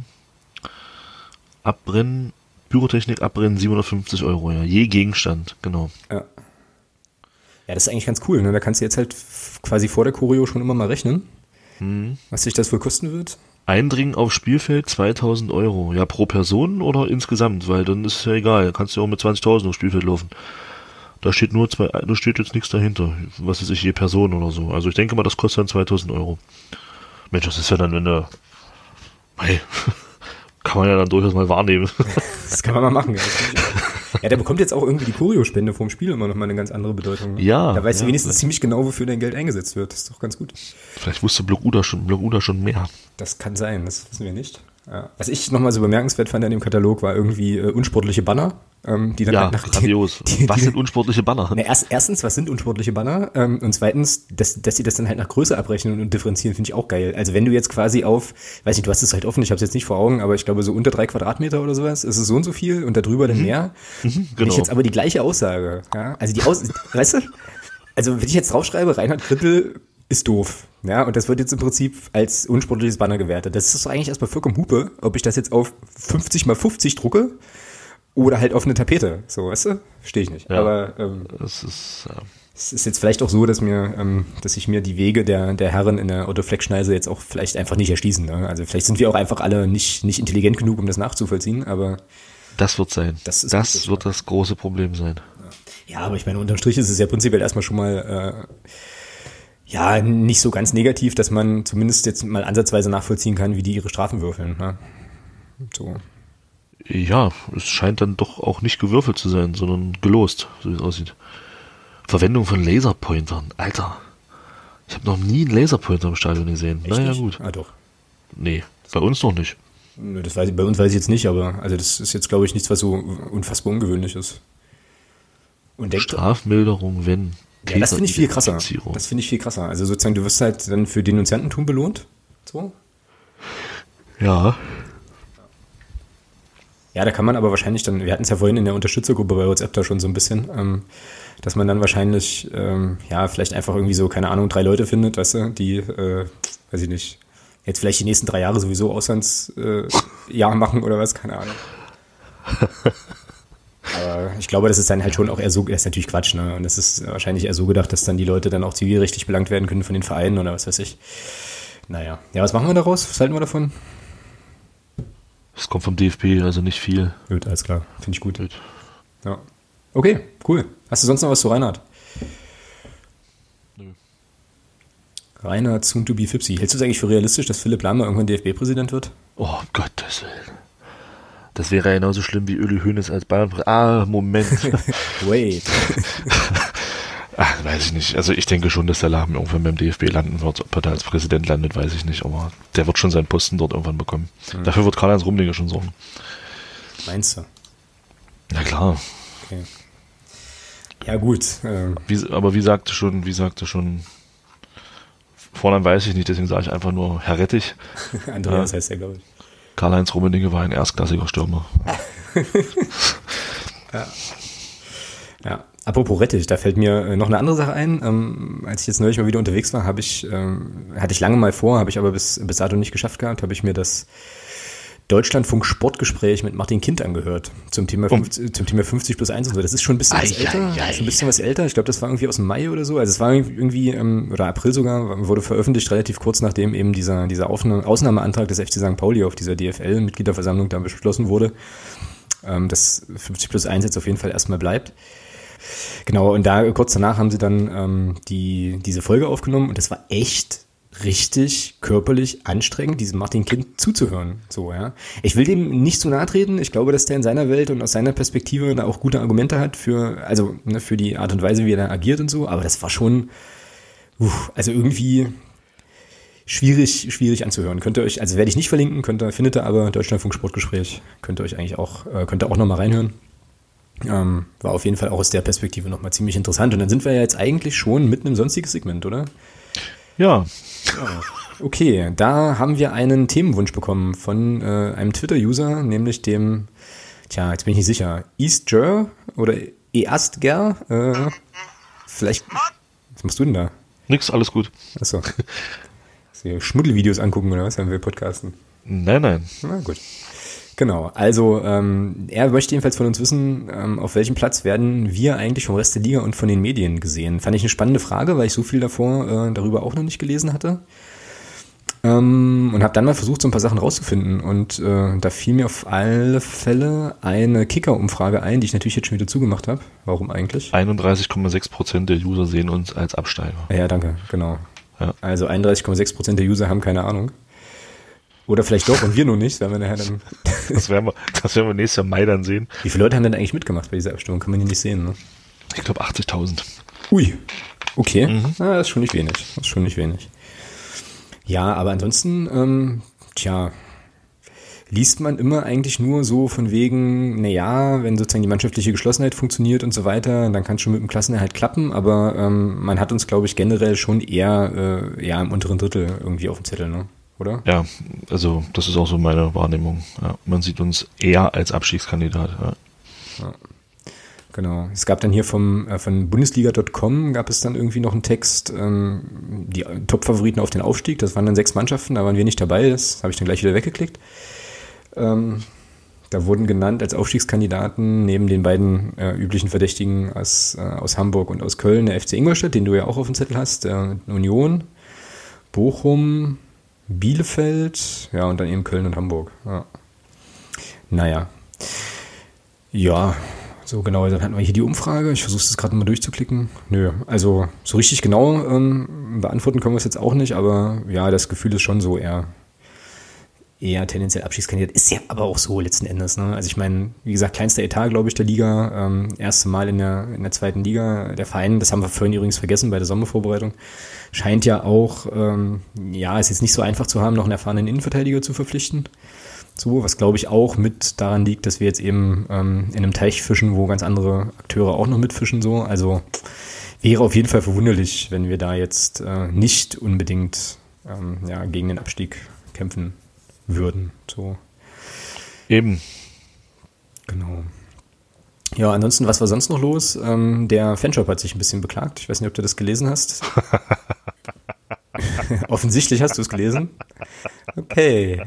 Abbrennen, Pyrotechnik abbrennen, siebenhundertfünfzig Euro, ja. Je Gegenstand, genau.
Ja. Ja, das ist eigentlich ganz cool, ne? Da kannst du jetzt halt f- quasi vor der Choreo schon immer mal rechnen, hm. was sich das wohl kosten wird.
Eindringen aufs Spielfeld zweitausend Euro. Ja, pro Person oder insgesamt? Weil dann ist es ja egal. Da kannst du ja auch mit zwanzigtausend aufs Spielfeld laufen. Da steht nur zwei, da steht jetzt nichts dahinter. Was ist ich, je Person oder so. Also ich denke mal, das kostet dann zweitausend Euro. Mensch, das ist ja dann, wenn der, hey, kann man ja dann durchaus mal wahrnehmen.
Das kann man mal machen, ja. Ja, der bekommt jetzt auch irgendwie die Choreo-Spende vom Spiel immer noch mal eine ganz andere Bedeutung. Ne?
Ja.
Da weißt
ja,
du wenigstens ziemlich genau, wofür dein Geld eingesetzt wird. Das ist doch ganz gut.
Vielleicht wusste Block Uda schon, Block Uda schon mehr.
Das kann sein, das wissen wir nicht. Ja. Was ich nochmal so bemerkenswert fand an dem Katalog, war irgendwie äh, unsportliche Banner. Ähm, die dann
ja,
halt nach
grandios.
Die, die,
was sind unsportliche Banner?
Na, erst, erstens, was sind unsportliche Banner? Ähm, und zweitens, dass, dass sie das dann halt nach Größe abrechnen und differenzieren, finde ich auch geil. Also wenn du jetzt quasi auf, weiß nicht, du hast es halt offen, ich habe es jetzt nicht vor Augen, aber ich glaube so unter drei Quadratmeter oder sowas, ist es so und so viel und darüber dann mehr.
Mhm, genau.
Wenn ich jetzt aber die gleiche Aussage, ja, also die Aus, weißt du, also wenn ich jetzt draufschreibe, Reinhard Grindel ist doof. Ja, und das wird jetzt im Prinzip als unsportliches Banner gewertet. Das ist doch eigentlich erstmal vollkommen Hupe, ob ich das jetzt auf fünfzig mal fünfzig drucke oder halt auf eine Tapete. So, weißt du? Verstehe ich nicht.
Ja,
aber ähm,
das ist, ja.
Es ist jetzt vielleicht auch so, dass mir, ähm, dass sich mir die Wege der, der Herren in der Otto-Fleck-Schneise jetzt auch vielleicht einfach nicht erschließen. Ne? Also vielleicht sind wir auch einfach alle nicht, nicht intelligent genug, um das nachzuvollziehen, aber
das wird sein.
Das, ist
das wird das große Problem sein.
Ja, aber ich meine, unterm Strich ist es ja prinzipiell erstmal schon mal äh, ja, nicht so ganz negativ, dass man zumindest jetzt mal ansatzweise nachvollziehen kann, wie die ihre Strafen würfeln. Ne? So.
Ja, es scheint dann doch auch nicht gewürfelt zu sein, sondern gelost, so wie es aussieht. Verwendung von Laserpointern. Alter, ich habe noch nie einen Laserpointer im Stadion gesehen.
Echt
naja,
nicht?
gut.
Ah, doch.
Nee, bei uns noch nicht.
Das weiß ich, bei uns weiß ich jetzt nicht, aber also das ist jetzt, glaube ich, nichts, was so unfassbar ungewöhnlich ist. Und denkt,
Strafmilderung, wenn...
Ja, das finde ich viel krasser. Das finde ich viel krasser. Also sozusagen, du wirst halt dann für Denunziantentum belohnt. So.
Ja.
Ja, da kann man aber wahrscheinlich dann, wir hatten es ja vorhin in der Unterstützergruppe bei WhatsApp da schon so ein bisschen, ähm, dass man dann wahrscheinlich, ähm, ja, vielleicht einfach irgendwie so, keine Ahnung, drei Leute findet, weißt du, die, äh, weiß ich nicht, jetzt vielleicht die nächsten drei Jahre sowieso Auslandsjahr äh, machen oder was, keine Ahnung. Aber ich glaube, das ist dann halt schon auch eher so, das ist natürlich Quatsch, ne? Und das ist wahrscheinlich eher so gedacht, dass dann die Leute dann auch zivilrechtlich belangt werden können von den Vereinen oder was weiß ich. Naja. Ja, was machen wir daraus? Was halten wir davon?
Es kommt vom D F B, also nicht viel.
Gut, alles klar. Finde ich gut.
Gut.
Ja. Okay, cool. Hast du sonst noch was zu Reinhard?
Nö.
Reinhard soon to be Fipsi. Hältst du es eigentlich für realistisch, dass Philipp Lahm irgendwann D F B-Präsident wird?
Oh, um Gottes Willen. Das wäre genauso schlimm wie Uli Hoeneß als Bayern. Ah, Moment.
Wait.
Ach, weiß ich nicht. Also ich denke schon, dass der Lahm irgendwann beim D F B landen wird. Ob er da als Präsident landet, weiß ich nicht. Aber der wird schon seinen Posten dort irgendwann bekommen. Hm. Dafür wird Karl-Heinz Rummenigge schon sorgen.
Meinst du?
Na klar.
Okay. Ja gut. Ähm.
Wie, aber wie sagte schon, wie sagte schon, Vornamen weiß ich nicht, deswegen sage ich einfach nur Herr Rettich.
Andreas ja. heißt er, glaube ich.
Karl-Heinz Rummenigge war ein erstklassiger Stürmer.
Ja. Ja. Apropos Rettich, da fällt mir noch eine andere Sache ein. Ähm, als ich jetzt neulich mal wieder unterwegs war, habe ich, ähm, hatte ich lange mal vor, habe ich aber bis, bis dato nicht geschafft gehabt, habe ich mir das Deutschlandfunk Sportgespräch mit Martin Kind angehört zum Thema fünfzig, zum Thema fünfzig plus eins und so. Das ist schon ein bisschen was älter. Das ist ein bisschen was älter. Ich glaube, das war irgendwie aus dem Mai oder so. Also es war irgendwie, ähm, oder April sogar, wurde veröffentlicht, relativ kurz nachdem eben dieser, dieser Ausnahmeantrag des F C Sankt Pauli auf dieser D F L-Mitgliederversammlung da beschlossen wurde, ähm, dass fünfzig plus eins jetzt auf jeden Fall erstmal bleibt. Genau, und da kurz danach haben sie dann ähm, die diese Folge aufgenommen und das war echt richtig körperlich anstrengend, diesem Martin Kind zuzuhören. So, ja. Ich will dem nicht zu nahe treten. Ich glaube, dass der in seiner Welt und aus seiner Perspektive da auch gute Argumente hat für, also ne, für die Art und Weise, wie er da agiert und so. Aber das war schon, uff, also irgendwie schwierig, schwierig anzuhören. Könnt ihr euch, also werde ich nicht verlinken, könnt ihr, findet ihr aber Deutschlandfunk Sportgespräch. Könnt ihr euch eigentlich auch, äh, könnt ihr auch nochmal reinhören. Ähm, war auf jeden Fall auch aus der Perspektive nochmal ziemlich interessant. Und dann sind wir ja jetzt eigentlich schon mitten im sonstigen Segment, oder?
Ja.
Okay, da haben wir einen Themenwunsch bekommen von äh, einem Twitter-User, nämlich dem, tja, jetzt bin ich nicht sicher, Eastger oder Eastger, äh, vielleicht, was machst du denn da?
Nix, alles gut.
Achso. Schmuddelvideos angucken oder was, wenn wir podcasten?
Nein, nein.
Na gut. Genau, also ähm, er möchte jedenfalls von uns wissen, ähm, auf welchem Platz werden wir eigentlich vom Rest der Liga und von den Medien gesehen. Fand ich eine spannende Frage, weil ich so viel davor äh, darüber auch noch nicht gelesen hatte. Ähm, und habe dann mal versucht, so ein paar Sachen rauszufinden. Und äh, da fiel mir auf alle Fälle eine Kicker-Umfrage ein, die ich natürlich jetzt schon wieder zugemacht habe. Warum eigentlich?
einunddreißig Komma sechs Prozent der User sehen uns als Absteiger.
Ja, danke, genau.
Ja.
Also einunddreißig Komma sechs Prozent der User haben keine Ahnung. Oder vielleicht doch und wir nur nicht, weil wir nachher dann.
Das werden wir, das werden wir nächstes Jahr Mai dann sehen.
Wie viele Leute haben denn eigentlich mitgemacht bei dieser Abstimmung? Kann man die nicht sehen, ne?
Ich glaube achtzigtausend.
Ui. Okay.
Mhm.
Ah, das ist schon nicht wenig. Das ist schon nicht wenig. Ja, aber ansonsten, ähm, tja, liest man immer eigentlich nur so von wegen, naja, wenn sozusagen die mannschaftliche Geschlossenheit funktioniert und so weiter, dann kann es schon mit dem Klassenerhalt klappen, aber ähm, man hat uns, glaube ich, generell schon eher äh, ja, im unteren Drittel irgendwie auf dem Zettel, ne? Oder?
Ja, also das ist auch so meine Wahrnehmung. Ja, man sieht uns eher als Abstiegskandidat. Ja.
Ja, genau. Es gab dann hier vom äh, von Bundesliga Punkt com gab es dann irgendwie noch einen Text, ähm, die Top-Favoriten auf den Aufstieg. Das waren dann sechs Mannschaften, da waren wir nicht dabei. Das habe ich dann gleich wieder weggeklickt. Ähm, da wurden genannt als Aufstiegskandidaten neben den beiden äh, üblichen Verdächtigen aus, äh, aus Hamburg und aus Köln der F C Ingolstadt, den du ja auch auf dem Zettel hast, äh, Union, Bochum, Bielefeld, ja, und dann eben Köln und Hamburg. Ja. Naja. Ja, So, genau, dann hatten wir hier die Umfrage. Ich versuche es gerade mal durchzuklicken. Nö, also so richtig genau ähm, beantworten können wir es jetzt auch nicht, aber ja, das Gefühl ist schon so eher, eher tendenziell Abstiegskandidat. Ist ja aber auch so letzten Endes. Ne? Also ich meine, wie gesagt, kleinster Etat, glaube ich, der Liga. Ähm, erste Mal in der, in der zweiten Liga. Der Verein, das haben wir vorhin übrigens vergessen bei der Sommervorbereitung, scheint ja auch, ähm, ja, es jetzt nicht so einfach zu haben, noch einen erfahrenen Innenverteidiger zu verpflichten. So, was glaube ich auch mit daran liegt, dass wir jetzt eben ähm, in einem Teich fischen, wo ganz andere Akteure auch noch mitfischen. So. Also wäre auf jeden Fall verwunderlich, wenn wir da jetzt äh, nicht unbedingt ähm, ja, gegen den Abstieg kämpfen würden. So.
Eben.
Genau. Ja, ansonsten, was war sonst noch los? Ähm, der Fanshop hat sich ein bisschen beklagt. Ich weiß nicht, ob du das gelesen hast. Offensichtlich hast du es gelesen. Okay.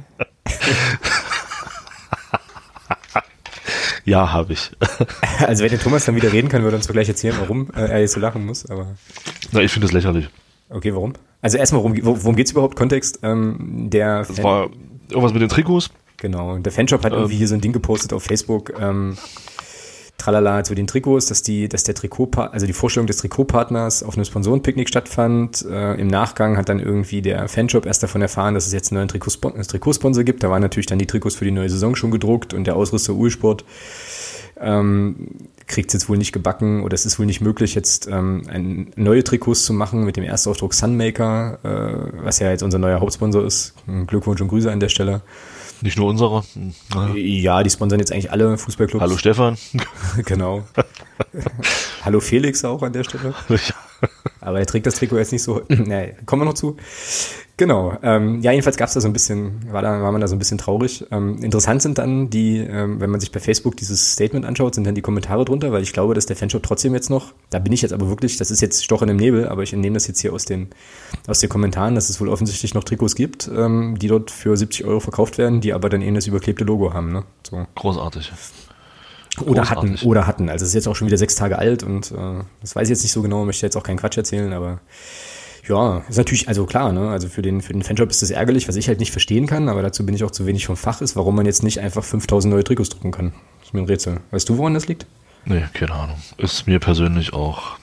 Ja, habe ich.
Also wenn der Thomas dann wieder reden kann, würde er uns gleich erzählen, warum äh, er jetzt so lachen muss. Aber
Na, ich finde das lächerlich.
Okay, warum? Also erstmal, worum, worum geht es überhaupt? Kontext? Ähm, der
Das Fan- war irgendwas mit den Trikots.
Genau, der Fanshop hat ähm. irgendwie hier so ein Ding gepostet auf Facebook, ähm, tralala, zu den Trikots, dass die, dass der Trikotpa- also die Vorstellung des Trikotpartners auf einem Sponsorenpicknick stattfand. Äh, Im Nachgang hat dann irgendwie der Fanshop erst davon erfahren, dass es jetzt einen neuen Trikotspon- Trikotsponsor gibt. Da waren natürlich dann die Trikots für die neue Saison schon gedruckt und der Ausrüster Uhlsport ähm, kriegt es jetzt wohl nicht gebacken oder es ist wohl nicht möglich, jetzt ähm, ein, neue Trikots zu machen mit dem Erstaufdruck Sunmaker, äh, was ja jetzt unser neuer Hauptsponsor ist. Glückwunsch und Grüße an der Stelle.
Nicht nur unsere.
Ja, die sponsern jetzt eigentlich alle Fußballclubs.
Hallo Stefan.
Genau. Hallo Felix auch an der Stelle. Aber der trägt das Trikot jetzt nicht so. Nee, kommen wir noch zu. Genau. Ähm, ja, jedenfalls gab es da so ein bisschen, war da, war man da so ein bisschen traurig. Ähm, interessant sind dann die, ähm, wenn man sich bei Facebook dieses Statement anschaut, sind dann die Kommentare drunter, weil ich glaube, dass der Fanshop trotzdem jetzt noch, da bin ich jetzt aber wirklich, das ist jetzt Stochen im Nebel, aber ich entnehme das jetzt hier aus den, aus den Kommentaren, dass es wohl offensichtlich noch Trikots gibt, ähm, die dort für siebzig Euro verkauft werden, die aber dann eben das überklebte Logo haben. Ne? So.
Großartig.
Oder Großartig. hatten, oder hatten. Also es ist jetzt auch schon wieder sechs Tage alt und äh, das weiß ich jetzt nicht so genau, möchte jetzt auch keinen Quatsch erzählen, aber ja, ist natürlich, also klar, ne, also für den, für den Fanshop ist das ärgerlich, was ich halt nicht verstehen kann, aber dazu bin ich auch zu wenig vom Fach ist, warum man jetzt nicht einfach fünftausend neue Trikots drucken kann. Das ist mir ein Rätsel. Weißt du, woran das liegt?
Nee, keine Ahnung. Ist mir persönlich auch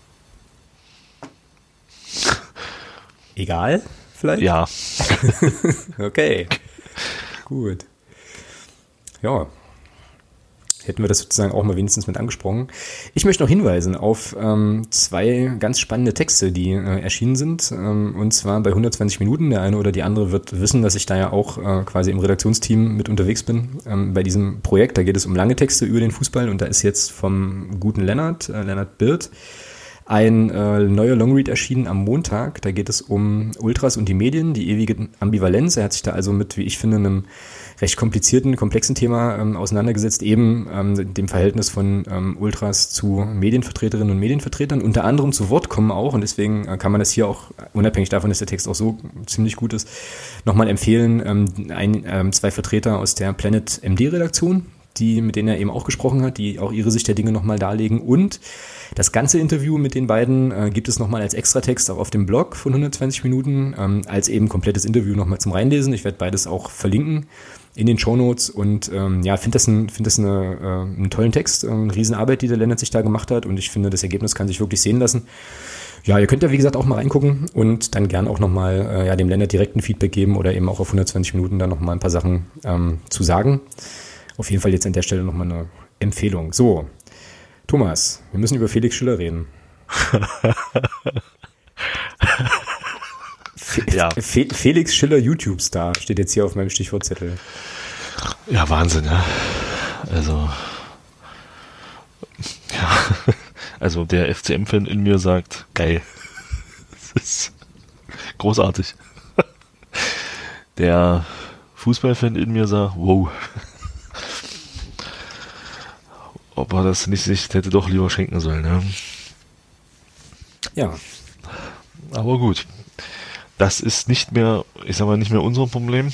egal, vielleicht?
Ja.
Okay. Gut. Ja. Hätten wir das sozusagen auch mal wenigstens mit angesprochen. Ich möchte noch hinweisen auf ähm, zwei ganz spannende Texte, die äh, erschienen sind. Ähm, und zwar bei hundertzwanzig Minuten. Der eine oder die andere wird wissen, dass ich da ja auch äh, quasi im Redaktionsteam mit unterwegs bin. Ähm, bei diesem Projekt, da geht es um lange Texte über den Fußball. Und da ist jetzt vom guten Lennart, äh, Lennart Birth, ein äh, neuer Longread erschienen am Montag. Da geht es um Ultras und die Medien, die ewige Ambivalenz. Er hat sich da also mit, wie ich finde, einem recht komplizierten, komplexen Thema ähm, auseinandergesetzt, eben ähm, dem Verhältnis von ähm, Ultras zu Medienvertreterinnen und Medienvertretern, unter anderem zu Wort kommen auch, und deswegen äh, kann man das hier auch, unabhängig davon, dass der Text auch so ziemlich gut ist, nochmal empfehlen, ähm, ein, ähm, zwei Vertreter aus der Planet M D-Redaktion, die, mit denen er eben auch gesprochen hat, die auch ihre Sicht der Dinge nochmal darlegen, und das ganze Interview mit den beiden äh, gibt es nochmal als Extratext auch auf dem Blog von hundertzwanzig Minuten, ähm, als eben komplettes Interview nochmal zum Reinlesen. Ich werde beides auch verlinken in den Shownotes und ähm, ja, finde das, ein, find das eine, äh, einen tollen Text, äh, eine Riesenarbeit, die der Lennart sich da gemacht hat, und ich finde, das Ergebnis kann sich wirklich sehen lassen. Ja, ihr könnt ja, wie gesagt, auch mal reingucken und dann gern auch nochmal äh, ja, dem Lennart direkt ein Feedback geben oder eben auch auf hundertzwanzig Minuten dann nochmal ein paar Sachen ähm, zu sagen. Auf jeden Fall jetzt an der Stelle nochmal eine Empfehlung. So, Thomas, wir müssen über Felix Schiller reden. Fe- ja. Fe- Felix Schiller YouTube-Star steht jetzt hier auf meinem Stichwortzettel.
Ja, Wahnsinn, ja. Also, ja, also der F C M-Fan in mir sagt, geil. Das ist großartig. Der Fußballfan in mir sagt, wow. Ob er das nicht sich hätte doch lieber schenken sollen, ne?
Ja.
Aber gut. Das ist nicht mehr, ich sag mal, nicht mehr unser Problem.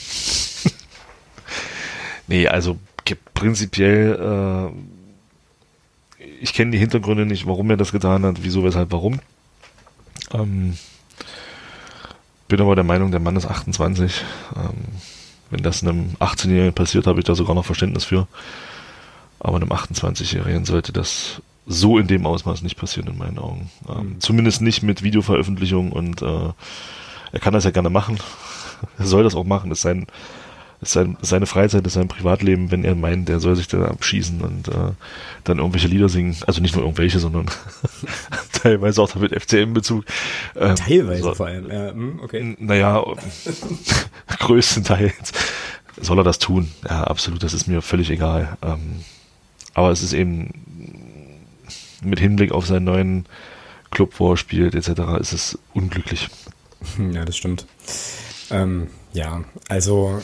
Nee, also prinzipiell, äh, ich kenne die Hintergründe nicht, warum er das getan hat, wieso, weshalb, warum. Ähm, bin aber der Meinung, der Mann ist achtundzwanzig. Ähm, wenn das einem achtzehnjährigen passiert, habe ich da sogar noch Verständnis für. Aber einem achtundzwanzigjährigen sollte das so in dem Ausmaß nicht passieren in meinen Augen. Ähm, mhm. Zumindest nicht mit Videoveröffentlichung und äh, er kann das ja gerne machen. Er soll das auch machen. Das ist, sein, ist sein, seine Freizeit, das ist sein Privatleben, wenn er meint, der soll sich da abschießen und äh, dann irgendwelche Lieder singen. Also nicht nur irgendwelche, sondern teilweise auch mit F C M-Bezug.
Ähm, teilweise so, vor allem, ja, okay.
Naja, größtenteils soll er das tun. Ja, absolut, das ist mir völlig egal. Ähm, aber es ist eben mit Hinblick auf seinen neuen Club, wo er spielt, et cetera, ist es unglücklich.
Ja, das stimmt. Ähm, ja, also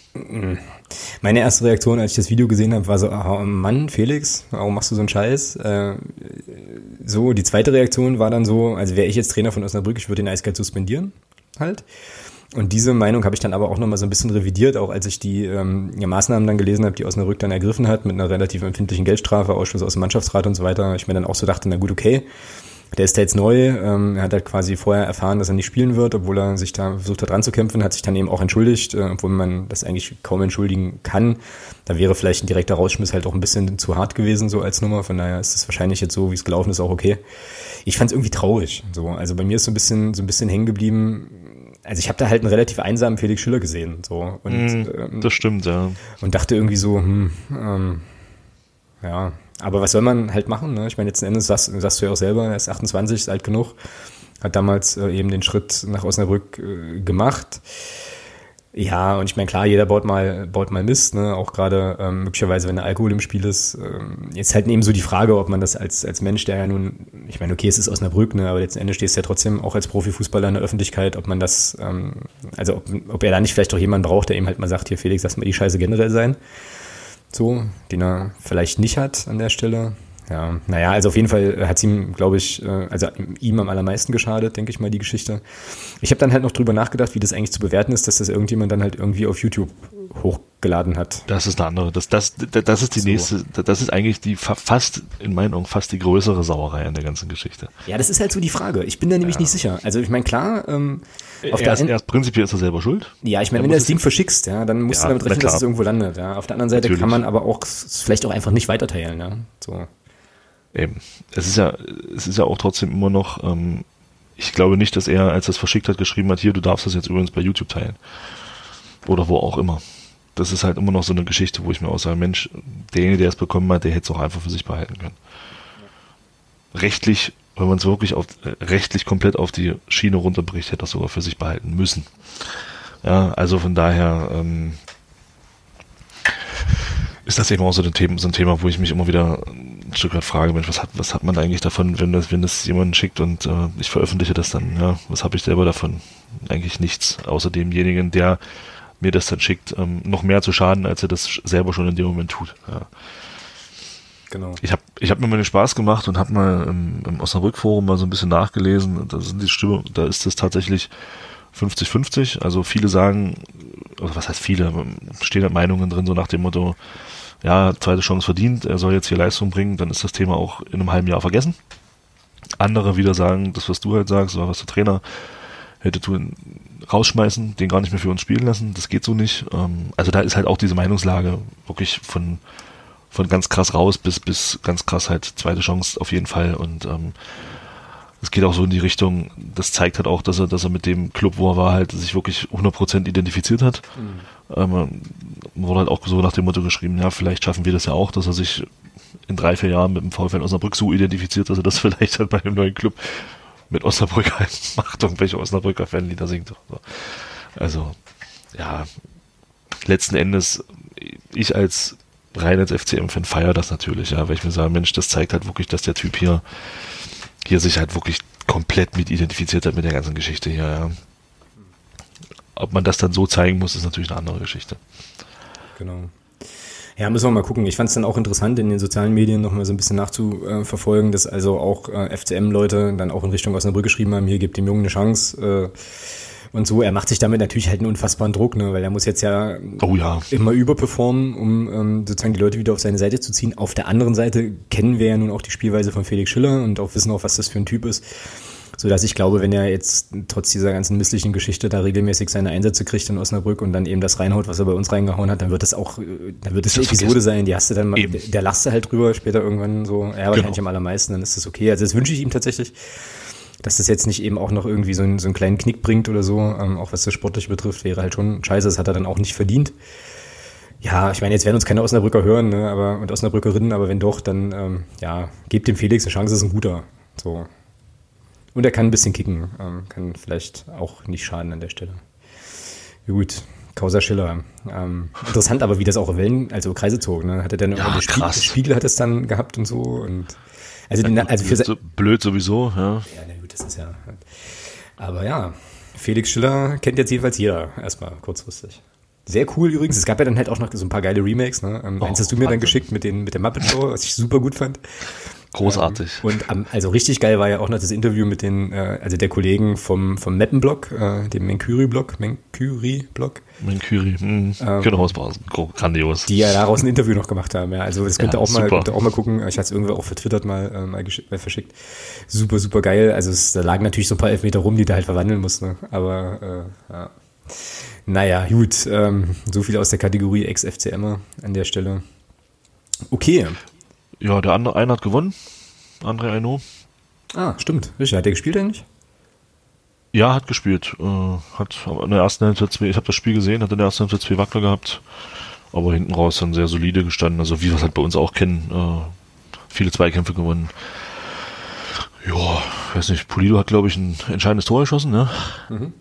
meine erste Reaktion, als ich das Video gesehen habe, war so, oh Mann, Felix, warum machst du so einen Scheiß? Äh, so, die zweite Reaktion war dann so, also wäre ich jetzt Trainer von Osnabrück, ich würde den eiskalt suspendieren, halt. Und diese Meinung habe ich dann aber auch nochmal so ein bisschen revidiert, auch als ich die ähm, ja, Maßnahmen dann gelesen habe, die Osnabrück dann ergriffen hat, mit einer relativ empfindlichen Geldstrafe, Ausschluss aus dem Mannschaftsrat und so weiter. Ich mir dann auch so dachte, na gut, okay, der ist da jetzt neu, ähm, er hat halt quasi vorher erfahren, dass er nicht spielen wird, obwohl er sich da versucht hat ranzukämpfen, hat sich dann eben auch entschuldigt, äh, obwohl man das eigentlich kaum entschuldigen kann. Da wäre vielleicht ein direkter Rausschmiss halt auch ein bisschen zu hart gewesen, so als Nummer, von daher ist es wahrscheinlich jetzt so, wie es gelaufen ist, auch okay. Ich fand es irgendwie traurig, so, also bei mir ist so ein bisschen, so ein bisschen hängen geblieben. Also ich habe da halt einen relativ einsamen Felix Schiller gesehen, so, und
mm, ähm, das stimmt, ja, und
dachte irgendwie so, hm, ähm, ja, aber was soll man halt machen, ne? Ich meine, letzten Endes sagst, sagst du ja auch selber, er ist achtundzwanzig, ist alt genug, hat damals äh, eben den Schritt nach Osnabrück äh, gemacht. Ja, und ich meine, klar, jeder baut mal baut mal Mist, ne? Auch gerade ähm, möglicherweise, wenn der Alkohol im Spiel ist. Ähm, jetzt halt eben so die Frage, ob man das als als Mensch, der ja nun, ich meine, okay, es ist Osnabrück, ne? Aber letzten Endes stehst du ja trotzdem auch als Profifußballer in der Öffentlichkeit, ob man das, ähm, also ob, ob er da nicht vielleicht auch jemanden braucht, der ihm halt mal sagt, hier Felix, lass mal die Scheiße generell sein. So, den er vielleicht nicht hat an der Stelle. Ja, naja, also auf jeden Fall hat es ihm, glaube ich, also ihm am allermeisten geschadet, denke ich mal, die Geschichte. Ich habe dann halt noch drüber nachgedacht, wie das eigentlich zu bewerten ist, dass das irgendjemand dann halt irgendwie auf YouTube hochgeladen hat.
Das ist eine andere, das, das, das ist die so. nächste, das ist eigentlich die fast, in meinen Augen, fast die größere Sauerei an der ganzen Geschichte.
Ja, das ist halt so die Frage. Ich bin da nämlich ja. nicht sicher. Also ich meine, klar, ähm,
auf der einen, erst prinzipiell ist er selber schuld.
Ja, ich meine, wenn du das Ding verschickst, ja, dann musst ja, du damit rechnen, dass es irgendwo landet. Ja. Auf der anderen Seite Natürlich. kann man aber auch vielleicht auch einfach nicht weiterteilen. Ja. So.
Eben. Es ist ja, es ist ja auch trotzdem immer noch, ähm, ich glaube nicht, dass er, als er es verschickt hat, geschrieben hat, hier, du darfst das jetzt übrigens bei YouTube teilen. Oder wo auch immer. Das ist halt immer noch so eine Geschichte, wo ich mir auch sage, Mensch, derjenige, der es bekommen hat, der hätte es auch einfach für sich behalten können. Rechtlich, wenn man es wirklich auf, äh, rechtlich komplett auf die Schiene runterbricht, hätte das sogar für sich behalten müssen. Ja, also von daher, ähm, ist das eben auch so ein Thema, so ein Thema, wo ich mich immer wieder ein Stück weit frage, Mensch, was hat, was hat man eigentlich davon, wenn das, wenn das jemanden schickt und äh, ich veröffentliche das dann, ja, was habe ich selber davon? Eigentlich nichts, außer demjenigen, der mir das dann schickt, ähm, noch mehr zu schaden, als er das selber schon in dem Moment tut. Ja. Genau. Ich habe ich hab mir mal den Spaß gemacht und habe mal im, im Osnabrück-Forum mal so ein bisschen nachgelesen, da sind die Stimme, da ist es tatsächlich fünfzig fünfzig, also viele sagen, oder was heißt viele, stehen halt Meinungen drin, so nach dem Motto, ja, zweite Chance verdient, er soll jetzt hier Leistung bringen, dann ist das Thema auch in einem halben Jahr vergessen. Andere wieder sagen, das, was du halt sagst, oder was der Trainer hätte tun, rausschmeißen, den gar nicht mehr für uns spielen lassen, das geht so nicht. Also da ist halt auch diese Meinungslage wirklich von von ganz krass raus bis bis ganz krass halt zweite Chance auf jeden Fall und ähm, es geht auch so in die Richtung, das zeigt halt auch, dass er, dass er mit dem Club, wo er war, halt sich wirklich hundert Prozent identifiziert hat. Mhm. Ähm, wurde halt auch so nach dem Motto geschrieben, ja, vielleicht schaffen wir das ja auch, dass er sich in drei, vier Jahren mit dem VfL Osnabrück so identifiziert, dass er das vielleicht halt bei dem neuen Club mit Osnabrück halt macht und welche Osnabrücker Fanlieder singt. Also, ja, letzten Endes, ich als rein als F C M-Fan feiere das natürlich, ja, weil ich mir sage, Mensch, das zeigt halt wirklich, dass der Typ hier hier sich halt wirklich komplett mit identifiziert hat mit der ganzen Geschichte hier, ja. Ob man das dann so zeigen muss, ist natürlich eine andere Geschichte.
Genau. Ja, müssen wir mal gucken. Ich fand es dann auch interessant, in den sozialen Medien noch mal so ein bisschen nachzuverfolgen, dass also auch äh, F C M-Leute dann auch in Richtung Osnabrück geschrieben haben, hier gibt dem Jungen eine Chance, äh, und so. Er macht sich damit natürlich halt einen unfassbaren Druck, ne, weil er muss jetzt ja,
oh ja.
immer überperformen, um ähm, sozusagen die Leute wieder auf seine Seite zu ziehen. Auf der anderen Seite kennen wir ja nun auch die Spielweise von Felix Schiller und auch wissen auch, was das für ein Typ ist. sodass ich glaube, wenn er jetzt trotz dieser ganzen misslichen Geschichte da regelmäßig seine Einsätze kriegt in Osnabrück und dann eben das reinhaut, was er bei uns reingehauen hat, dann wird das auch, dann wird das eine Episode sein, die hast du dann mal, eben. Der lachst du halt drüber später irgendwann so, ja, wahrscheinlich genau. am allermeisten, dann ist das okay. Also das wünsche ich ihm tatsächlich, dass das jetzt nicht eben auch noch irgendwie so einen, so einen kleinen Knick bringt oder so, ähm, auch was das Sportliche betrifft, wäre halt schon scheiße, das hat er dann auch nicht verdient. Ja, ich meine, jetzt werden uns keine Osnabrücker hören, ne, aber, und Osnabrückerinnen, aber wenn doch, dann, ähm, ja, gebt dem Felix eine Chance, ist ein guter, so. Und er kann ein bisschen kicken, ähm, kann vielleicht auch nicht schaden an der Stelle. Gut, Causa Schiller. Ähm, interessant aber, wie das auch Wellen, also Kreise zog, ne, hat er dann
ja,
der Spiegel, Spiegel hat es dann gehabt und so und, also,
ja,
die,
gut,
also für
so blöd sowieso, ja.
Ja, na gut, das ist ja, aber ja, Felix Schiller kennt jetzt jedenfalls jeder, erstmal kurzfristig. Sehr cool übrigens. Es gab ja dann halt auch noch so ein paar geile Remakes. Ne? Ähm, oh, eins hast du mir Wahnsinn. dann geschickt mit, den, mit der Muppet Show, was ich super gut fand.
Großartig.
Ähm, und ähm, also richtig geil war ja auch noch das Interview mit den, äh, also der Kollegen vom, vom Mappenblog, äh, dem Menkuri-Blog, Menkuri-Blog.
Menkuri, hm. ähm, genau, das war grandios.
Die ja daraus ein Interview noch gemacht haben. Ja. Also das könnt ihr
ja,
auch, mal, könnt ihr auch mal gucken. Ich hatte es irgendwo auch vertwittert mal, äh, mal, mal verschickt. Super, super geil. Also es, da lagen natürlich so ein paar Elfmeter rum, die da halt verwandeln mussten. Ne? Aber äh, ja. Naja, gut, ähm, so viel aus der Kategorie Ex-F C Emmer an der Stelle. Okay.
Ja, der andere eine hat gewonnen, André Aino.
Ah, stimmt. Richtig, hat der gespielt eigentlich?
Ja, hat gespielt. Äh, hat in der ersten Hälfte zwei, ich habe das Spiel gesehen, hat in der ersten Hälfte zwei Wackler gehabt, aber hinten raus dann sehr solide gestanden, also wie wir es halt bei uns auch kennen, äh, viele Zweikämpfe gewonnen. Ja, weiß nicht, Pulido hat, glaube ich, ein entscheidendes Tor geschossen, ne? Mhm.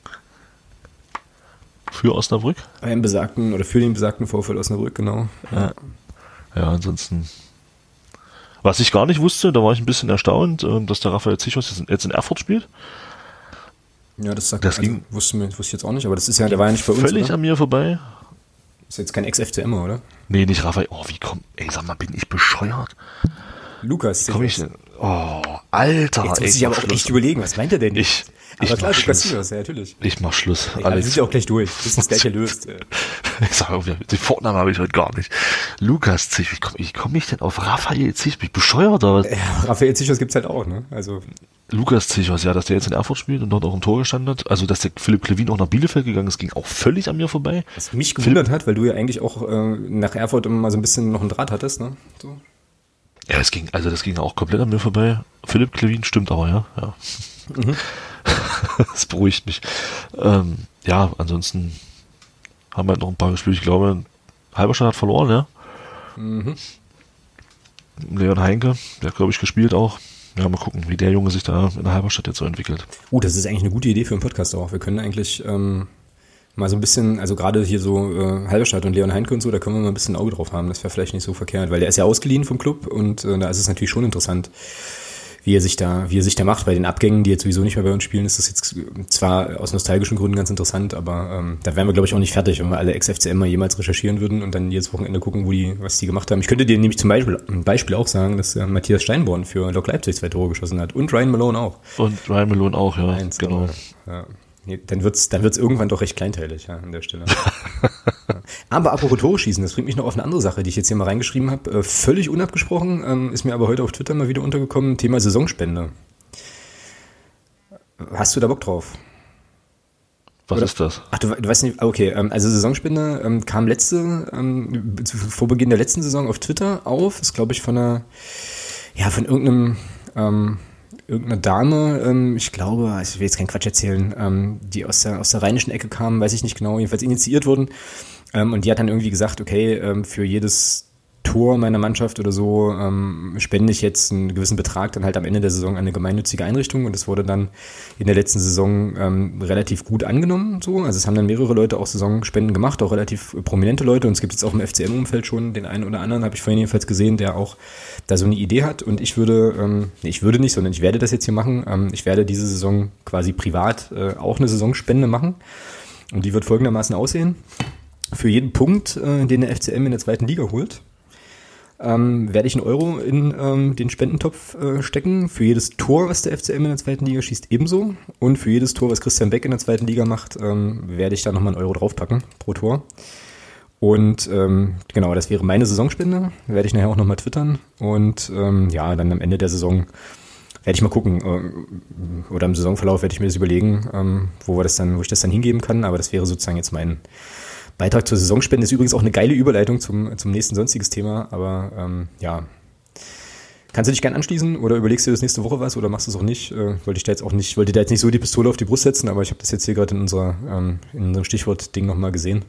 Für Osnabrück?
Beim besagten, oder für den besagten VfL Osnabrück, genau.
Ja. Ja, ansonsten. Was ich gar nicht wusste, da war ich ein bisschen erstaunt, dass der Raphael Zichos jetzt in Erfurt spielt.
Ja, das sagt
das
also,
ging
wusste, wusste ich jetzt auch nicht, aber das ist ja, der war ja nicht bei uns.
Völlig
oder?
An mir vorbei.
Ist jetzt kein Ex-F C Emmer, oder?
Nee, nicht Raphael. Oh, wie komm, ey, sag mal, bin ich bescheuert?
Lukas.
Komm ich denn? Oh, Alter.
Jetzt muss ich aber auch Schluss. echt überlegen, was meint er denn?
Ich,
aber
ich
klar,
mach
Lukas
Schluss.
Zichos, ja, natürlich.
Ich mach Schluss.
Ja, Alex. Wir sind ja auch gleich durch. Das ist das gleiche löst.
Ich sag auch, den Vornamen habe ich heute gar nicht. Lukas Zichos, wie komme ich, komm ich denn auf Raphael Zichos? Bin ich bescheuert oder was?
Ja, Raphael Zichos gibt's halt auch, ne? Also.
Lukas Zichos, ja, dass der jetzt in Erfurt spielt und dort auch im Tor gestanden hat. Also, dass der Philipp Klevin auch nach Bielefeld gegangen ist, ging auch völlig an mir vorbei.
Was mich gewundert Philipp, hat, weil du ja eigentlich auch äh, nach Erfurt immer mal so ein bisschen noch einen Draht hattest, ne? So.
Ja, es ging, also das ging auch komplett an mir vorbei. Philipp Klevin stimmt aber, ja. ja. Mhm. Das beruhigt mich. Ähm, ja, ansonsten haben wir halt noch ein paar gespielt. Ich glaube, Halberstadt hat verloren, ja. Mhm. Leon Heinke, der hat, glaube ich, gespielt auch. Ja, mal gucken, wie der Junge sich da in der Halberstadt jetzt so entwickelt.
Uh, das ist eigentlich eine gute Idee für einen Podcast auch. Wir können eigentlich ähm, mal so ein bisschen, also gerade hier so äh, Halberstadt und Leon Heinke und so, da können wir mal ein bisschen ein Auge drauf haben. Das wäre vielleicht nicht so verkehrt, weil der ist ja ausgeliehen vom Club und äh, da ist es natürlich schon interessant, wie er sich da, wie er sich da macht. Bei den Abgängen, die jetzt sowieso nicht mehr bei uns spielen, ist das jetzt zwar aus nostalgischen Gründen ganz interessant, aber ähm, da wären wir, glaube ich, auch nicht fertig, wenn wir alle Ex-F C Emmer jemals recherchieren würden und dann jedes Wochenende gucken, wo die, was die gemacht haben. Ich könnte dir nämlich zum Beispiel, ein Beispiel auch sagen, dass äh, Matthias Steinborn für Lok Leipzig zwei Tore geschossen hat und Ryan Malone auch.
Und Ryan Malone auch, ja.
Eins, genau. Ja. Dann wird's, dann wird's irgendwann doch recht kleinteilig, ja, an der Stelle. Ja. Aber apropos Tore schießen, das bringt mich noch auf eine andere Sache, die ich jetzt hier mal reingeschrieben habe. Äh, völlig unabgesprochen, ähm, ist mir aber heute auf Twitter mal wieder untergekommen, Thema Saisonspende. Hast du da Bock drauf?
Was
Oder?
ist das?
Ach, du, du weißt nicht, okay, ähm, also Saisonspende ähm, kam letzte, ähm, vor Beginn der letzten Saison auf Twitter auf, ist glaube ich von einer, ja, von irgendeinem, ähm, irgendeine Dame, ähm, ich glaube, ich will jetzt keinen Quatsch erzählen, ähm, die aus der, aus der rheinischen Ecke kam, weiß ich nicht genau, jedenfalls initiiert wurden. Ähm, und die hat dann irgendwie gesagt, okay, ähm, für jedes Tor meiner Mannschaft oder so ähm, spende ich jetzt einen gewissen Betrag dann halt am Ende der Saison an eine gemeinnützige Einrichtung. Und das wurde dann in der letzten Saison ähm, relativ gut angenommen. So. Also es haben dann mehrere Leute auch Saisonspenden gemacht, auch relativ prominente Leute. Und es gibt jetzt auch im F C M-Umfeld schon den einen oder anderen, habe ich vorhin jedenfalls gesehen, der auch da so eine Idee hat. Und ich würde, ähm, nee, ich würde nicht, sondern ich werde das jetzt hier machen. Ähm, ich werde diese Saison quasi privat äh, auch eine Saisonspende machen. Und die wird folgendermaßen aussehen. Für jeden Punkt, äh, den der F C M in der zweiten Liga holt, Ähm, werde ich einen Euro in ähm, den Spendentopf äh, stecken. Für jedes Tor, was der F C M in der zweiten Liga schießt, ebenso. Und für jedes Tor, was Christian Beck in der zweiten Liga macht, ähm, werde ich da nochmal einen Euro draufpacken pro Tor. Und ähm, genau, das wäre meine Saisonspende. Werde ich nachher auch nochmal twittern. Und ähm, ja, dann am Ende der Saison werde werde ich mal gucken. Äh, oder im Saisonverlauf werde ich mir das überlegen, ähm, wo wir das dann, wo ich das dann hingeben kann. Aber das wäre sozusagen jetzt mein Beitrag zur Saisonspende. Ist übrigens auch eine geile Überleitung zum, zum nächsten sonstiges Thema. Aber ähm, ja, kannst du dich gern anschließen oder überlegst du das nächste Woche was oder machst du es auch nicht? Äh, wollte ich da jetzt auch nicht, wollte da jetzt nicht so die Pistole auf die Brust setzen, aber ich habe das jetzt hier gerade in unserer, ähm, in unserem Stichwort-Ding nochmal gesehen.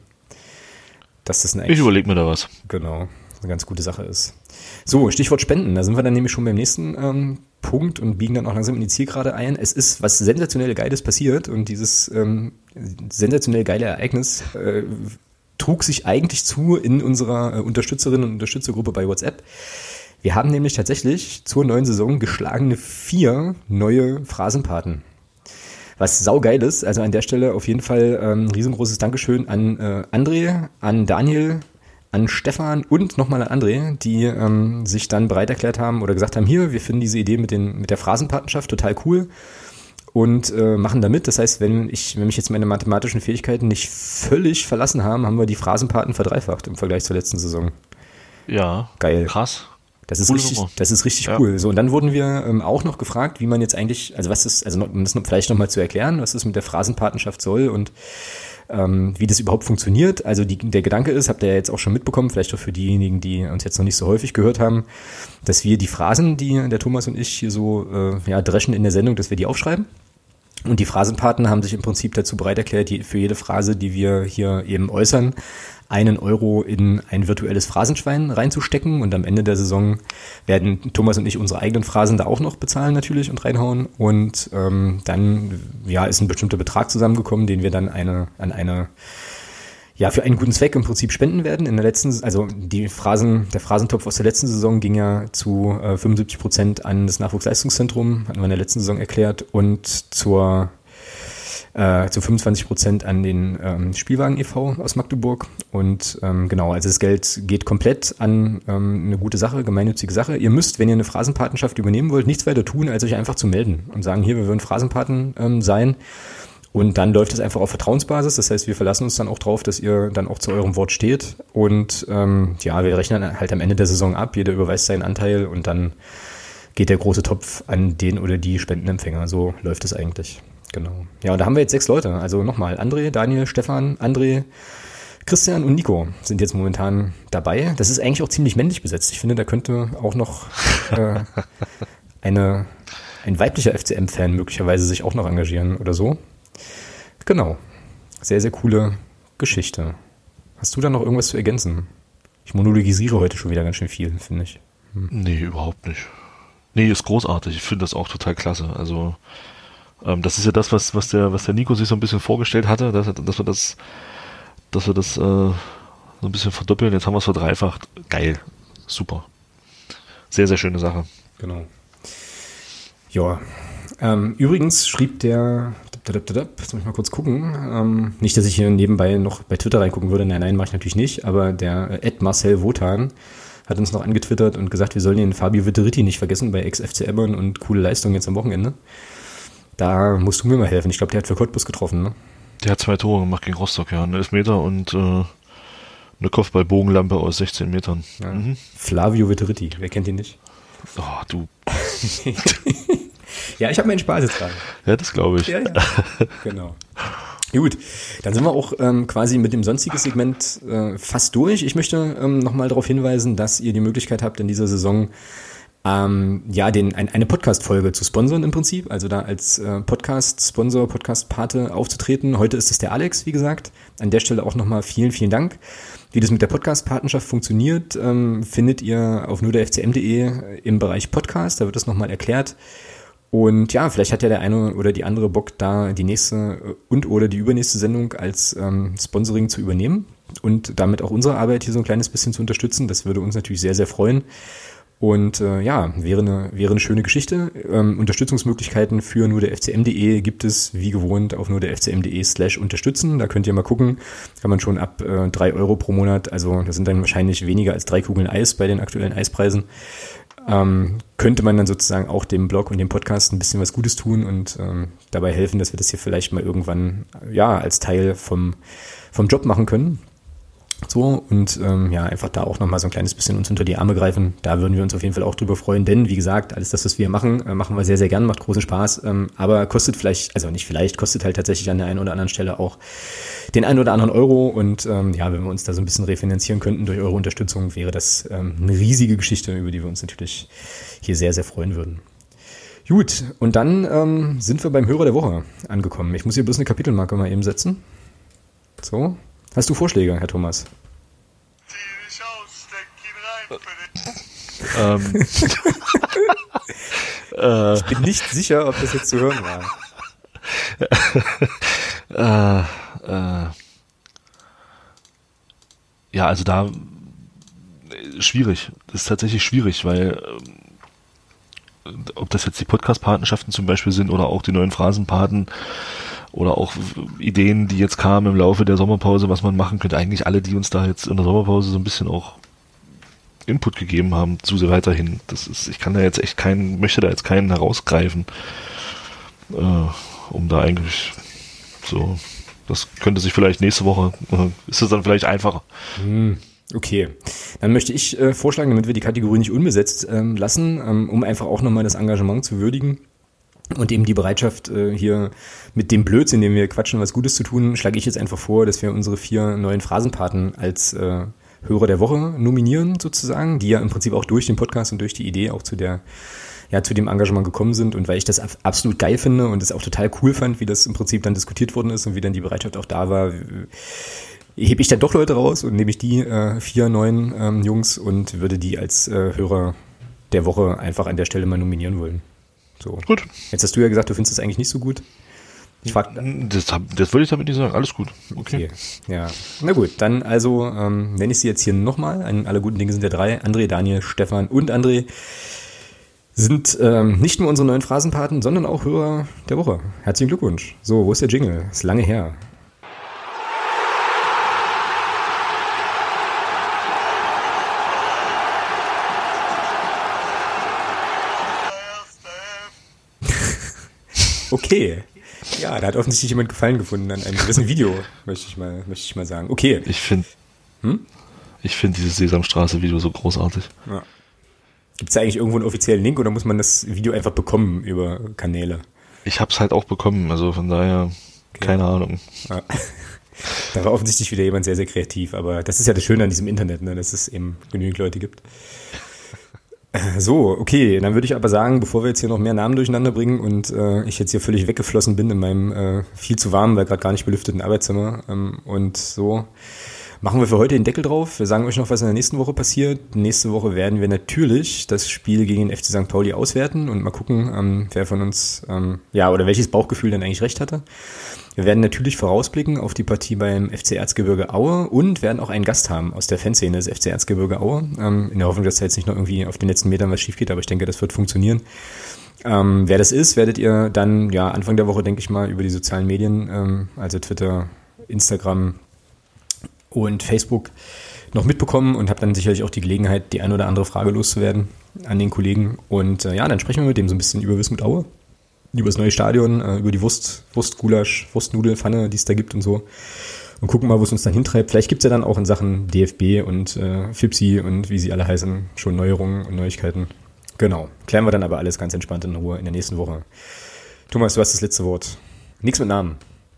Dass das
ich überlege mir da was.
Genau, eine ganz gute Sache ist. So, Stichwort Spenden, da sind wir dann nämlich schon beim nächsten ähm, Punkt und biegen dann auch langsam in die Zielgerade ein. Es ist was sensationell Geiles passiert und dieses ähm, sensationell geile Ereignis äh, trug sich eigentlich zu in unserer äh, Unterstützerinnen- und Unterstützergruppe bei WhatsApp. Wir haben nämlich tatsächlich zur neuen Saison geschlagene vier neue Phrasenpaten. Was saugeil ist, also an der Stelle auf jeden Fall ähm, ein riesengroßes Dankeschön an äh, André, an Daniel, an Stefan und nochmal an André, die ähm, sich dann bereit erklärt haben oder gesagt haben, hier, wir finden diese Idee mit, den, mit der Phrasenpatenschaft total cool und äh, machen da mit. Das heißt, wenn ich, wenn mich jetzt meine mathematischen Fähigkeiten nicht völlig verlassen haben, haben wir die Phrasenpaten verdreifacht im Vergleich zur letzten Saison.
Ja,
geil.
Krass.
Das ist richtig, das ist richtig ja. cool. So, und dann wurden wir ähm, auch noch gefragt, wie man jetzt eigentlich, also was ist, also noch, um das noch, vielleicht nochmal zu erklären, was das mit der Phrasenpatenschaft soll und ähm, wie das überhaupt funktioniert. Also die, der Gedanke ist, habt ihr ja jetzt auch schon mitbekommen, vielleicht auch für diejenigen, die uns jetzt noch nicht so häufig gehört haben, dass wir die Phrasen, die der Thomas und ich hier so äh, ja, dreschen in der Sendung, dass wir die aufschreiben. Und die Phrasenpaten haben sich im Prinzip dazu bereit erklärt, die, für jede Phrase, die wir hier eben äußern, einen Euro in ein virtuelles Phrasenschwein reinzustecken und am Ende der Saison werden Thomas und ich unsere eigenen Phrasen da auch noch bezahlen natürlich und reinhauen und ähm, dann ja ist ein bestimmter Betrag zusammengekommen, den wir dann eine an eine ja für einen guten Zweck im Prinzip spenden werden. In der letzten, also die Phrasen, der Phrasentopf aus der letzten Saison ging ja zu äh, fünfundsiebzig Prozent an das Nachwuchsleistungszentrum, hatten wir in der letzten Saison erklärt, und zur Äh, zu fünfundzwanzig Prozent an den ähm, Spielwagen e V aus Magdeburg. Und ähm, genau, also das Geld geht komplett an ähm, eine gute Sache, gemeinnützige Sache. Ihr müsst, wenn ihr eine Phrasenpatenschaft übernehmen wollt, nichts weiter tun, als euch einfach zu melden und sagen, hier, wir würden Phrasenpaten ähm, sein. Und dann läuft es einfach auf Vertrauensbasis. Das heißt, wir verlassen uns dann auch drauf, dass ihr dann auch zu eurem Wort steht. Und ähm, ja, wir rechnen halt am Ende der Saison ab. Jeder überweist seinen Anteil und dann geht der große Topf an den oder die Spendenempfänger. So läuft es eigentlich. Genau. Ja, und da haben wir jetzt sechs Leute. Also nochmal, André, Daniel, Stefan, André, Christian und Nico sind jetzt momentan dabei. Das ist eigentlich auch ziemlich männlich besetzt. Ich finde, da könnte auch noch äh, eine, ein weiblicher F C M-Fan möglicherweise sich auch noch engagieren oder so. Genau. Sehr, sehr coole Geschichte. Hast du da noch irgendwas zu ergänzen? Ich monologisiere heute schon wieder ganz schön viel, finde ich.
Hm. Nee, überhaupt nicht. Nee, ist großartig. Ich finde das auch total klasse. Also das ist ja das, was, was der, was der Nico sich so ein bisschen vorgestellt hatte, dass, dass wir das, dass wir das äh, so ein bisschen verdoppeln. Jetzt haben wir es verdreifacht. Geil. Super. Sehr, sehr schöne Sache.
Genau. Ja. Ähm, übrigens schrieb der, jetzt muss ich mal kurz gucken, ähm, nicht, dass ich hier nebenbei noch bei Twitter reingucken würde, nein, nein, mache ich natürlich nicht, aber der Ed Marcel Wotan hat uns noch angetwittert und gesagt, wir sollen den Fabio Vitteritti nicht vergessen bei Ex-F C Emmern und coole Leistungen jetzt am Wochenende. Da musst du mir mal helfen. Ich glaube, der hat für Cottbus getroffen, ne?
Der hat zwei Tore gemacht gegen Rostock, ja. Ein Elfmeter und äh, eine Kopfball-Bogenlampe aus sechzehn Metern.
Ja. Mhm. Flavio Vitteritti, wer kennt ihn nicht?
Oh, du.
Ja, ich habe meinen Spaß jetzt gerade.
Ja, das glaube ich.
Ja, ja. Genau. Gut, dann sind wir auch ähm, quasi mit dem sonstigen Segment äh, fast durch. Ich möchte ähm, nochmal darauf hinweisen, dass ihr die Möglichkeit habt, in dieser Saison Ähm, ja, den, ein, eine Podcast-Folge zu sponsern im Prinzip, also da als äh, Podcast-Sponsor, Podcast-Pate aufzutreten. Heute ist es der Alex, wie gesagt. An der Stelle auch nochmal vielen, vielen Dank. Wie das mit der Podcast-Patenschaft funktioniert, ähm, findet ihr auf nur der F C M punkt de im Bereich Podcast, da wird das nochmal erklärt. Und ja, vielleicht hat ja der eine oder die andere Bock, da die nächste und oder die übernächste Sendung als ähm, Sponsoring zu übernehmen und damit auch unsere Arbeit hier so ein kleines bisschen zu unterstützen. Das würde uns natürlich sehr, sehr freuen. Und äh, ja, wäre eine, wäre eine schöne Geschichte. Ähm, Unterstützungsmöglichkeiten für nur der F C M punkt de gibt es wie gewohnt auf nur der F C M punkt de slash unterstützen. Da könnt ihr mal gucken. Kann man schon ab äh, drei Euro pro Monat, also das sind dann wahrscheinlich weniger als drei Kugeln Eis bei den aktuellen Eispreisen, ähm, könnte man dann sozusagen auch dem Blog und dem Podcast ein bisschen was Gutes tun und ähm, dabei helfen, dass wir das hier vielleicht mal irgendwann ja als Teil vom, vom Job machen können. So, und ähm, ja, einfach da auch nochmal so ein kleines bisschen uns unter die Arme greifen. Da würden wir uns auf jeden Fall auch drüber freuen, denn wie gesagt, alles das, was wir machen, äh, machen wir sehr, sehr gern, macht großen Spaß, ähm, aber kostet vielleicht, also nicht vielleicht, kostet halt tatsächlich an der einen oder anderen Stelle auch den einen oder anderen Euro und ähm, ja, wenn wir uns da so ein bisschen refinanzieren könnten durch eure Unterstützung, wäre das ähm, eine riesige Geschichte, über die wir uns natürlich hier sehr, sehr freuen würden. Gut, und dann ähm, sind wir beim Hörer der Woche angekommen. Ich muss hier bloß eine Kapitelmarke mal eben setzen. So. Hast du Vorschläge, Herr Thomas?
ähm,
ich bin nicht sicher, ob das jetzt zu hören
war. äh, äh, ja, also da schwierig. Das ist tatsächlich schwierig, weil ob das jetzt die Podcast-Patenschaften zum Beispiel sind oder auch die neuen Phrasenpaten oder auch Ideen, die jetzt kamen im Laufe der Sommerpause, was man machen könnte. Eigentlich alle, die uns da jetzt in der Sommerpause so ein bisschen auch Input gegeben haben, zu sehr weiterhin. Das ist, ich kann da jetzt echt keinen, möchte da jetzt keinen herausgreifen, äh, um da eigentlich so, das könnte sich vielleicht nächste Woche, äh, ist es dann vielleicht einfacher.
Hm. Okay, dann möchte ich äh, vorschlagen, damit wir die Kategorie nicht unbesetzt ähm, lassen, ähm, um einfach auch nochmal das Engagement zu würdigen und eben die Bereitschaft, äh, hier mit dem Blödsinn, den wir quatschen, was Gutes zu tun, schlage ich jetzt einfach vor, dass wir unsere vier neuen Phrasenpaten als äh, Hörer der Woche nominieren sozusagen, die ja im Prinzip auch durch den Podcast und durch die Idee auch zu der, ja, zu dem Engagement gekommen sind und weil ich das absolut geil finde und es auch total cool fand, wie das im Prinzip dann diskutiert worden ist und wie dann die Bereitschaft auch da war, hebe ich dann doch Leute raus und nehme ich die äh, vier neuen ähm, Jungs und würde die als äh, Hörer der Woche einfach an der Stelle mal nominieren wollen. So.
Gut.
Jetzt hast du ja gesagt, du findest es eigentlich nicht so gut. Ich frag,
das, das würde ich damit nicht sagen. Alles gut. Okay.
okay. Ja. Na gut, dann also ähm, nenne ich sie jetzt hier nochmal. An alle guten Dinge sind ja drei. André, Daniel, Stefan und André sind ähm, nicht nur unsere neuen Phrasenpaten, sondern auch Hörer der Woche. Herzlichen Glückwunsch. So, wo ist der Jingle? Ist lange her. Okay. Ja, da hat offensichtlich jemand Gefallen gefunden an einem gewissen Video, möchte ich mal, möchte ich mal sagen. Okay.
Ich finde
hm?
ich finde dieses Sesamstraße-Video so großartig.
Ja. Gibt es da eigentlich irgendwo einen offiziellen Link oder muss man das Video einfach bekommen über Kanäle?
Ich habe es halt auch bekommen, also von daher okay. Keine Ahnung. Ja.
Da war offensichtlich wieder jemand sehr, sehr kreativ, aber das ist ja das Schöne an diesem Internet, ne, dass es eben genügend Leute gibt. So, okay, dann würde ich aber sagen, bevor wir jetzt hier noch mehr Namen durcheinander bringen und äh, ich jetzt hier völlig weggeflossen bin in meinem äh, viel zu warmen, weil gerade gar nicht belüfteten Arbeitszimmer ähm, und so, machen wir für heute den Deckel drauf. Wir sagen euch noch, was in der nächsten Woche passiert. Nächste Woche werden wir natürlich das Spiel gegen den F C Sankt Pauli auswerten und mal gucken, ähm, wer von uns, ähm, ja, oder welches Bauchgefühl dann eigentlich recht hatte. Wir werden natürlich vorausblicken auf die Partie beim F C Erzgebirge Aue und werden auch einen Gast haben aus der Fanszene des F C Erzgebirge Aue, ähm, in der Hoffnung, dass da jetzt nicht noch irgendwie auf den letzten Metern was schief geht, aber ich denke, das wird funktionieren. Ähm, wer das ist, werdet ihr dann ja Anfang der Woche, denke ich mal, über die sozialen Medien, ähm, also Twitter, Instagram und Facebook noch mitbekommen und habt dann sicherlich auch die Gelegenheit, die ein oder andere Frage loszuwerden an den Kollegen. Und äh, ja, dann sprechen wir mit dem so ein bisschen über Wismut Aue, über das neue Stadion, äh, über die Wurst, Wurstgulasch, Wurstnudelpfanne, die es da gibt und so. Und gucken mal, wo es uns dann hintreibt. Vielleicht gibt es ja dann auch in Sachen D F B und äh, Fipsi und wie sie alle heißen, schon Neuerungen und Neuigkeiten. Genau. Klären wir dann aber alles ganz entspannt in Ruhe in der nächsten Woche. Thomas, du hast das letzte Wort. Nichts mit Namen.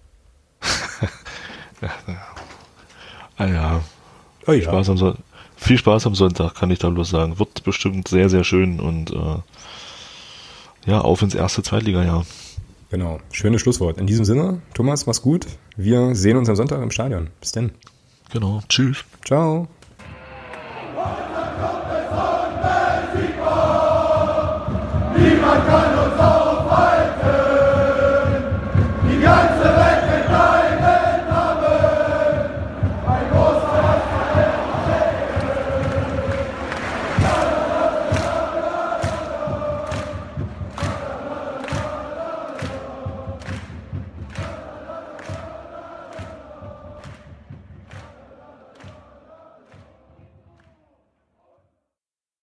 Ah ja.
Oh ja.
Spaß am Son- Viel Spaß am Sonntag, kann ich da bloß sagen. Wird bestimmt sehr, sehr schön und äh, ja, auf ins erste Zweitliga-Jahr.
Genau, schönes Schlusswort. In diesem Sinne, Thomas, mach's gut. Wir sehen uns am Sonntag im Stadion. Bis dann.
Genau, tschüss.
Ciao.
Niemand kann uns